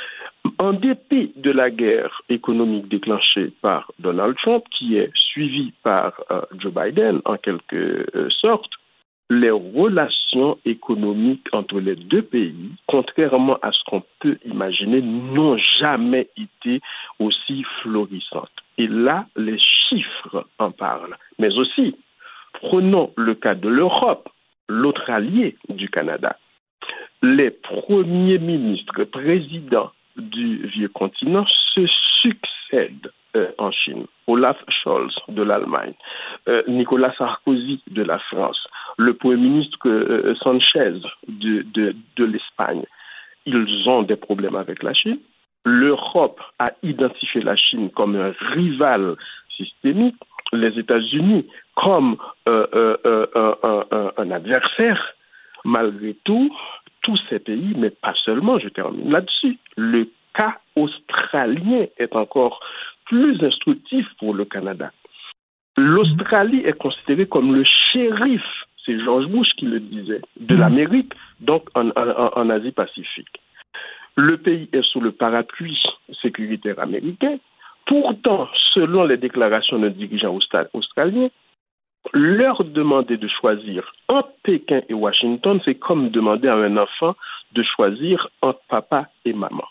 En dépit de la guerre économique déclenchée par Donald Trump, qui est suivie par Joe Biden en quelque sorte, les relations économiques entre les deux pays, contrairement à ce qu'on peut imaginer, n'ont jamais été aussi florissantes. Et là, les chiffres en parlent. Mais aussi, prenons le cas de l'Europe, l'autre allié du Canada. Les premiers ministres, présidents du vieux continent se succèdent en Chine. Olaf Scholz de l'Allemagne, Nicolas Sarkozy de la France, le premier ministre Sanchez de l'Espagne. Ils ont des problèmes avec la Chine. L'Europe a identifié la Chine comme un rival systémique, les États-Unis comme un adversaire. Malgré tout, tous ces pays, mais pas seulement, je termine là-dessus, le cas australien est encore plus instructif pour le Canada. L'Australie est considérée comme le shérif, c'est George Bush qui le disait, de l'Amérique, donc en Asie-Pacifique. Le pays est sous le parapluie sécuritaire américain. Pourtant, selon les déclarations de dirigeants australiens, leur demander de choisir entre Pékin et Washington, c'est comme demander à un enfant de choisir entre papa et maman.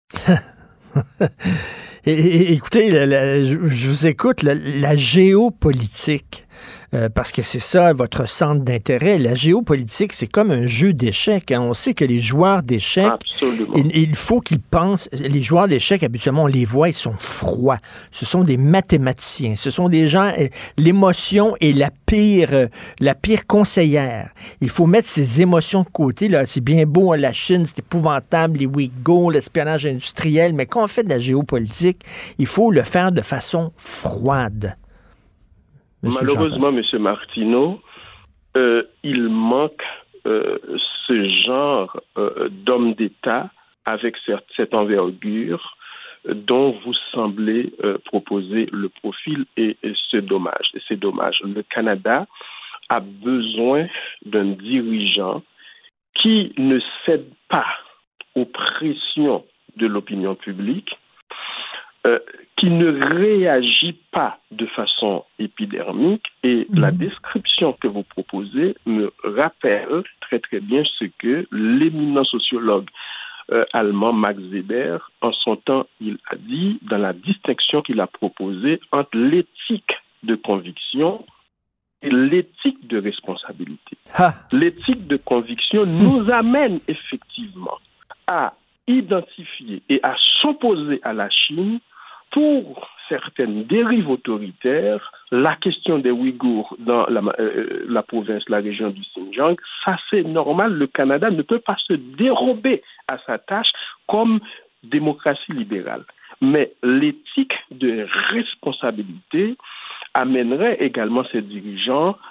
Écoutez, je vous écoute, la géopolitique, parce que c'est ça votre centre d'intérêt. La géopolitique, c'est comme un jeu d'échecs. Hein. On sait que les joueurs d'échecs, il faut qu'ils pensent, les joueurs d'échecs, habituellement, on les voit, ils sont froids. Ce sont des mathématiciens. Ce sont des gens, l'émotion est la pire conseillère. Il faut mettre ses émotions de côté. Là. C'est bien beau, hein, la Chine, c'est épouvantable, les Ouïghours, l'espionnage industriel, mais quand on fait de la géopolitique, il faut le faire de façon froide. Malheureusement, M. Martineau, il manque ce genre d'homme d'État avec cette envergure dont vous semblez proposer le profil et c'est dommage. Et c'est dommage. Le Canada a besoin d'un dirigeant qui ne cède pas aux pressions de l'opinion publique, qui ne réagit pas de façon épidermique. Et la description que vous proposez me rappelle très très bien ce que l'éminent sociologue allemand Max Weber, en son temps, il a dit dans la distinction qu'il a proposée entre l'éthique de conviction et l'éthique de responsabilité. L'éthique de conviction nous amène effectivement à identifier et à s'opposer à la Chine pour certaines dérives autoritaires. La question des Ouïghours dans la province, la région du Xinjiang, ça c'est normal. Le Canada ne peut pas se dérober à sa tâche comme démocratie libérale. Mais l'éthique de responsabilité amènerait également ces dirigeants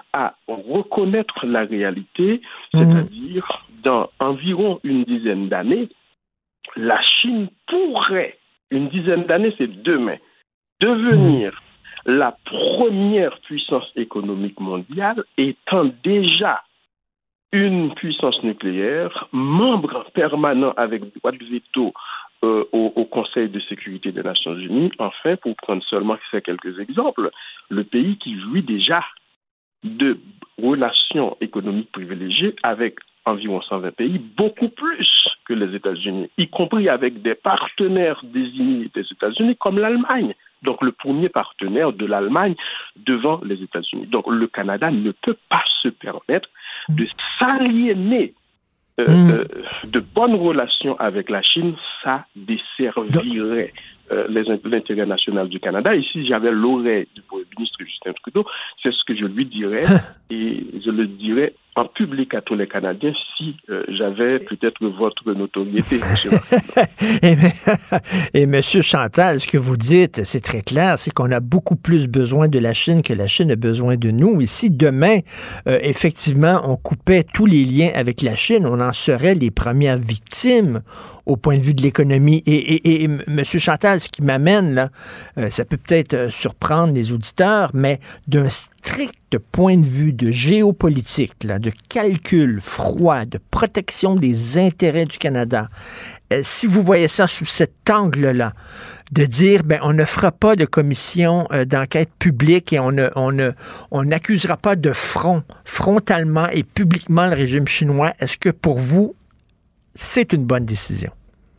à reconnaître la réalité, c'est-à-dire dans environ une dizaine d'années, la Chine pourrait, une dizaine d'années, c'est demain, devenir la première puissance économique mondiale, étant déjà une puissance nucléaire, membre permanent avec droit de veto au Conseil de sécurité des Nations Unies. Enfin, pour prendre seulement ces quelques exemples, le pays qui jouit déjà de relations économiques privilégiées avec environ 120 pays, beaucoup plus que les États-Unis, y compris avec des partenaires désignés des États-Unis comme l'Allemagne. Donc le premier partenaire de l'Allemagne devant les États-Unis. Donc le Canada ne peut pas se permettre de s'aliéner de bonnes relations avec la Chine. Ça desservirait l'intérêt national du Canada. Et si j'avais l'oreille du Premier ministre Justin Trudeau, c'est ce que je lui dirais, et je le dirais en public à tous les Canadiens si j'avais peut-être votre notoriété, M. Et M. Chantal, ce que vous dites, c'est très clair, c'est qu'on a beaucoup plus besoin de la Chine que la Chine a besoin de nous. Et si demain, effectivement, on coupait tous les liens avec la Chine, on en serait les premières victimes au point de vue de l'économie. Et M. Chantal, ce qui m'amène, là, ça peut peut-être surprendre les auditeurs, mais d'un strict point de vue de géopolitique, là, de calcul froid, de protection des intérêts du Canada, si vous voyez ça sous cet angle-là, de dire, on ne fera pas de commission d'enquête publique et on n'accusera pas de frontalement et publiquement le régime chinois, est-ce que pour vous, c'est une bonne décision?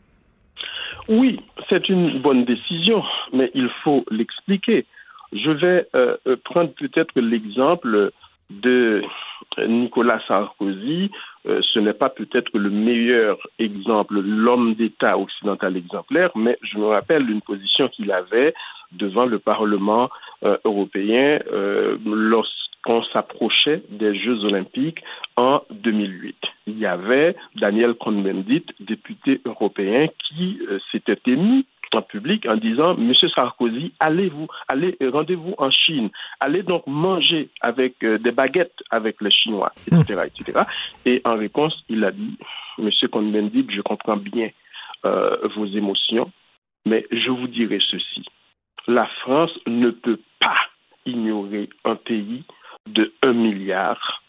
Oui, c'est une bonne décision, mais il faut l'expliquer. Je vais prendre peut-être l'exemple de Nicolas Sarkozy. Ce n'est pas peut-être le meilleur exemple, l'homme d'État occidental exemplaire, mais je me rappelle une position qu'il avait devant le Parlement européen lorsqu'on s'approchait des Jeux olympiques en 2008. Il y avait Daniel Cohn-Bendit, député européen, qui s'était ému en public en disant « Monsieur Sarkozy, rendez-vous en Chine, allez donc manger avec des baguettes avec les Chinois, etc. etc. » Et en réponse, il a dit « Monsieur Cohn-Bendit, je comprends bien vos émotions, mais je vous dirai ceci. La France ne peut pas ignorer un pays de 1,4 milliard,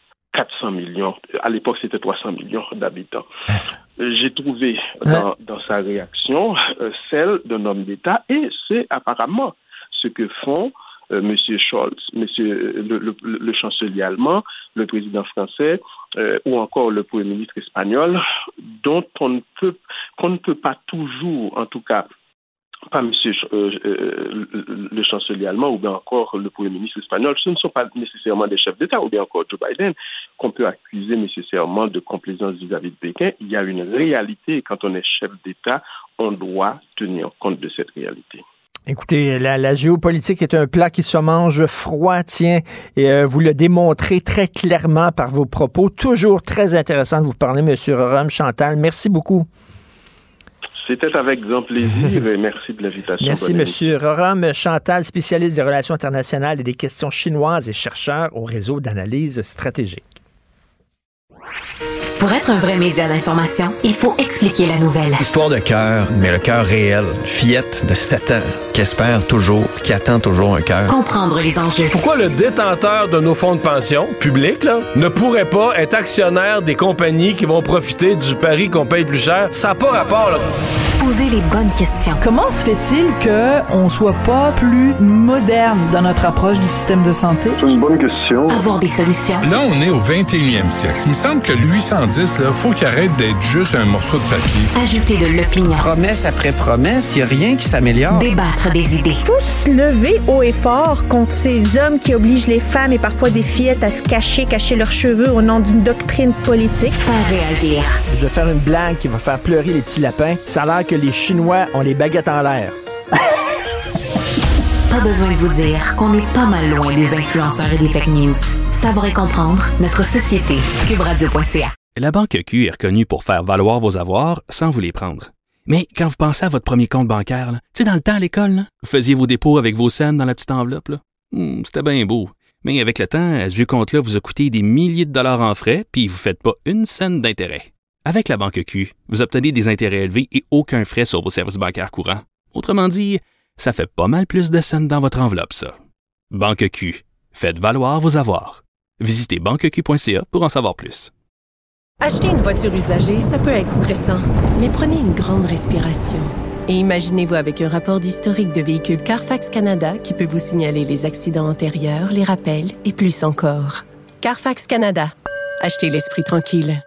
à l'époque c'était 300 millions d'habitants. » J'ai trouvé dans sa réaction celle d'un homme d'État, et c'est apparemment ce que font M. Scholz, le chancelier allemand, le président français ou encore le Premier ministre espagnol, dont on ne peut pas toujours, en tout cas pas le chancelier allemand ou bien encore le Premier ministre espagnol, ce ne sont pas nécessairement des chefs d'État, ou bien encore Joe Biden, qu'on peut accuser nécessairement de complaisance vis-à-vis de Pékin. Il y a une réalité, et quand on est chef d'État, on doit tenir compte de cette réalité. Écoutez, la géopolitique est un plat qui se mange froid, tiens, et vous le démontrez très clairement par vos propos. Toujours très intéressant de vous parler, M. Roram Chantal. Merci beaucoup. C'était avec grand plaisir et merci de l'invitation. Merci, M. Roram Chantal, spécialiste des relations internationales et des questions chinoises et chercheur au réseau d'analyse stratégique. Pour être un vrai média d'information, il faut expliquer la nouvelle. Histoire de cœur, mais le cœur réel. Fillette de 7 ans, qui espère toujours, qui attend toujours un cœur. Comprendre les enjeux. Pourquoi le détenteur de nos fonds de pension, publics, là, ne pourrait pas être actionnaire des compagnies qui vont profiter du pari qu'on paye plus cher? Ça n'a pas rapport, là. Poser les bonnes questions. Comment se fait-il qu'on soit pas plus moderne dans notre approche du système de santé? C'est une bonne question. Avoir des solutions. Là, on est au 21e siècle. Il me semble que le 810, là, faut qu'il arrête d'être juste un morceau de papier. Ajouter de l'opinion. Promesse après promesse, il n'y a rien qui s'améliore. Débattre des idées. Faut se lever haut et fort contre ces hommes qui obligent les femmes et parfois des fillettes à se cacher leurs cheveux au nom d'une doctrine politique. Faire réagir. Je vais faire une blague qui va faire pleurer les petits lapins. Ça a l'air que les Chinois ont les baguettes en l'air. Pas besoin de vous dire qu'on est pas mal loin des influenceurs et des fake news. Savoir et comprendre notre société. CubeRadio.ca. La Banque Q est reconnue pour faire valoir vos avoirs sans vous les prendre. Mais quand vous pensez à votre premier compte bancaire, tu sais, dans le temps à l'école, là, vous faisiez vos dépôts avec vos scènes dans la petite enveloppe. Là. C'était bien beau. Mais avec le temps, à ce vieux compte-là vous a coûté des milliers de dollars en frais, puis vous ne faites pas une scène d'intérêt. Avec la Banque Q, vous obtenez des intérêts élevés et aucun frais sur vos services bancaires courants. Autrement dit, ça fait pas mal plus de scènes dans votre enveloppe, ça. Banque Q. Faites valoir vos avoirs. Visitez banqueq.ca pour en savoir plus. Acheter une voiture usagée, ça peut être stressant, mais prenez une grande respiration. Et imaginez-vous avec un rapport d'historique de véhicule Carfax Canada qui peut vous signaler les accidents antérieurs, les rappels et plus encore. Carfax Canada. Achetez l'esprit tranquille.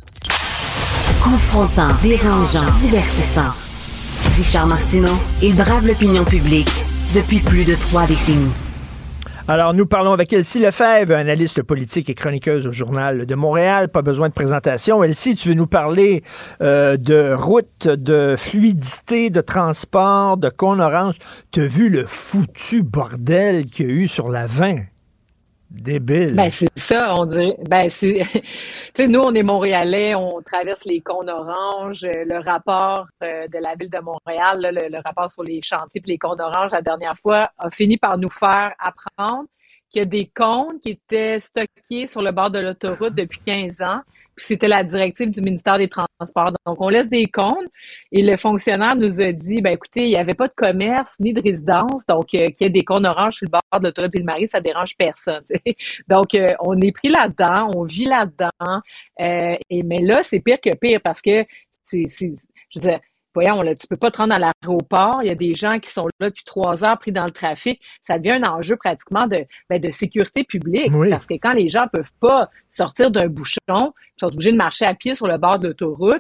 Confrontant, dérangeant, divertissant. Richard Martineau, il brave l'opinion publique depuis plus de 3 décennies. Alors, nous parlons avec Elsie Lefebvre, analyste politique et chroniqueuse au Journal de Montréal. Pas besoin de présentation. Elsie, tu veux nous parler de route, de fluidité, de transport, de cône orange. Tu as vu le foutu bordel qu'il y a eu sur la 20? Débile. Ben, c'est ça, on dirait. Ben, c'est. Tu sais, nous, on est Montréalais, on traverse les cônes oranges. Le rapport de la Ville de Montréal, là, le rapport sur les chantiers et les cônes oranges, la dernière fois, a fini par nous faire apprendre qu'il y a des cônes qui étaient stockés sur le bord de l'autoroute depuis 15 ans. Puis c'était la directive du ministère des Transports. Donc, on laisse des cônes et le fonctionnaire nous a dit, ben écoutez, il n'y avait pas de commerce ni de résidence, donc qu'il y ait des cônes oranges sur le bord de l'autoroute Ville-Marie, ça dérange personne. T'sais. Donc, on est pris là-dedans, on vit là-dedans. Mais là, c'est pire que pire parce que je veux dire, voyons, là, tu peux pas te rendre à l'aéroport. Il y a des gens qui sont là depuis 3 heures pris dans le trafic. Ça devient un enjeu pratiquement de sécurité publique. Oui. Parce que quand les gens peuvent pas sortir d'un bouchon, ils sont obligés de marcher à pied sur le bord de l'autoroute,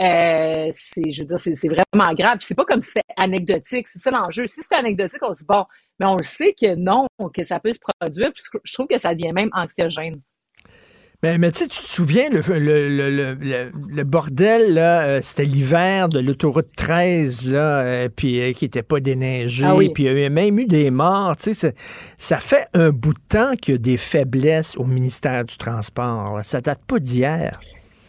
c'est vraiment grave. Puis c'est pas comme si c'était anecdotique. C'est ça l'enjeu. Si c'était anecdotique, on se dit bon, mais on le sait que non, que ça peut se produire. Puis je trouve que ça devient même anxiogène. Mais tu te souviens, le bordel, là, c'était l'hiver de l'autoroute 13, là, puis qui était pas déneigée, puis il y a même eu des morts. Tu sais, ça fait un bout de temps qu'il y a des faiblesses au ministère du Transport. Là. Ça date pas d'hier.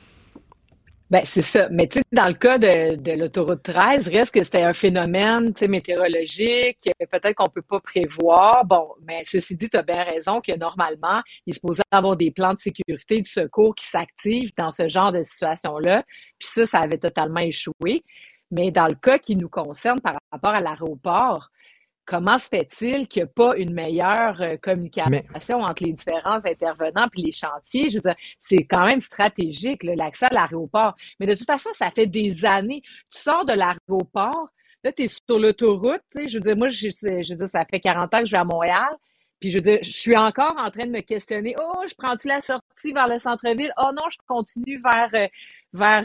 Ben, c'est ça. Mais tu sais, dans le cas de l'autoroute 13, reste que c'était un phénomène, tu sais, météorologique, peut-être qu'on peut pas prévoir. Bon, mais ceci dit, tu as bien raison que normalement, il est supposé avoir des plans de sécurité, de secours qui s'activent dans ce genre de situation-là. Puis ça avait totalement échoué. Mais dans le cas qui nous concerne par rapport à l'aéroport, comment se fait-il qu'il n'y a pas une meilleure communication entre les différents intervenants puis les chantiers? Je veux dire, c'est quand même stratégique, là, l'accès à l'aéroport. Mais de toute façon, ça fait des années. Tu sors de l'aéroport, là, tu es sur l'autoroute. Tu sais, je veux dire, moi, ça fait 40 ans que je vais à Montréal. Puis je veux dire, je suis encore en train de me questionner. Oh, je prends-tu la sortie vers le centre-ville? Oh non, je continue vers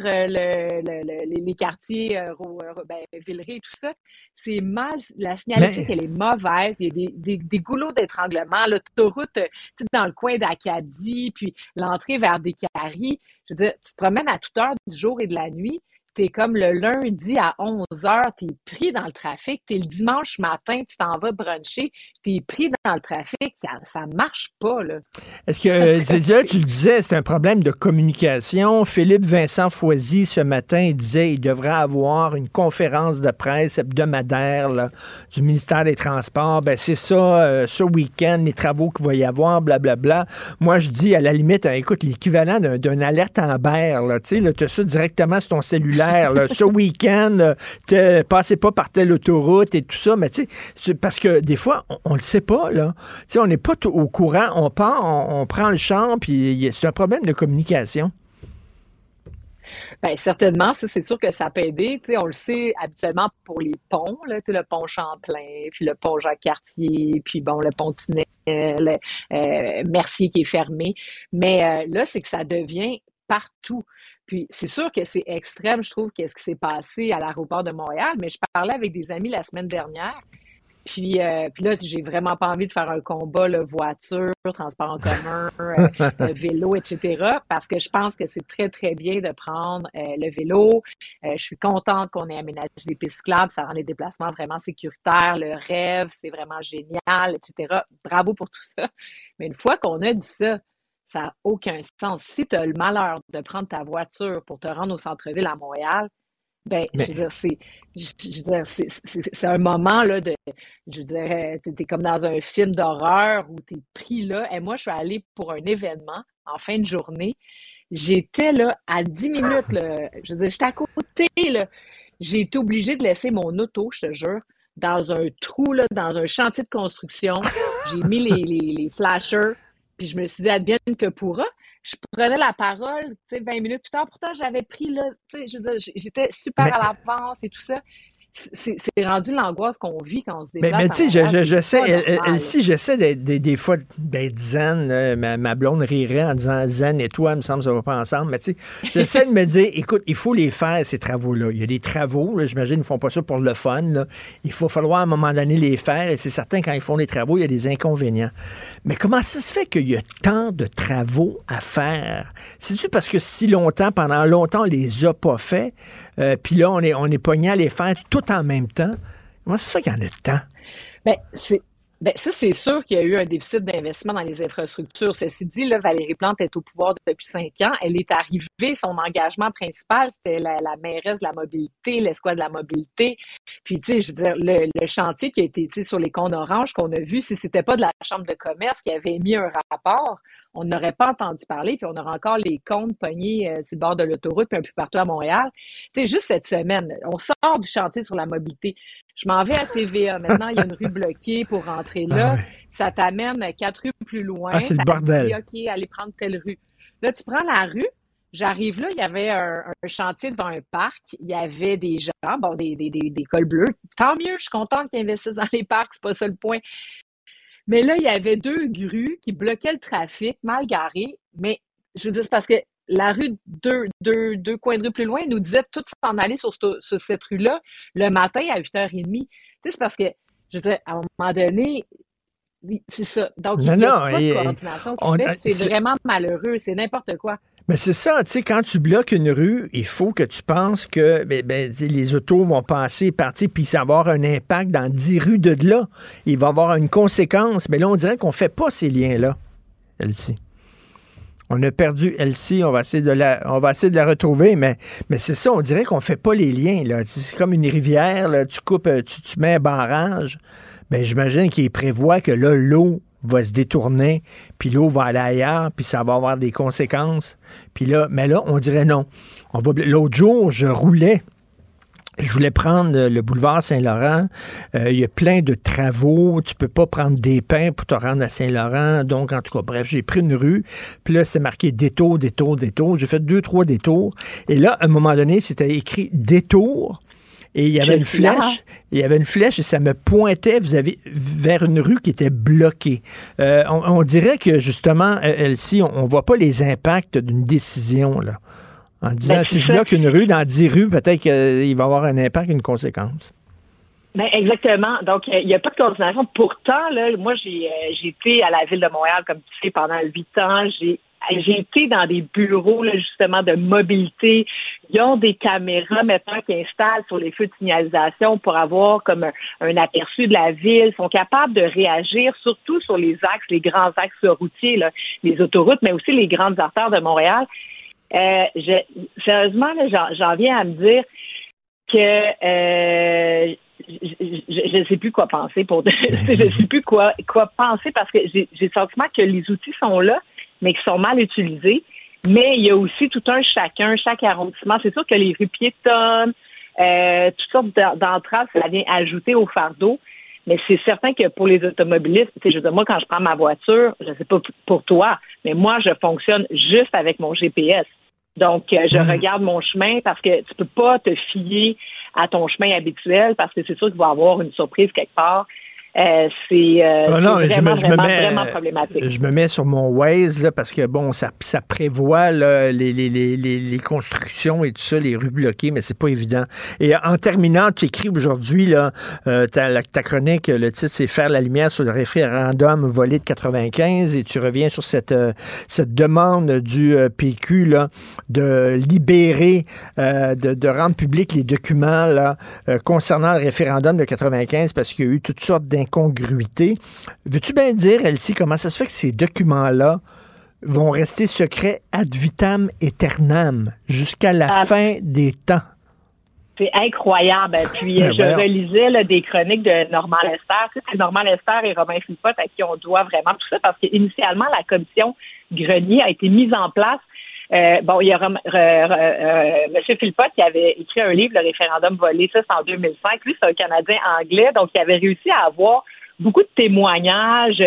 les quartiers, Villeray et tout ça. C'est mal, la signalétique, elle est mauvaise. Il y a des goulots d'étranglement. L'autoroute, dans le coin d'Acadie, puis l'entrée vers Descaries. Je veux dire, tu te promènes à toute heure du jour et de la nuit. T'es comme le lundi à 11h, t'es pris dans le trafic. T'es le dimanche matin, tu t'en vas bruncher, t'es pris dans le trafic. Ça marche pas, là. Est-ce que, là, tu le disais, c'est un problème de communication. Philippe Vincent Foisy, ce matin, il disait qu'il devrait avoir une conférence de presse hebdomadaire là, du ministère des Transports. Ben, c'est ça, ce week-end, les travaux qu'il va y avoir, blablabla. Moi, je dis, à la limite, écoute, l'équivalent d'une alerte Amber, là, tu sais, là, t'as ça directement sur ton cellulaire. Là, ce week-end, passez pas par telle autoroute et tout ça, mais tu sais, parce que des fois, on le sait pas, là. Tu sais, on n'est pas au courant, on part, on prend le champ, puis c'est un problème de communication. Bien, certainement, ça, c'est sûr que ça peut aider. Tu sais, on le sait habituellement pour les ponts, là, tu sais, le pont Champlain, puis le pont Jacques-Cartier, puis bon, le pont Tunnel, Mercier qui est fermé. Mais là, c'est que ça devient partout. Puis c'est sûr que c'est extrême, je trouve, qu'est-ce qui s'est passé à l'aéroport de Montréal, mais je parlais avec des amis la semaine dernière, puis là, j'ai vraiment pas envie de faire un combat, là, voiture, transport en commun, vélo, etc., parce que je pense que c'est très, très bien de prendre le vélo. Je suis contente qu'on ait aménagé des pistes cyclables, ça rend les déplacements vraiment sécuritaires, le rêve, c'est vraiment génial, etc. Bravo pour tout ça. Mais une fois qu'on a dit ça n'a aucun sens. Si tu as le malheur de prendre ta voiture pour te rendre au centre-ville à Montréal, Ben, je veux dire, c'est un moment, là, je dirais, t'es comme dans un film d'horreur où t'es pris là. Et moi, je suis allée pour un événement en fin de journée. J'étais là à 10 minutes, là. Je veux dire, j'étais à côté, là. J'ai été obligée de laisser mon auto, je te jure, dans un trou, là, dans un chantier de construction. J'ai mis les flashers, puis je me suis dit, advienne que pourra. Je prenais la parole, tu sais, 20 minutes plus tard. Pourtant, j'avais pris, là, tu sais, je veux dire, j'étais super à l'avance et tout ça. C'est rendu l'angoisse qu'on vit quand on se déplace. Mais tu sais, j'essaie des fois d'être zen. Ma blonde rirait en disant zen et toi, il me semble que ça va pas ensemble. Mais tu sais, j'essaie de me dire, écoute, il faut les faire, ces travaux-là. Il y a des travaux, là, j'imagine, ils ne font pas ça pour le fun. Là. Il faut falloir à un moment donné les faire. Et c'est certain, quand ils font des travaux, il y a des inconvénients. Mais comment ça se fait qu'il y a tant de travaux à faire? C'est-tu parce que pendant longtemps, on les a pas fait, puis là, on est pogné à les faire tout en même temps? Comment ça se fait qu'il y en a tant? Ça, c'est sûr qu'il y a eu un déficit d'investissement dans les infrastructures. Ceci dit, là, Valérie Plante est au pouvoir depuis 5 ans. Elle est arrivée, son engagement principal, c'était la mairesse de la mobilité, l'escouade de la mobilité. Puis, tu sais, je veux dire, le chantier qui a été sur les cônes oranges qu'on a vu, si c'était pas de la Chambre de commerce qui avait mis un rapport, on n'aurait pas entendu parler, puis on aurait encore les cônes pognés sur le bord de l'autoroute, puis un peu partout à Montréal. Tu sais, juste cette semaine, on sort du chantier sur la mobilité. Je m'en vais à TVA. Maintenant, il y a une rue bloquée pour rentrer là. Ah ouais. Ça t'amène 4 rues plus loin. Ah, c'est le bordel. Dit, OK, allez prendre telle rue. Là, tu prends la rue. J'arrive là, il y avait un chantier devant un parc. Il y avait des gens, des cols bleus. Tant mieux, je suis contente qu'ils investissent dans les parcs, c'est pas ça le point. Mais là, il y avait 2 grues qui bloquaient le trafic, mal garées. Mais je veux dire, c'est parce que la rue, deux coins de rue plus loin, nous disait de tout s'en aller sur cette rue-là le matin à 8h30. Tu sais, c'est parce que, je veux dire, à un moment donné, c'est ça. Donc, il n'y a pas de coordination qui fait que c'est vraiment malheureux. C'est n'importe quoi. Mais c'est ça, tu sais, quand tu bloques une rue, il faut que tu penses que les autos vont passer, partir, puis ça va avoir un impact dans 10 rues de là. Il va y avoir une conséquence. Mais là, on dirait qu'on ne fait pas ces liens-là, Elsie. On a perdu Elsie, on va essayer de la retrouver, mais c'est ça, on dirait qu'on ne fait pas les liens, là. C'est comme une rivière, là, tu coupes, tu mets un barrage. Ben, j'imagine qu'il prévoit que là, l'eau va se détourner, puis l'eau va aller ailleurs, puis ça va avoir des conséquences. Puis là, mais là, on dirait non. L'autre jour, je voulais prendre le boulevard Saint-Laurent. Il y a plein de travaux. Tu peux pas prendre des pins pour te rendre à Saint-Laurent. Donc, en tout cas, bref, j'ai pris une rue. Puis là, c'est marqué détour, détour, détour. J'ai fait 2-3 détours. Et là, à un moment donné, c'était écrit détour. Et il y avait une flèche et ça me pointait vers une rue qui était bloquée. On dirait que, justement, Elsie, on voit pas les impacts d'une décision, là. En disant, si je bloque une rue, dans 10 rues, peut-être qu'il va y avoir un impact, une conséquence. Ben exactement. Donc, il n'y a pas de coordination. Pourtant, là, moi, j'ai été à la Ville de Montréal, comme tu sais, pendant 8 ans. J'ai été dans des bureaux, là, justement, de mobilité. Ils ont des caméras, maintenant, qui installent sur les feux de signalisation pour avoir comme un aperçu de la ville. Ils sont capables de réagir, surtout sur les axes, les grands axes routiers, là, les autoroutes, mais aussi les grandes artères de Montréal. Sérieusement, là, j'en viens à me dire que je ne sais plus quoi penser je ne sais plus quoi penser parce que j'ai le sentiment que les outils sont là, mais qu'ils sont mal utilisés. Mais il y a aussi tout chaque arrondissement. C'est sûr que les rues piétonnes, toutes sortes d'entraves, ça vient ajouter au fardeau. Mais c'est certain que pour les automobilistes, je veux dire, moi, quand je prends ma voiture, je ne sais pas pour toi, mais moi, je fonctionne juste avec mon GPS. Donc, je regarde mon chemin parce que tu peux pas te fier à ton chemin habituel parce que c'est sûr qu'il va y avoir une surprise quelque part. C'est vraiment problématique. Je me mets sur mon Waze là, parce que bon, ça prévoit là, les constructions et tout ça, les rues bloquées, mais c'est pas évident. Et en terminant, tu écris aujourd'hui là, ta chronique, le titre c'est Faire la lumière sur le référendum volé de 95, et tu reviens sur cette demande du PQ là de libérer, de rendre public les documents là concernant le référendum de 95 parce qu'il y a eu toutes sortes d'incongruités. Veux-tu bien dire, Elsie, comment ça se fait que ces documents-là vont rester secrets ad vitam aeternam jusqu'à la fin des temps? C'est incroyable. Puis je relisais là, des chroniques de Normand Lester. Tu sais, c'est Normand Lester et Robin Philpott à qui on doit vraiment tout ça, parce qu'initialement, la commission Grenier a été mise en place. Il y a M. Philpott qui avait écrit un livre, Le référendum volé, ça c'est en 2005. Lui, c'est un Canadien anglais, donc il avait réussi à avoir beaucoup de témoignages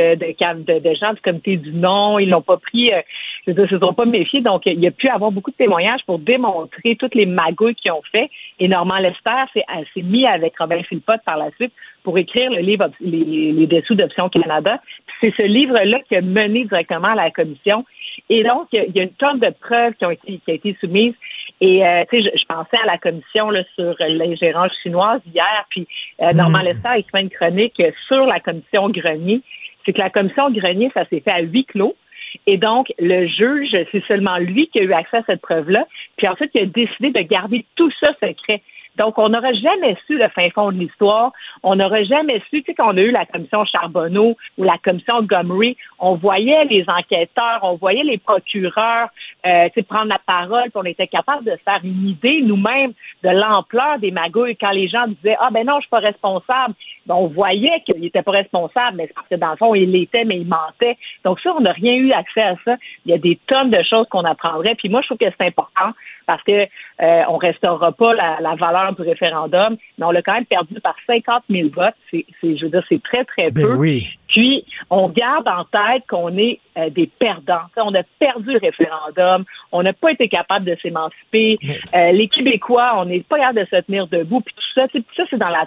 de gens du comité du non. Ils l'ont pas pris, ils se sont pas méfiés, donc il a pu avoir beaucoup de témoignages pour démontrer toutes les magouilles qu'ils ont fait. Et Normand Lester s'est mis avec Robin Philpott par la suite pour écrire le livre Les dessous d'Option Canada. Puis c'est ce livre-là qui a mené directement à la commission. Et donc, il y a une tonne de preuves qui ont été soumises. Et tu sais, je pensais à la commission là, sur l'ingérence chinoise hier, puis Normand Lester a écrit une chronique sur la commission Grenier. C'est que la commission Grenier, ça s'est fait à huis clos. Et donc, le juge, c'est seulement lui qui a eu accès à cette preuve-là. Puis ensuite, il a décidé de garder tout ça secret. Donc, on n'aurait jamais su le fin fond de l'histoire. On n'aurait jamais su, tu sais, quand on a eu la commission Charbonneau ou la commission Gomery, on voyait les enquêteurs, on voyait les procureurs prendre la parole, puis on était capable de se faire une idée nous-mêmes de l'ampleur des magouilles. Quand les gens disaient « Ah ben non, je suis pas responsable », ben, on voyait qu'il n'était pas responsable, mais c'est parce que dans le fond, il l'était, mais il mentait. Donc ça, on n'a rien eu accès à ça. Il y a des tonnes de choses qu'on apprendrait. Puis moi, je trouve que c'est important parce que on restaurera pas la valeur du référendum, mais on l'a quand même perdu par 50 000 votes. Je veux dire, c'est très, très peu. Oui. Puis, on garde en tête qu'on est des perdants. T'sais, on a perdu le référendum. On n'a pas été capable de s'émanciper. Les Québécois, on n'est pas capable de se tenir debout. Puis tout ça, c'est dans la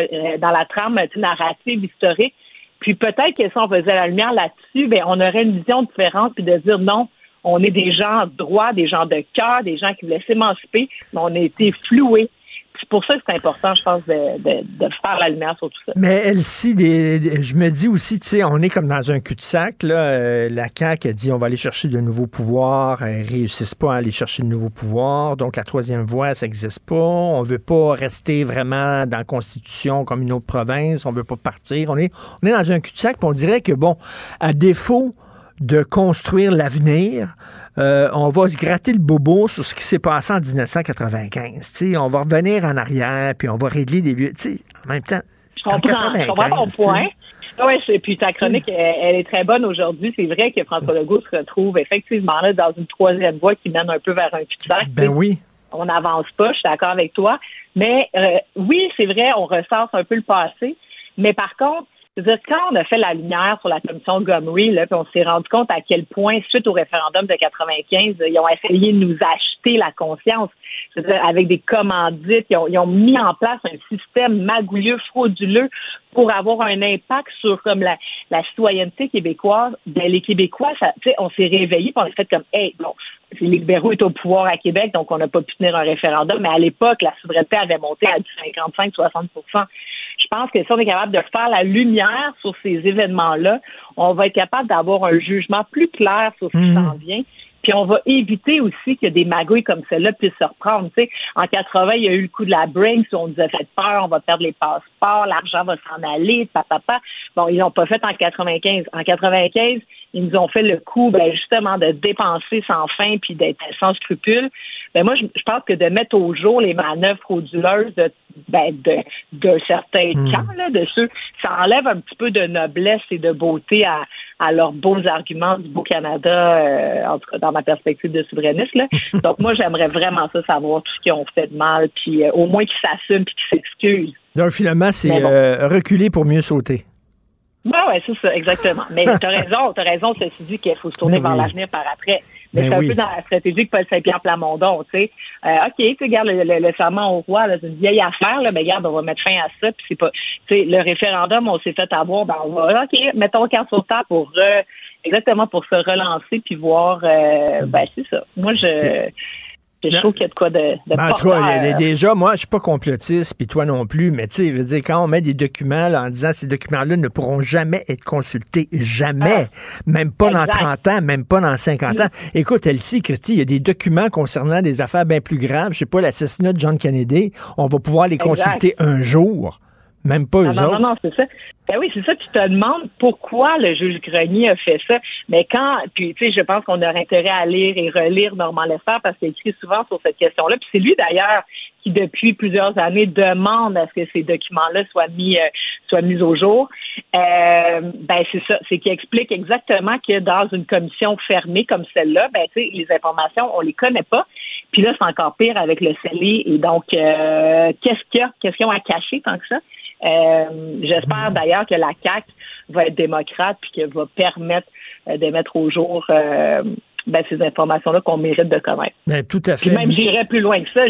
trame narrative historique. Puis peut-être que si on faisait la lumière là-dessus, ben on aurait une vision différente puis de dire non, on est des gens droits, des gens de cœur, des gens qui voulaient s'émanciper, mais on a été floués. C'est pour ça que c'est important, je pense, de faire la lumière sur tout ça. Mais Elsie, je me dis aussi, tu sais, on est comme dans un cul-de-sac. Là. La CAQ a dit on va aller chercher de nouveaux pouvoirs. Ils réussissent pas à aller chercher de nouveaux pouvoirs. Donc, la troisième voie, ça n'existe pas. On veut pas rester vraiment dans la Constitution comme une autre province. On veut pas partir. On est dans un cul-de-sac. Puis on dirait que, bon, à défaut de construire l'avenir, on va se gratter le bobo sur ce qui s'est passé en 1995. T'sais, on va revenir en arrière, puis on va régler des vieux... En même temps, c'est en 95. Je comprends ton point. Oui, puis ta chronique, elle est très bonne aujourd'hui. C'est vrai que François Legault se retrouve effectivement là dans une troisième voie qui mène un peu vers un cul-de-sac. Ben oui. On n'avance pas, je suis d'accord avec toi. Mais oui, c'est vrai, on ressasse un peu le passé. Mais par contre, c'est-à-dire, quand on a fait la lumière sur la commission Gomery, là, puis on s'est rendu compte à quel point, suite au référendum de 95, ils ont essayé de nous acheter la conscience. C'est-à-dire, avec des commandites, ils ont mis en place un système magouilleux, frauduleux, pour avoir un impact sur comme la citoyenneté québécoise. Ben, les Québécois, on s'est réveillés, puis on a fait comme, hey, bon, les libéraux étaient au pouvoir à Québec, donc on n'a pas pu tenir un référendum, mais à l'époque, la souveraineté avait monté à 55-60 %. Je pense que si on est capable de faire la lumière sur ces événements-là, on va être capable d'avoir un jugement plus clair sur ce qui s'en vient. Puis on va éviter aussi que des magouilles comme celle-là puissent se reprendre. Tu sais, en 80, il y a eu le coup de la Brinks où on nous a fait peur, on va perdre les passeports, l'argent va s'en aller, papa. Bon, ils l'ont pas fait en 95. En 95, ils nous ont fait le coup, justement, de dépenser sans fin puis d'être sans scrupules. Moi, je pense que de mettre au jour les manœuvres frauduleuses de certains camps, là, de ceux, ça enlève un petit peu de noblesse et de beauté à leurs beaux arguments du beau Canada, en tout cas dans ma perspective de souverainiste. Là. Donc moi, j'aimerais vraiment ça, savoir tout ce qu'ils ont fait de mal, puis au moins qu'ils s'assument puis qu'ils s'excusent. Donc finalement, c'est reculer pour mieux sauter. Ouais, c'est ça, exactement. Mais t'as raison, ceci dit qu'il faut se tourner vers l'avenir par après. Mais c'est un peu dans la stratégie que Paul Saint-Pierre Plamondon, tu sais. OK, tu regarde le serment au roi, là, c'est une vieille affaire, là, mais regarde, on va mettre fin à ça, puis c'est pas, tu sais, le référendum, on s'est fait avoir, on va, OK, mettons carte sur table pour exactement pour se relancer puis voir, c'est ça. Moi, je trouve qu'il y a de quoi de en tout cas, déjà, moi, je suis pas complotiste, puis toi non plus, mais tu sais, je veux dire, quand on met des documents là, en disant ces documents-là ne pourront jamais être consultés, jamais, même pas dans 30 ans, même pas dans 50 ans. Écoute, Elsie, Christy, il y a des documents concernant des affaires bien plus graves, je sais pas, l'assassinat de John Kennedy, on va pouvoir les consulter un jour. Même pas eux autres. Non, c'est ça. Ben oui, c'est ça. Tu te demandes pourquoi le juge Grenier a fait ça. Mais puis tu sais, je pense qu'on aurait intérêt à lire et relire Normand Lester parce qu'il écrit souvent sur cette question-là. Puis c'est lui d'ailleurs qui, depuis plusieurs années, demande à ce que ces documents-là soient mis au jour. C'est ça. C'est qu'il explique exactement que dans une commission fermée comme celle-là, tu sais, les informations, on les connaît pas. Puis là, c'est encore pire avec le scellé. Et donc, qu'est-ce qu'ils ont à cacher tant que ça? J'espère d'ailleurs que la CAQ va être démocrate puis qu'elle va permettre de mettre au jour ces informations-là qu'on mérite de connaître. Tout à fait. Puis même, j'irais plus loin que ça.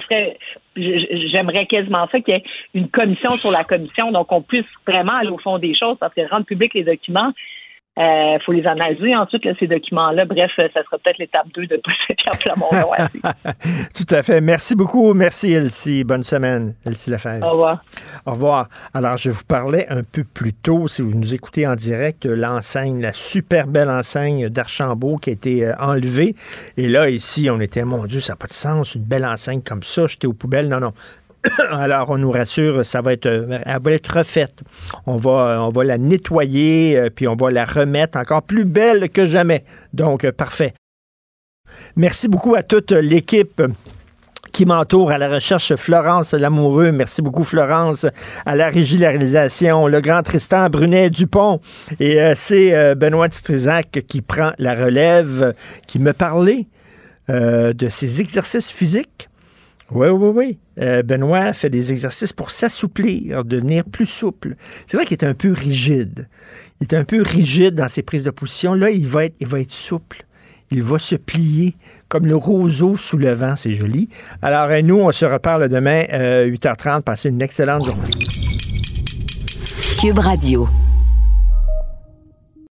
J'aimerais quasiment ça qu'il y ait une commission sur la commission, donc on puisse vraiment aller au fond des choses parce que rendre public les documents, faut les analyser ensuite, là, ces documents-là. Bref, ça sera peut-être l'étape 2 de Pierre Plamondon. Tout à fait. Merci beaucoup. Merci, Elsie. Bonne semaine, Elsie Lefebvre. Au revoir. Au revoir. Alors, je vous parlais un peu plus tôt, si vous nous écoutez en direct, l'enseigne, la super belle enseigne d'Archambault qui a été enlevée. Et là, ici, on était, mon Dieu, ça n'a pas de sens, une belle enseigne comme ça, jetée aux poubelles. Non. Alors, on nous rassure, elle va être refaite. On va la nettoyer, puis on va la remettre encore plus belle que jamais. Donc, parfait. Merci beaucoup à toute l'équipe qui m'entoure, à la recherche, Florence Lamoureux. Merci beaucoup, Florence. À la régie de la réalisation, le grand Tristan Brunet-Dupont. Et c'est Benoît Dutrisac qui prend la relève, qui me parlait de ses exercices physiques. Oui. Benoît fait des exercices pour s'assouplir, devenir plus souple. C'est vrai qu'il est un peu rigide. Il est un peu rigide dans ses prises de position. Là, il va être souple. Il va se plier comme le roseau sous le vent. C'est joli. Alors, nous, on se reparle demain, 8h30. Passez une excellente journée. Cube Radio.